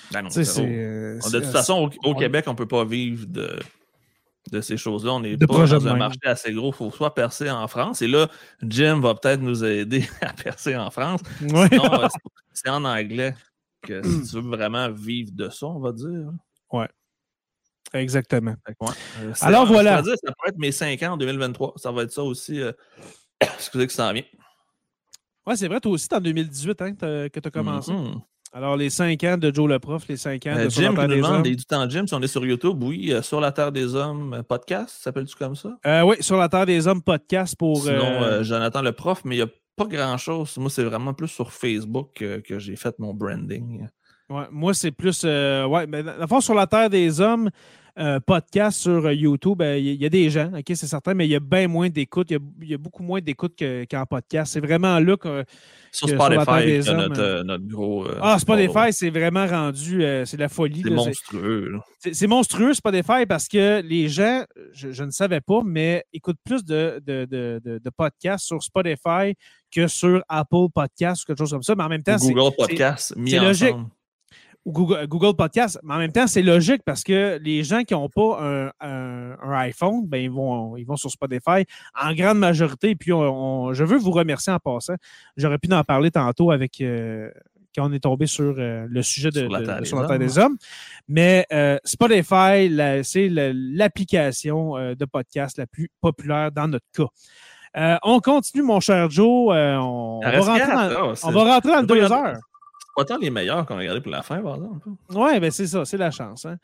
Ben non, de toute façon, au Québec, on ne peut pas vivre de ces choses-là. On n'est de pas dans de un même. marché assez gros. Il faut soit percer en France. Et là, Jim va peut-être nous aider à percer en France. Ouais. Sinon, c'est en anglais que si tu veux vraiment vivre de ça, on va dire. Ouais. Exactement. Ouais. Alors voilà. Je pourrais dire, ça pourrait être mes 5 ans en 2023. Ça va être ça aussi. Excusez que ça en vient. Ouais, c'est vrai, toi aussi, c'est en 2018 hein, que tu as commencé. Mm-hmm. Alors, les 5 ans de Joe le Prof, les 5 ans de Sur Jim la Terre qui nous des demande Hommes. du temps Jim, si on est sur YouTube, oui, Sur la Terre des Hommes podcast, s'appelle-tu comme ça? Oui, Sur la Terre des Hommes podcast pour. Sinon, Jonathan le Prof, mais il n'y a pas grand-chose. Moi, c'est vraiment plus sur Facebook que j'ai fait mon branding. Ouais, moi, c'est plus. Ouais, mais dans le fond, Sur la Terre des Hommes, podcast sur YouTube, il y a des gens, OK, c'est certain, mais il y a bien moins d'écoute. Il y a beaucoup moins d'écoute qu'en podcast. C'est vraiment là que. Sur Spotify, Spotify, il y a notre gros. Spotify, c'est vraiment rendu. C'est la folie. C'est monstrueux. C'est monstrueux, Spotify, parce que les gens, je ne savais pas, mais écoutent plus de podcasts sur Spotify que sur Apple Podcasts ou quelque chose comme ça. Mais en même temps, c'est Google Podcasts mis ensemble. Logique. Ou Google Podcast. Mais en même temps, c'est logique parce que les gens qui n'ont pas un iPhone, ben, ils vont sur Spotify en grande majorité. Puis, je veux vous remercier en passant. J'aurais pu en parler tantôt avec quand on est tombé sur le sujet Sur la Terre des Hommes. Mais Spotify, c'est l'application de podcast la plus populaire dans notre cas. On continue, mon cher Joe. On va rentrer dans 2 heures. Pas tant les meilleurs qu'on a regardé pour la fin, par exemple. Oui, ben c'est ça, c'est la chance. Hein.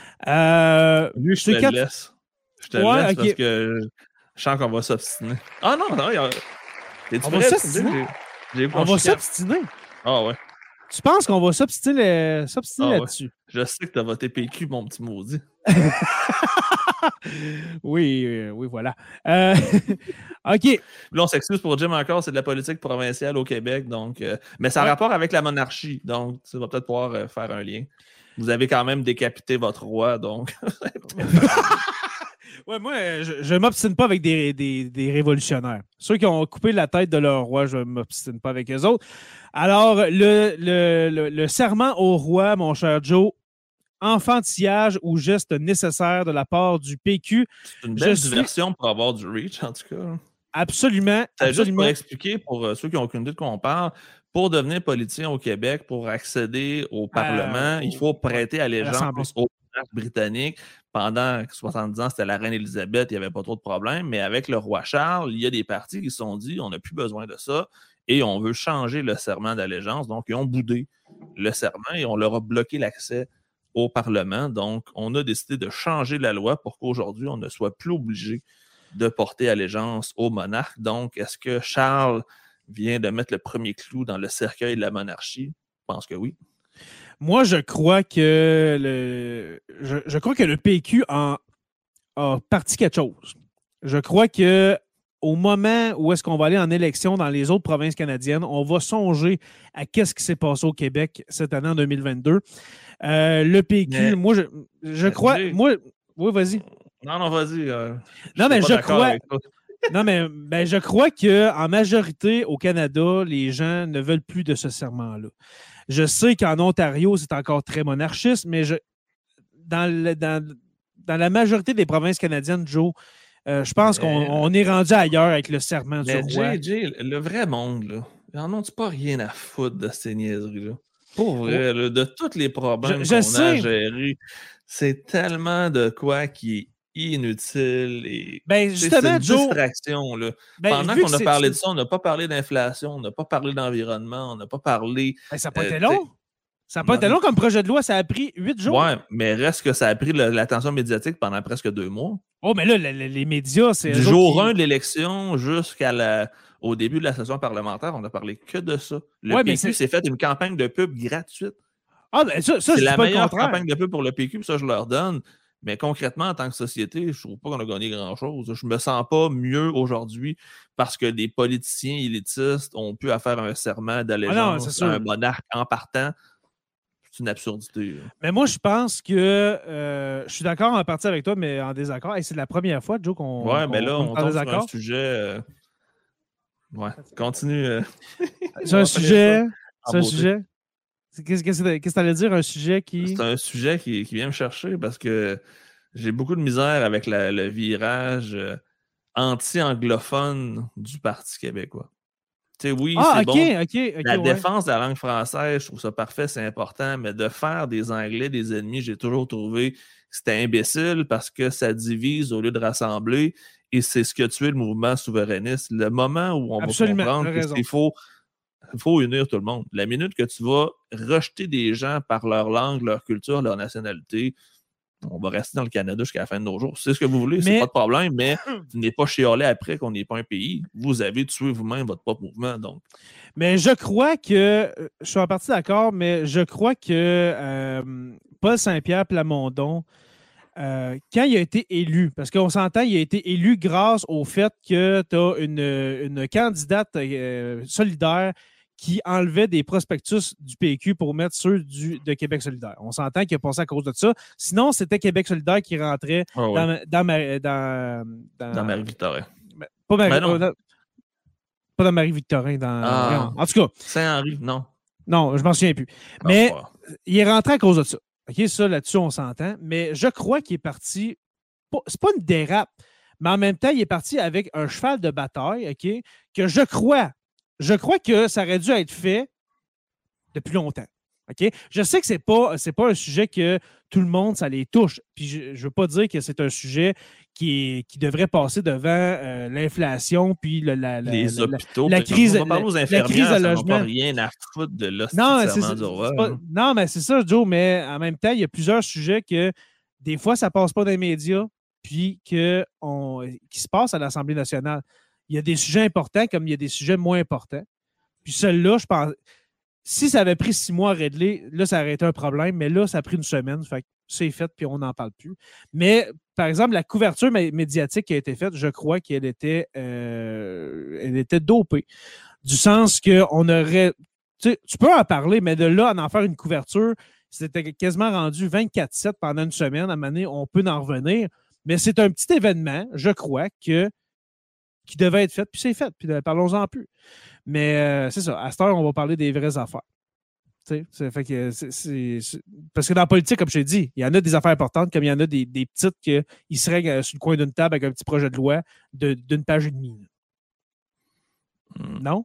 Lui, je te laisse. Je te laisse parce que je sens qu'on va s'obstiner. Ah non, on va s'obstiner. On va s'obstiner. Ah ouais. Tu penses qu'on va s'obstiner là-dessus? Ouais. Je sais que tu as voté PQ, mon petit maudit. Oui, voilà. OK. Là, on s'excuse pour Jim encore, c'est de la politique provinciale au Québec, donc, mais ça a rapport avec la monarchie, donc tu vas peut-être pouvoir faire un lien. Vous avez quand même décapité votre roi, donc. Ouais, moi, je ne m'obstine pas avec des révolutionnaires. Ceux qui ont coupé la tête de leur roi, je ne m'obstine pas avec eux autres. Alors, le serment au roi, mon cher Joe, enfantillage ou geste nécessaire de la part du PQ. C'est une belle diversion pour avoir du reach, en tout cas. Absolument. Juste pour expliquer, pour ceux qui n'ont aucune idée de quoi on parle, pour devenir politicien au Québec, pour accéder au Parlement, il faut prêter allégeance au monarque britannique. Pendant 70 ans, c'était la reine Élisabeth, il n'y avait pas trop de problèmes, mais avec le roi Charles, il y a des partis qui se sont dit on n'a plus besoin de ça et on veut changer le serment d'allégeance. Donc, ils ont boudé le serment et on leur a bloqué l'accès au Parlement. Donc, on a décidé de changer la loi pour qu'aujourd'hui, on ne soit plus obligé de porter allégeance au monarque. Donc, est-ce que Charles vient de mettre le premier clou dans le cercueil de la monarchie? Je pense que oui. Moi, je crois que le PQ a parti quelque chose. Je crois que au moment où est-ce qu'on va aller en élection dans les autres provinces canadiennes, on va songer à qu'est-ce qui s'est passé au Québec cette année en 2022. Le PQ, mais, moi, je crois... Moi, oui, vas-y. Non, vas-y. Non, mais je crois... Non, mais je crois qu'en majorité, au Canada, les gens ne veulent plus de ce serment-là. Je sais qu'en Ontario, c'est encore très monarchiste, mais dans la majorité des provinces canadiennes, Joe, je pense qu'on est rendu ailleurs avec le serment du roi. Jay, le vrai monde, là, ils n'en ont pas rien à foutre de ces niaiseries-là. Pour vrai, là, de tous les problèmes qu'on a à gérer, c'est tellement de quoi qui est inutile et justement, c'est une distraction. Là. Pendant qu'on a parlé de ça, on n'a pas parlé d'inflation, on n'a pas parlé d'environnement, on n'a pas parlé... ça n'a pas été long. Ça n'a pas été long comme projet de loi, ça a pris 8 jours. Oui, mais reste que ça a pris l'attention médiatique pendant presque 2 mois. Oh, mais là, les médias, c'est... Du jour 1 de l'élection jusqu'au début de la session parlementaire, on n'a parlé que de ça. Le PQ s'est fait une campagne de pub gratuite. Ah, ben ça c'est la meilleure campagne de pub pour le PQ, puis ça, je leur donne. Mais concrètement, en tant que société, je trouve pas qu'on a gagné grand-chose. Je me sens pas mieux aujourd'hui parce que des politiciens élitistes ont pu faire un serment d'allégeance à un monarque en partant. C'est une absurdité. Là. Mais moi, je pense que je suis d'accord en partie avec toi, mais en désaccord. Et c'est la première fois, Joe, qu'on mais là, on tombe sur un sujet... Ouais, continue. C'est un sujet... Qu'est-ce que tu allais dire? Un sujet qui... C'est un sujet qui vient me chercher parce que j'ai beaucoup de misère avec le virage anti-anglophone du Parti québécois. Tu sais, oui, c'est bon. La défense de la langue française, je trouve ça parfait, c'est important, mais de faire des Anglais des ennemis, j'ai toujours trouvé que c'était imbécile parce que ça divise au lieu de rassembler et c'est ce qui a tué le mouvement souverainiste. Le moment où on va comprendre qu'il faut unir tout le monde. La minute que tu vas rejeter des gens par leur langue, leur culture, leur nationalité, on va rester dans le Canada jusqu'à la fin de nos jours. C'est ce que vous voulez, c'est pas de problème, mais vous n'êtes pas chialé après qu'on n'est pas un pays. Vous avez tué vous-même votre propre mouvement. Donc. Mais je crois que, je suis en partie d'accord, mais je crois que Paul Saint-Pierre Plamondon, quand il a été élu, parce qu'on s'entend, il a été élu grâce au fait que tu as une candidate solidaire qui enlevait des prospectus du PQ pour mettre ceux de Québec solidaire. On s'entend qu'il a passé à cause de ça. Sinon, c'était Québec solidaire qui rentrait dans Marie-Victorin. Pas dans Marie-Victorin. En tout cas. Saint-Henri, non. Non, je m'en souviens plus. Mais il est rentré à cause de ça. OK, ça, là-dessus, on s'entend. Mais je crois qu'il est parti... C'est pas une dérape, mais en même temps, il est parti avec un cheval de bataille, OK, que je crois que ça aurait dû être fait depuis longtemps. OK? Je sais que c'est pas un sujet que tout le monde, ça les touche. Puis je ne veux pas dire que c'est un sujet qui devrait passer devant l'inflation puis les hôpitaux. La crise, on va parler aux infirmières, ça n'a pas rien à foutre de l'hostie du roi. Non, mais c'est ça, Joe, mais en même temps, il y a plusieurs sujets que des fois, ça ne passe pas dans les médias puis qui se passent à l'Assemblée nationale. Il y a des sujets importants comme il y a des sujets moins importants. Puis celui-là, je pense, si ça avait pris 6 mois à régler, là, ça aurait été un problème, mais là, ça a pris une semaine. Fait que c'est fait, puis on n'en parle plus. Mais, par exemple, la couverture médiatique qui a été faite, je crois qu'elle était dopée. Du sens qu'on aurait... Tu peux en parler, mais de là à en faire une couverture, c'était quasiment rendu 24/7 pendant une semaine. À un moment donné, on peut en revenir. Mais c'est un petit événement, je crois, qui devait être fait, puis c'est fait, puis parlons-en plus. Mais c'est ça, à cette heure, on va parler des vraies affaires. Fait que parce que dans la politique, comme je t'ai dit, il y en a des affaires importantes, comme il y en a des petites qui seraient sur le coin d'une table avec un petit projet de loi d'une page et demie. Non?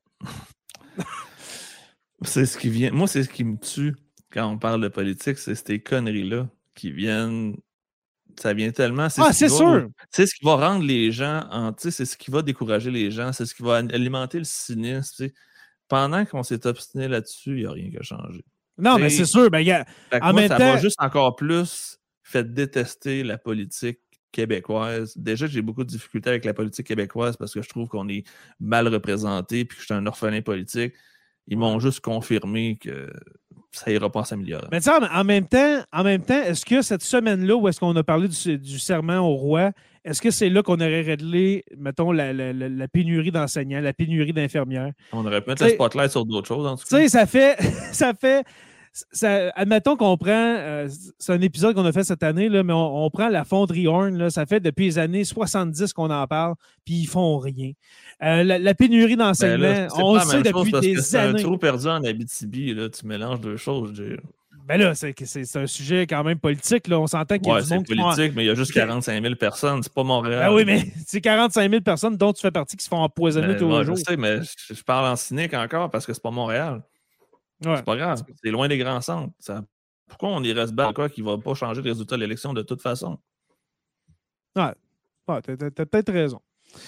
C'est ce qui vient. Moi, c'est ce qui me tue quand on parle de politique, c'est ces conneries-là qui viennent. Ça vient tellement. C'est sûr! C'est ce qui va rendre les gens. C'est ce qui va décourager les gens. C'est ce qui va alimenter le cynisme. T'sais. Pendant qu'on s'est obstiné là-dessus, il n'y a rien qui a changé. Non, mais c'est sûr. En même temps, ça m'a juste encore plus fait détester la politique québécoise. Déjà, j'ai beaucoup de difficultés avec la politique québécoise parce que je trouve qu'on est mal représenté et que je suis un orphelin politique. Ils m'ont juste confirmé que ça ira pas s'améliorer. Mais en même temps, est-ce que cette semaine-là où est-ce qu'on a parlé du serment au roi, est-ce que c'est là qu'on aurait réglé, mettons, la pénurie d'enseignants, la pénurie d'infirmières? On aurait pu mettre le spotlight sur d'autres choses, en tout cas. Tu sais, admettons qu'on prend, c'est un épisode qu'on a fait cette année, là, mais on prend la fonderie Horn, là, ça fait depuis les années 70 qu'on en parle, puis ils font rien. La pénurie d'enseignement, on le sait depuis des années. C'est un trou perdu en Abitibi, là, tu mélanges deux choses, je veux dire. Ben là, c'est un sujet quand même politique. Là. On s'entend qu'il y a du monde c'est politique, mais il y a juste 45 000 personnes. C'est pas Montréal. Ben oui, mais c'est 45 000 personnes dont tu fais partie qui se font empoisonner tous les jours. Je sais, mais je parle en cynique encore parce que c'est pas Montréal. Ouais. C'est pas grave. C'est loin des grands centres. Pourquoi on irait se battre quoi qui va pas changer le résultat de l'élection de toute façon? Ouais, t'as peut-être raison.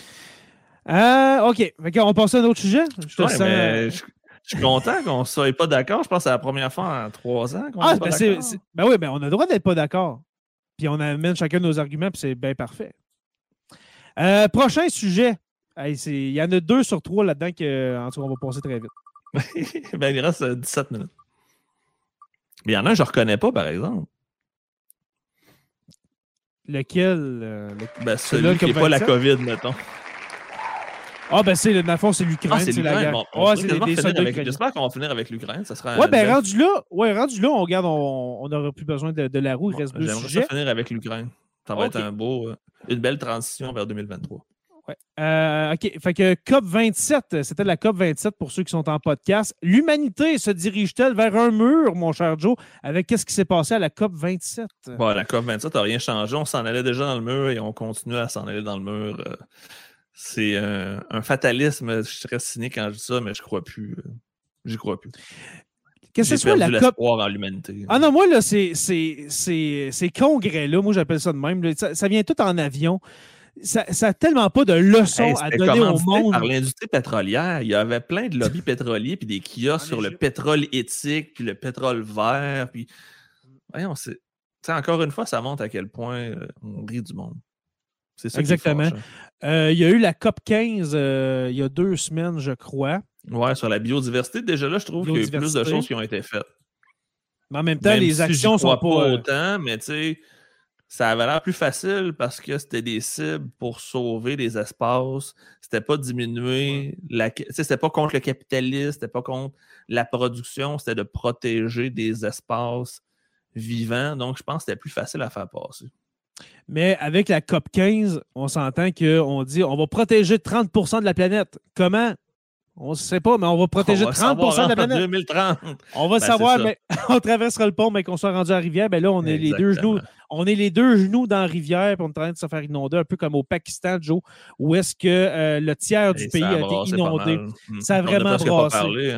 OK. On passe à un autre sujet. Je suis content qu'on ne soit pas d'accord. Je pense que c'est la première fois en 3 ans qu'on n'est pas d'accord. Ben oui, on a le droit d'être pas d'accord. Puis on amène chacun nos arguments, puis c'est bien parfait. Prochain sujet. Il y en a 2 sur 3 là-dedans en tout cas, on va passer très vite. Ben, il reste 17 minutes. Mais il y en a un que je ne reconnais pas, par exemple. Lequel? Celui qui n'est pas la COVID, mettons. Ah, ben, dans le fond, c'est l'Ukraine. C'est la guerre. Bon, j'espère qu'on va finir avec l'Ukraine. Ça sera rendu là, on n'aura plus besoin de la roue. Il reste 2 sujets. J'aimerais finir avec l'Ukraine. Ça va être une belle transition vers 2023. Ouais. OK. Fait que COP27, c'était la COP27 pour ceux qui sont en podcast. L'humanité se dirige-t-elle vers un mur, mon cher Joe, avec qu'est-ce qui s'est passé à la COP27? Bon, la COP27 n'a rien changé. On s'en allait déjà dans le mur et on continue à s'en aller dans le mur. C'est un fatalisme. Je serais cynique quand je dis ça, mais je crois plus. J'y crois plus. Que ce J'ai soit perdu la COP... l'espoir en l'humanité. Ah non, moi, là, ces congrès-là, moi, j'appelle ça de même. Là, ça vient tout en avion. Ça n'a tellement pas de leçons à donner au monde. Par l'industrie pétrolière, il y avait plein de lobbies pétroliers puis des kiosques sur le pétrole éthique puis le pétrole vert. Puis, voyons, encore une fois, ça montre à quel point on rit du monde. C'est ça. Exactement. Il y a eu la COP 15 il y a 2 semaines, je crois. Ouais, sur la biodiversité. Déjà là, je trouve qu'il y a eu plus de choses qui ont été faites. Mais en même temps, les actions sont pas autant, mais tu sais, ça avait l'air plus facile parce que c'était des cibles pour sauver des espaces. C'était pas diminuer c'était pas contre le capitalisme, c'était pas contre la production, c'était de protéger des espaces vivants. Donc, je pense que c'était plus facile à faire passer. Mais avec la COP 15, on s'entend qu'on dit on va protéger 30 % de la planète. Comment? On ne sait pas, mais on va protéger 30 % de la planète. 2030. On va savoir, mais on traversera le pont, mais qu'on soit rendu à la rivière. Ben là, on est les deux genoux. On est les deux genoux dans la rivière, puis on est en train de se faire inonder, un peu comme au Pakistan, Joe, où est-ce que le tiers du pays a été inondé. Ça a vraiment brassé.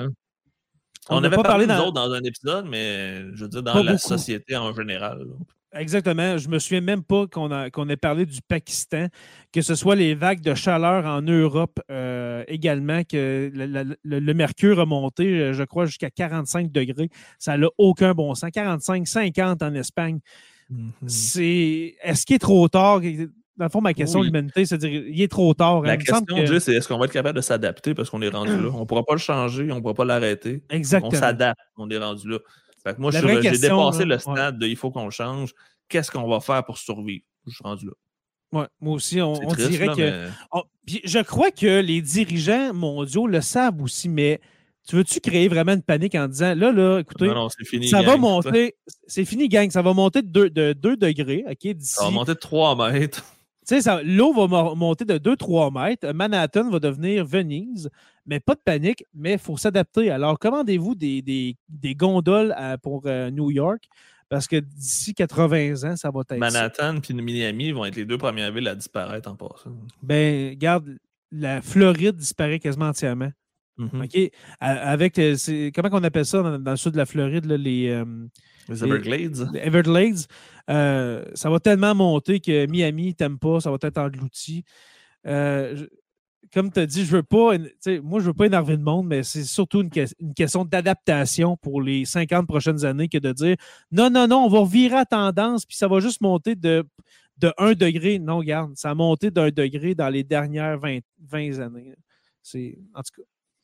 On n'avait pas parlé nous autres dans un épisode, mais je veux dire, dans la société en général. Exactement. Je ne me souviens même pas qu'on ait parlé du Pakistan, que ce soit les vagues de chaleur en Europe également, que le mercure a monté, je crois, jusqu'à 45 degrés. Ça n'a aucun bon sens. 45, 50 en Espagne. Est-ce qu'il est trop tard? Dans le fond, ma question, l'humanité, c'est-à-dire, il est trop tard. La question, c'est est-ce qu'on va être capable de s'adapter parce qu'on est rendu là? On ne pourra pas le changer, on ne pourra pas l'arrêter. Exactement. On s'adapte, on est rendu là. Fait que moi, j'ai dépassé le stade de il faut qu'on le change. Qu'est-ce qu'on va faire pour survivre? Je suis rendu là. Ouais, moi aussi, on dirait que. Je crois que les dirigeants mondiaux le savent aussi, mais tu veux-tu créer vraiment une panique en disant là, écoutez, non, c'est fini, ça va monter. C'est fini, gang. Ça va monter de 2 degrés. OK, d'ici. Ça va monter de 3 mètres. Tu sais, l'eau va monter de 2-3 mètres. Manhattan va devenir Venise, mais pas de panique, mais il faut s'adapter. Alors, commandez-vous des gondoles pour New York, parce que d'ici 80 ans, ça va être Manhattan et Miami vont être les 2 premières villes à disparaître en passant. Ben, regarde, la Floride disparaît quasiment entièrement. OK? Avec, comment on appelle ça dans le sud de la Floride, là, les Everglades. Les Everglades. Ça va tellement monter que Miami, Tampa, ça va être englouti. Comme tu as dit, moi, je ne veux pas énerver le monde, mais c'est surtout une question d'adaptation pour les 50 prochaines années que de dire non, on va revirer à tendance, puis ça va juste monter de 1 degré. Non, regarde, ça a monté d'1 degré dans les dernières 20 années. En tout cas.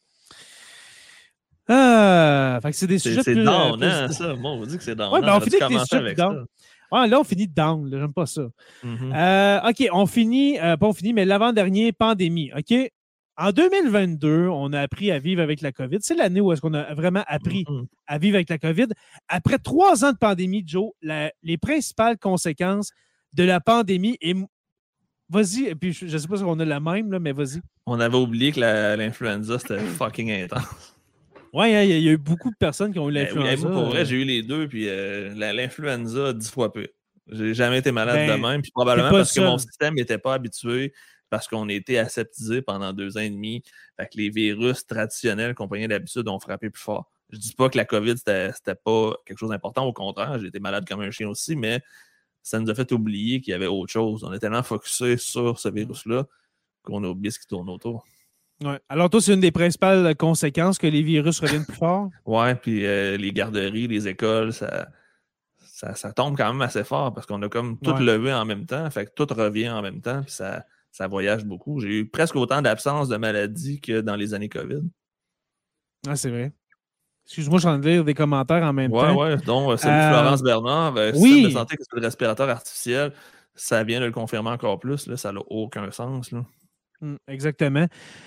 Fait que c'est des sujets plus... C'est down, hein, ça. Moi, on vous dit que c'est down. Ouais, on finit avec des sujets down. Ouais, là, on finit down. J'aime pas ça. OK, on finit, pas on finit, mais l'avant-dernier, pandémie. OK? En 2022, on a appris à vivre avec la COVID. C'est l'année où est-ce qu'on a vraiment appris à vivre avec la COVID. Après 3 ans de pandémie, Joe, les principales conséquences de la pandémie, et vas-y, et puis je ne sais pas si on a la même, là, mais vas-y. On avait oublié que l'influenza, c'était fucking intense. Oui, il y a eu beaucoup de personnes qui ont eu l'influenza. Oui, pour vrai, j'ai eu les 2, puis l'influenza 10 fois plus. J'ai jamais été malade de même, puis probablement parce que mon système n'était pas habitué, parce qu'on a été aseptisé pendant 2 ans et demi. Fait que les virus traditionnels qu'on prenait d'habitude ont frappé plus fort. Je dis pas que la COVID, c'était pas quelque chose d'important, au contraire, j'ai été malade comme un chien aussi, mais ça nous a fait oublier qu'il y avait autre chose. On est tellement focusé sur ce virus-là qu'on a oublié ce qui tourne autour. Ouais. Alors, toi, c'est une des principales conséquences que les virus reviennent plus fort? Oui, puis les garderies, les écoles, ça tombe quand même assez fort parce qu'on a comme tout levé en même temps, fait que tout revient en même temps, puis ça voyage beaucoup. J'ai eu presque autant d'absence de maladies que dans les années COVID. Ah, c'est vrai. Excuse-moi, je suis en train de lire des commentaires en même temps. Oui, donc salut Florence Bernard. Système de santé que c'est le respirateur artificiel, ça vient de le confirmer encore plus. Là, ça n'a aucun sens. Là. Exactement.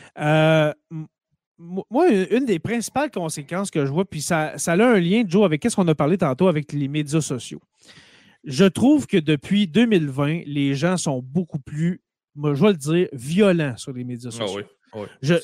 Moi, une des principales conséquences que je vois, puis ça a un lien, Joe, avec ce qu'on a parlé tantôt avec les médias sociaux. Je trouve que depuis 2020, les gens sont beaucoup plus moi, je vais le dire, violent sur les médias sociaux. Oui.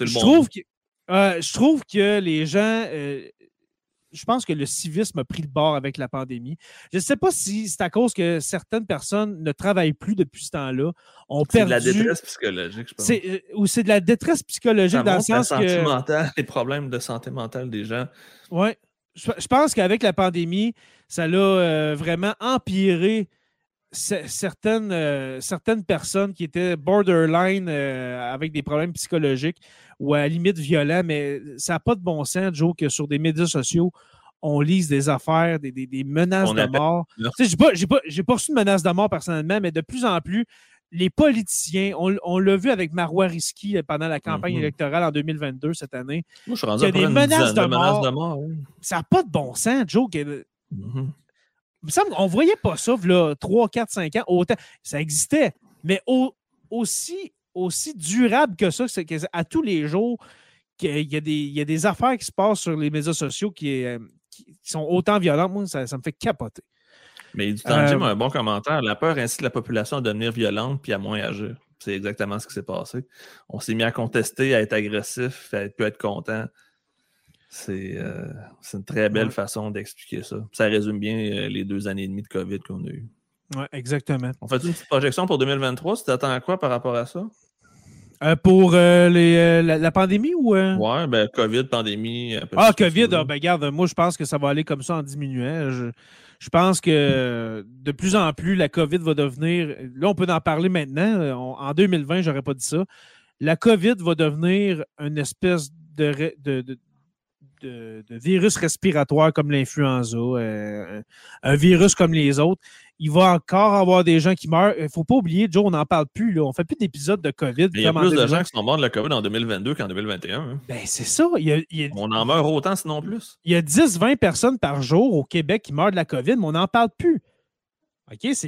Je trouve que les gens... je pense que le civisme a pris le bord avec la pandémie. Je ne sais pas si c'est à cause que certaines personnes ne travaillent plus depuis ce temps-là. C'est de la détresse psychologique, je pense. Ou c'est de la détresse psychologique dans le sens que... les problèmes de santé mentale des gens. Oui. Je pense qu'avec la pandémie, ça l'a vraiment empiré certaines personnes qui étaient borderline avec des problèmes psychologiques ou à la limite violents, mais ça n'a pas de bon sens, Joe, que sur des médias sociaux, on lise des affaires, des menaces de mort. Tu sais, j'ai pas reçu de menaces de mort personnellement, mais de plus en plus, les politiciens, on l'a vu avec Marois Risky pendant la campagne électorale en 2022 cette année. Moi, je suis rendu il y a des menaces de mort. Oui. Ça n'a pas de bon sens, Joe. Il me semble qu'on ne voyait pas ça, là, 3, 4, 5 ans. Autant. Ça existait, mais aussi durable que ça, c'est qu'à tous les jours, il y a des affaires qui se passent sur les médias sociaux qui sont autant violentes. Moi, ça me fait capoter. Mais du temps, Jim a un bon commentaire. La peur incite la population à devenir violente puis à moins agir. C'est exactement ce qui s'est passé. On s'est mis à contester, à être agressif, à être content. C'est une très belle façon d'expliquer ça. Ça résume bien les 2 années et demie de COVID qu'on a eu. Oui, exactement. On fait une petite projection pour 2023. Tu t'attends à quoi par rapport à ça? Pour la pandémie ou... Oui, ben COVID, pandémie. COVID, regarde, moi je pense que ça va aller comme ça en diminuant. Je pense que de plus en plus, la COVID va devenir... Là, on peut en parler maintenant. En 2020, j'aurais pas dit ça. La COVID va devenir une espèce de virus respiratoire comme l'influenza, un virus comme les autres. Il va encore avoir des gens qui meurent. Il ne faut pas oublier, Joe, on n'en parle plus. Là. On ne fait plus d'épisodes de COVID. Il y a plus de gens qui sont morts de la COVID en 2022 qu'en 2021. Hein. Ben, c'est ça. On en meurt autant, sinon plus. Il y a 10-20 personnes par jour au Québec qui meurent de la COVID, mais on n'en parle plus. OK? C'est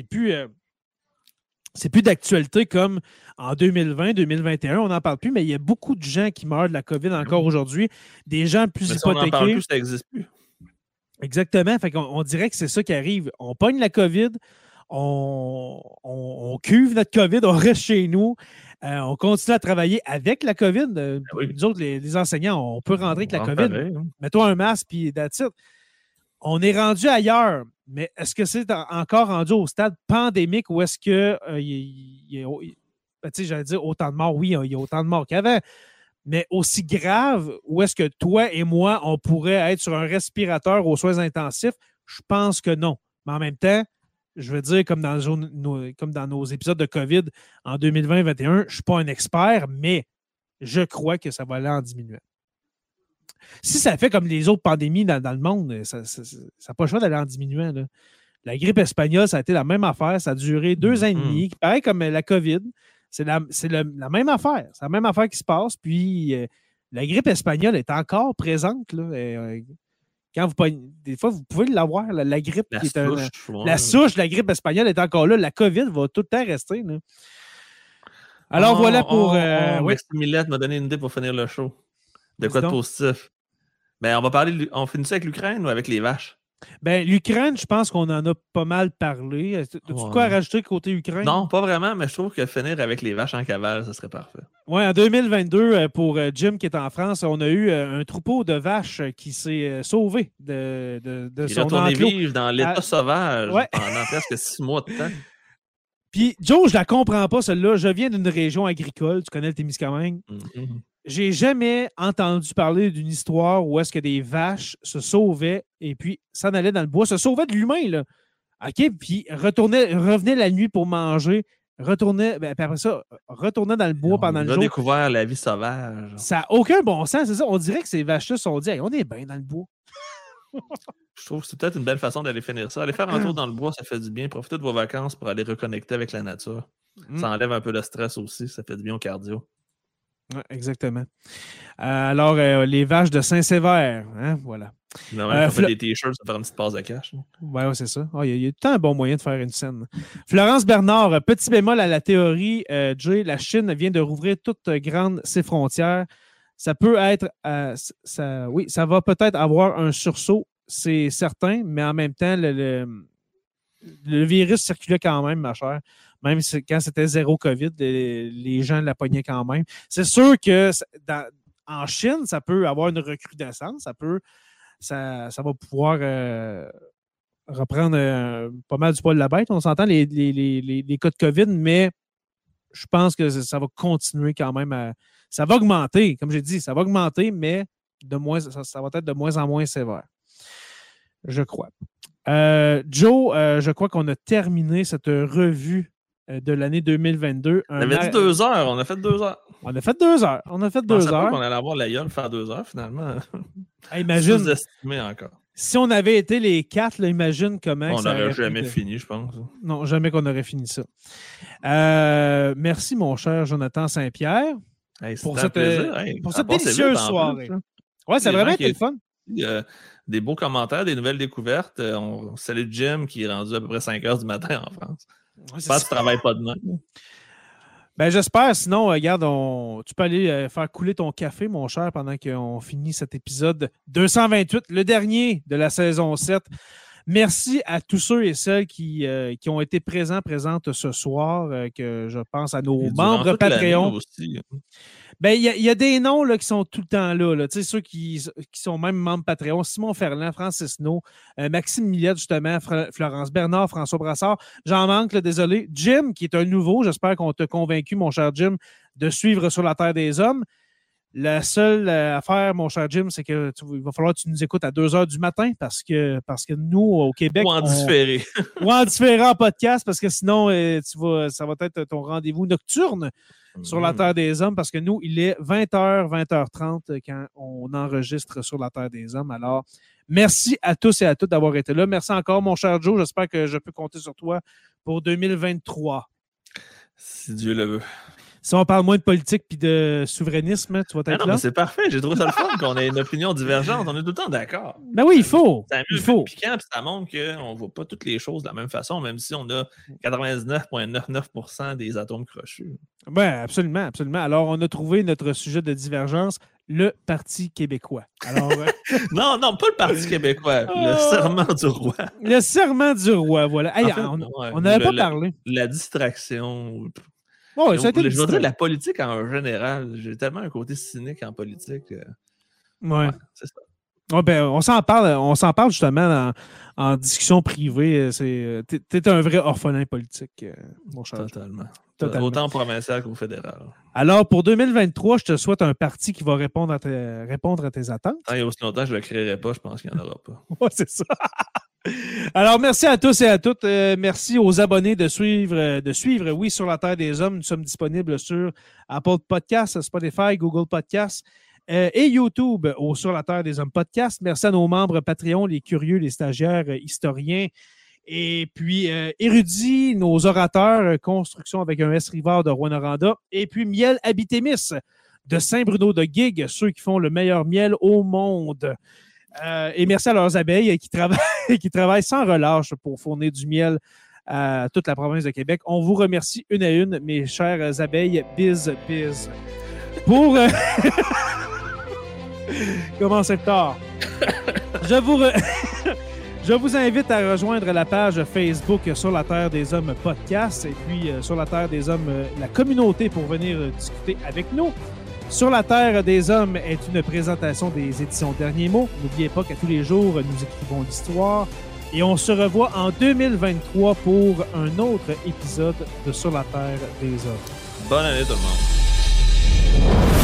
plus d'actualité comme en 2020, 2021, on n'en parle plus, mais il y a beaucoup de gens qui meurent de la COVID encore aujourd'hui. Des gens plus hypothéqués. Si on n'en parle plus, ça n'existe plus. Exactement. Fait qu'on dirait que c'est ça qui arrive. On pogne la COVID, on cuve notre COVID, on reste chez nous, on continue à travailler avec la COVID. Oui. Nous autres, les enseignants, on peut rentrer avec la COVID. Pareil, hein. Mets-toi un masque, puis that's it. On est rendu ailleurs, mais est-ce que c'est encore rendu au stade pandémique ou est-ce que j'allais dire autant de morts? Oui, il y a autant de morts qu'avant, mais aussi grave, où est-ce que toi et moi, on pourrait être sur un respirateur aux soins intensifs? Je pense que non. Mais en même temps, je veux dire, comme dans nos épisodes de COVID en 2020-2021, je ne suis pas un expert, mais je crois que ça va aller en diminuant. Si ça fait comme les autres pandémies dans le monde, ça n'a pas le choix d'aller en diminuant. Là. La grippe espagnole, ça a été la même affaire. Ça a duré 2 ans et demi. Pareil comme la COVID. C'est la même affaire. C'est la même affaire qui se passe. Puis, la grippe espagnole est encore présente. Là. Quand des fois, vous pouvez l'avoir. La grippe la souche, la grippe espagnole est encore là. La COVID va tout le temps rester. Là. Alors, voilà pour... Millette m'a donné une idée pour finir le show. De quoi de positif? Ben, on finit ça avec l'Ukraine ou avec les vaches? Ben, l'Ukraine, je pense qu'on en a pas mal parlé. As-tu quoi à rajouter côté Ukraine? Non, pas vraiment, mais je trouve que finir avec les vaches en cavale, ça serait parfait. Oui, en 2022, pour Jim qui est en France, on a eu un troupeau de vaches qui s'est sauvé de son enclos. Vivre dans l'état sauvage pendant presque 6 mois de temps. Puis, Joe, je la comprends pas, celle-là. Je viens d'une région agricole. Tu connais le Témiscamingue. J'ai jamais entendu parler d'une histoire où est-ce que des vaches se sauvaient et puis s'en allaient dans le bois, se sauvaient de l'humain, là. OK? Puis revenaient la nuit pour manger, puis après ça, retournaient dans le bois pendant le jour. On a découvert la vie sauvage. Ça n'a aucun bon sens, c'est ça. On dirait que ces vaches-là se sont dit, hey, on est bien dans le bois. Je trouve que c'est peut-être une belle façon d'aller finir ça. Aller faire un tour dans le bois, ça fait du bien. Profitez de vos vacances pour aller reconnecter avec la nature. Ça enlève un peu le stress aussi. Ça fait du bien au cardio. Oui, exactement. Alors, les vaches de Saint-Sévère, hein, voilà. On fait des t-shirts, ça fait une petite passe de cash. Oui, c'est ça. Il y a tout un bon moyen de faire une scène. Florence Bernard, petit bémol à la théorie, Jay, la Chine vient de rouvrir toutes grandes ses frontières. Ça peut être, ça va peut-être avoir un sursaut, c'est certain, mais en même temps, le virus circulait quand même, ma chère. Même quand c'était zéro COVID, les gens la pognaient quand même. C'est sûr que en Chine, ça peut avoir une recrudescence. Ça va pouvoir reprendre pas mal du poil de la bête. On s'entend les cas de COVID, mais je pense que ça va continuer quand même ça va augmenter, comme j'ai dit, ça va augmenter, mais ça va être de moins en moins sévère. Je crois. Joe, je crois qu'on a terminé cette revue de l'année 2022. On avait dit 2 heures. On a fait 2 heures. On a fait 2 heures. On pensais pas qu'on allait avoir la gueule faire 2 heures, finalement. Imagine. Sous-estimé encore. Si on avait été les 4, là, imagine comment on n'aurait jamais fini, je pense. Non, jamais qu'on aurait fini ça. Merci, mon cher Jonathan Saint-Pierre, pour cette délicieuse soirée. Oui, c'est vraiment été le fun. Des beaux commentaires, des nouvelles découvertes. On salue Jim qui est rendu à peu près 5 heures du matin en France. Je pense que tu ne travailles pas demain. Ben, j'espère. Sinon, regarde, tu peux aller faire couler ton café, mon cher, pendant qu'on finit cet épisode 228, le dernier de la saison 7. Merci à tous ceux et celles qui ont été présentes ce soir, que je pense à nos membres Patreon. Aussi. Ben, il y a des noms là, qui sont tout le temps là. Tu sais, ceux qui sont même membres Patreon. Simon Ferland, Francis No, Maxime Millette, justement, Florence Bernard, François Brassard. J'en manque, là, désolé. Jim, qui est un nouveau. J'espère qu'on t'a convaincu, mon cher Jim, de suivre Sur la Terre des Hommes. La seule affaire, mon cher Jim, c'est qu'il va falloir que tu nous écoutes à 2 heures du matin parce que nous, au Québec... Ou en différé. Ou en différé en podcast, parce que sinon, ça va être ton rendez-vous nocturne sur la Terre des Hommes, parce que nous, il est 20h, 20h30 quand on enregistre Sur la Terre des Hommes. Alors, merci à tous et à toutes d'avoir été là. Merci encore, mon cher Joe. J'espère que je peux compter sur toi pour 2023. Si Dieu le veut. Si on parle moins de politique puis de souverainisme, tu vas être là. Mais c'est parfait. J'ai trouvé ça le fun qu'on ait une opinion divergente. On est tout le temps d'accord. Ben oui, il faut. Il faut. Piquant, puis ça montre qu'on ne voit pas toutes les choses de la même façon, même si on a 99,99% des atomes crochus. Oui, absolument, absolument. Alors, on a trouvé notre sujet de divergence, le Parti québécois. Alors, non, pas le Parti québécois, le serment du roi. Le serment du roi, voilà. Hey, on n'avait pas parlé. La distraction. Oh, je veux dire, la politique en général, j'ai tellement un côté cynique en politique. Ouais, c'est ça. Ouais, ben, on s'en parle justement en discussion privée. T'es un vrai orphelin politique, mon cher. Totalement. Autant provincial qu'au fédéral. Alors, pour 2023, je te souhaite un parti qui va répondre à tes attentes. Il y a aussi longtemps que je ne le créerai pas, je pense qu'il n'y en aura pas. Ouais, c'est ça. Alors, merci à tous et à toutes. Merci aux abonnés de suivre Oui, Sur la Terre des Hommes. Nous sommes disponibles sur Apple Podcasts, Spotify, Google Podcasts et YouTube au Sur la Terre des Hommes podcast. Merci à nos membres Patreon, les curieux, les stagiaires, historiens et puis érudits, nos orateurs, construction avec un S Rivard de Rwanda et puis Miel Habitémis de Saint-Bruno-de-Guigue, ceux qui font le meilleur miel au monde. Et merci à leurs abeilles qui travaillent sans relâche pour fournir du miel à toute la province de Québec. On vous remercie une à une, mes chères abeilles. Biz. Pour... Comment c'est tard? Je vous invite à rejoindre la page Facebook Sur la Terre des Hommes podcast et puis Sur la Terre des Hommes, la communauté pour venir discuter avec nous. Sur la Terre des Hommes est une présentation des éditions Derniers Mots. N'oubliez pas qu'à tous les jours, nous écrivons l'histoire. Et on se revoit en 2023 pour un autre épisode de Sur la Terre des Hommes. Bonne année tout le monde.